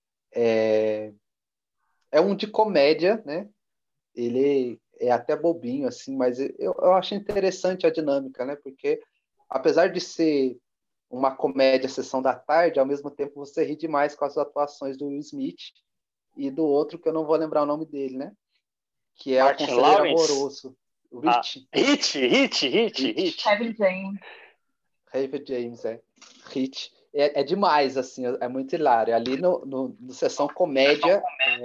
É, é um de comédia, né? Ele é até bobinho, assim, mas eu, eu acho interessante a dinâmica, né? Porque, apesar de ser uma comédia sessão da tarde, ao mesmo tempo você ri demais com as atuações do Will Smith e do outro, que eu não vou lembrar o nome dele, né? Que é Martin o Conselheiro Lawrence? Amoroso. Ah, Rich. Hit, Hit, Hit, Hit. Hit. Kevin James. Kevin James, é. Hit. É, é demais, assim, é muito hilário. Ali no, no, no sessão comédia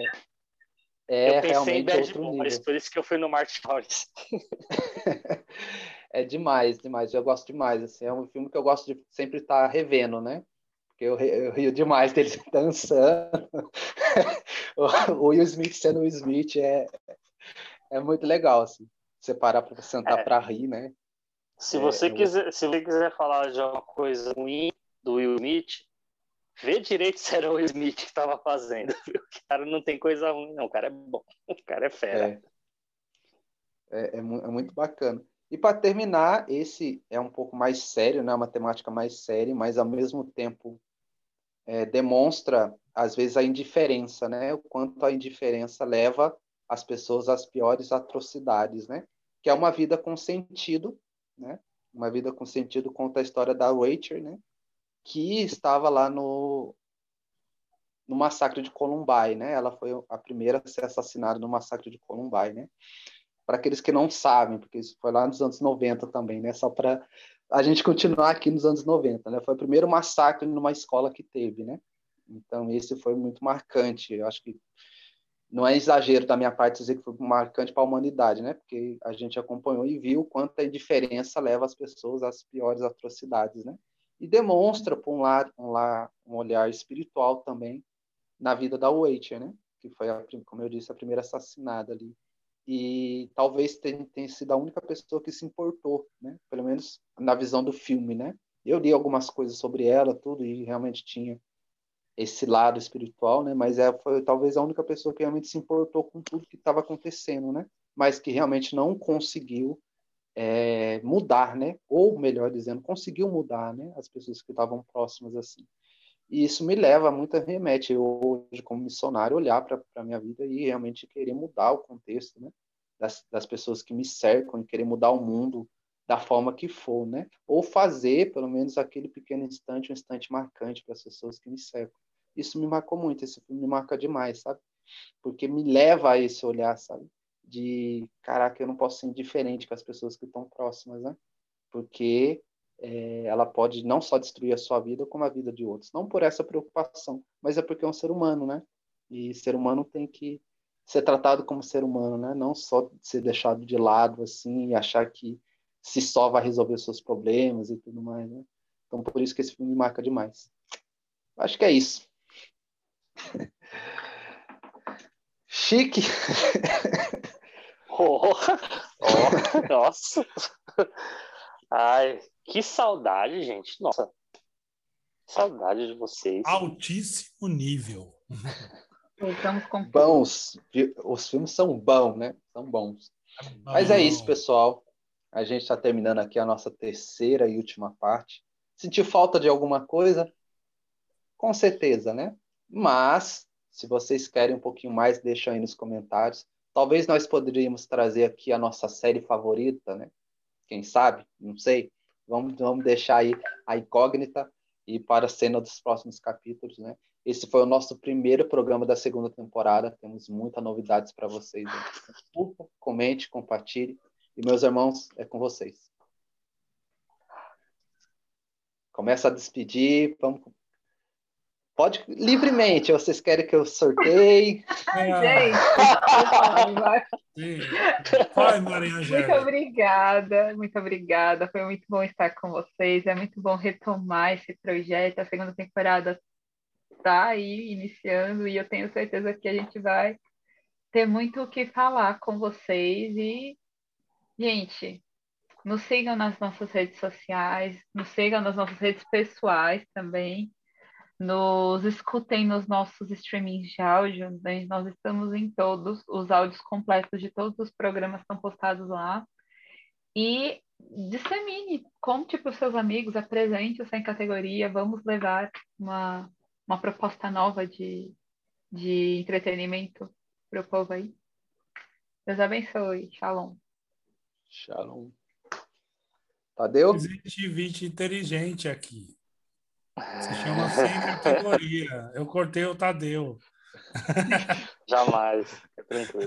é, Eu é pensei em realmente Bad outro Boys, nível. por isso que eu fui no Martin Lawrence. É demais, demais. Eu gosto demais. Assim, é um filme que eu gosto de sempre estar revendo, né? Porque eu, eu rio demais dele dançando. O Will Smith sendo Will Smith é, é muito legal, assim. Você parar para sentar É, para rir, né? se, É, você é outro... quiser, se você quiser falar de uma coisa ruim do Will Smith, vê direito se era o Will Smith que estava fazendo. O cara não tem coisa ruim, não. O cara é bom. O cara é fera. é, é, é, é muito bacana. E para terminar, esse é um pouco mais sério, né? Uma temática mais séria, mas ao mesmo tempo é, demonstra, às vezes, a indiferença, né? O quanto a indiferença leva as pessoas às piores atrocidades, né? Que é Uma Vida com Sentido, né? Uma Vida com Sentido conta a história da Rachel, né? Que estava lá no, no massacre de Columbine, né? Ela foi a primeira a ser assassinada no massacre de Columbine, né? Para aqueles que não sabem, porque isso foi lá nos anos noventa também, né? Só para a gente continuar aqui nos anos noventa, né? Foi o primeiro massacre numa escola que teve, né? Então, esse foi muito marcante. Eu acho que não é exagero da minha parte dizer que foi marcante para a humanidade, né? Porque a gente acompanhou e viu quanta indiferença leva as pessoas às piores atrocidades, né? E demonstra, por um lado, um, lá, um olhar espiritual também na vida da Rachel, né? Que foi, a, como eu disse, a primeira assassinada ali. E talvez tenha, tenha sido a única pessoa que se importou, né? Pelo menos na visão do filme, né? Eu li algumas coisas sobre ela, tudo, e realmente tinha esse lado espiritual, né? Mas ela foi talvez a única pessoa que realmente se importou com tudo que estava acontecendo, né? Mas que realmente não conseguiu é, mudar, né? Ou melhor dizendo, conseguiu mudar, né? As pessoas que estavam próximas assim. E isso me leva muito a remete, eu, hoje, como missionário, olhar para a minha vida e realmente querer mudar o contexto, né? Das, das pessoas que me cercam e querer mudar o mundo da forma que for, né? Ou fazer, pelo menos, aquele pequeno instante, um instante marcante para as pessoas que me cercam. Isso me marcou muito, esse filme me marca demais, sabe? Porque me leva a esse olhar, sabe? De, caraca, eu não posso ser indiferente com as pessoas que estão próximas, né? Porque é, ela pode não só destruir a sua vida, como a vida de outros. Não por essa preocupação, mas é porque é um ser humano, né? E ser humano tem que ser tratado como ser humano, né? Não só ser deixado de lado, assim, e achar que se só vai resolver os seus problemas e tudo mais, né? Então, por isso que esse filme me marca demais. Acho que é isso. Chique! Oh, oh, nossa! Ai, que saudade, gente. Nossa, saudade de vocês. Altíssimo nível. Voltamos com Bons. Os filmes são bons, né? São bons. Bom. Mas é isso, pessoal. A gente está terminando aqui a nossa terceira e última parte. Sentiu falta de alguma coisa? Com certeza, né? Mas, se vocês querem um pouquinho mais, deixa aí nos comentários. Talvez nós poderíamos trazer aqui a nossa série favorita, né? Quem sabe? Não sei. Vamos, vamos deixar aí a incógnita e para a cena dos próximos capítulos, né? Esse foi o nosso primeiro programa da segunda temporada. Temos muitas novidades para vocês. Curta, comente, compartilhe. E, meus irmãos, é com vocês. Começa a despedir. Vamos... Pode livremente. Vocês querem que eu sorteie? Gente, vai. Sim. Vai, Maria Angélica. Muito obrigada, muito obrigada. Foi muito bom estar com vocês. É muito bom retomar esse projeto. A segunda temporada está aí iniciando e eu tenho certeza que a gente vai ter muito o que falar com vocês. E, gente, nos sigam nas nossas redes sociais, nos sigam nas nossas redes pessoais também. Nos escutem nos nossos streamings de áudio, né? Nós estamos em todos, os áudios completos de todos os programas estão postados lá. E dissemine, conte para os seus amigos, apresente o Sem Categoria, vamos levar uma, uma proposta nova de, de entretenimento para o povo aí. Deus abençoe. Shalom. Shalom. Tadeu? Existe gente inteligente aqui. Se chama Sem Categoria. Eu cortei o Tadeu. Jamais. É tranquilo.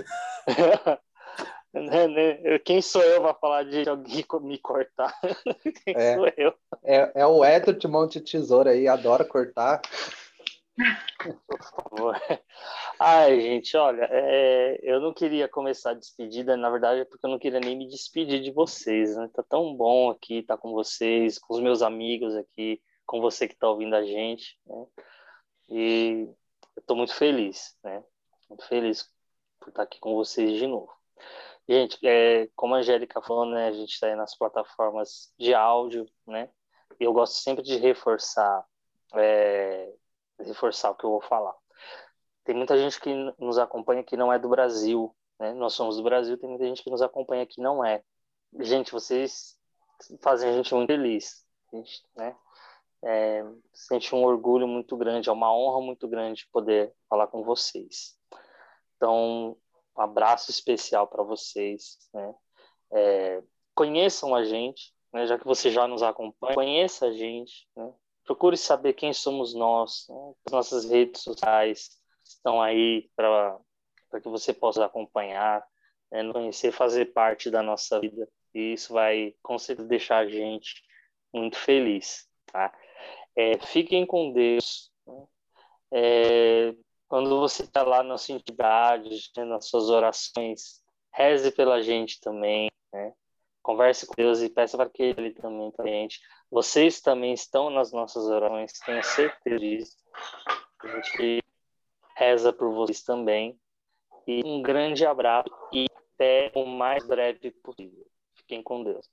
Quem sou eu para falar de alguém me cortar? Quem é, sou eu? É, é o Héctor de Monte Tesoura aí, adora cortar. Por favor. Ai, gente, olha, é, eu não queria começar a despedida, na verdade é porque eu não queria nem me despedir de vocês, né? Tá tão bom aqui estar com vocês, com os meus amigos aqui, com você que está ouvindo a gente, né? E eu tô muito feliz, né? Muito feliz por estar aqui com vocês de novo. Gente, é, como a Angélica falou, né? A gente está aí nas plataformas de áudio, né? E eu gosto sempre de reforçar, é, reforçar o que eu vou falar. Tem muita gente que nos acompanha que não é do Brasil, né? Nós somos do Brasil, tem muita gente que nos acompanha que não é. gente, vocês fazem a gente muito feliz. A gente, né, é, sente um orgulho muito grande, é uma honra muito grande poder falar com vocês. Então, um abraço especial para vocês, né? É, conheçam a gente, né? Já que você já nos acompanha, conheça a gente, né? Procure saber quem somos nós, né? As nossas redes sociais estão aí para para que você possa acompanhar, né? Conhecer, fazer parte da nossa vida, e isso vai com certeza deixar a gente muito feliz, tá? É, fiquem com Deus, né? É, quando você está lá na sua intimidade, né, nas suas orações, reze pela gente também, né? Converse com Deus e peça para que Ele também para a gente. Vocês também estão nas nossas orações, tenho certeza disso. A gente reza por vocês também. E um grande abraço e até o mais breve possível. Fiquem com Deus.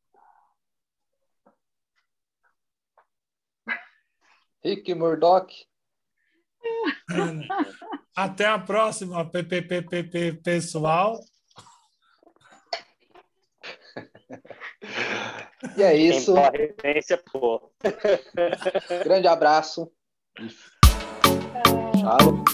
Rick Murdoch. Até a próxima, P P P P P, pessoal. E é isso. Pô. Grande abraço. Tchau.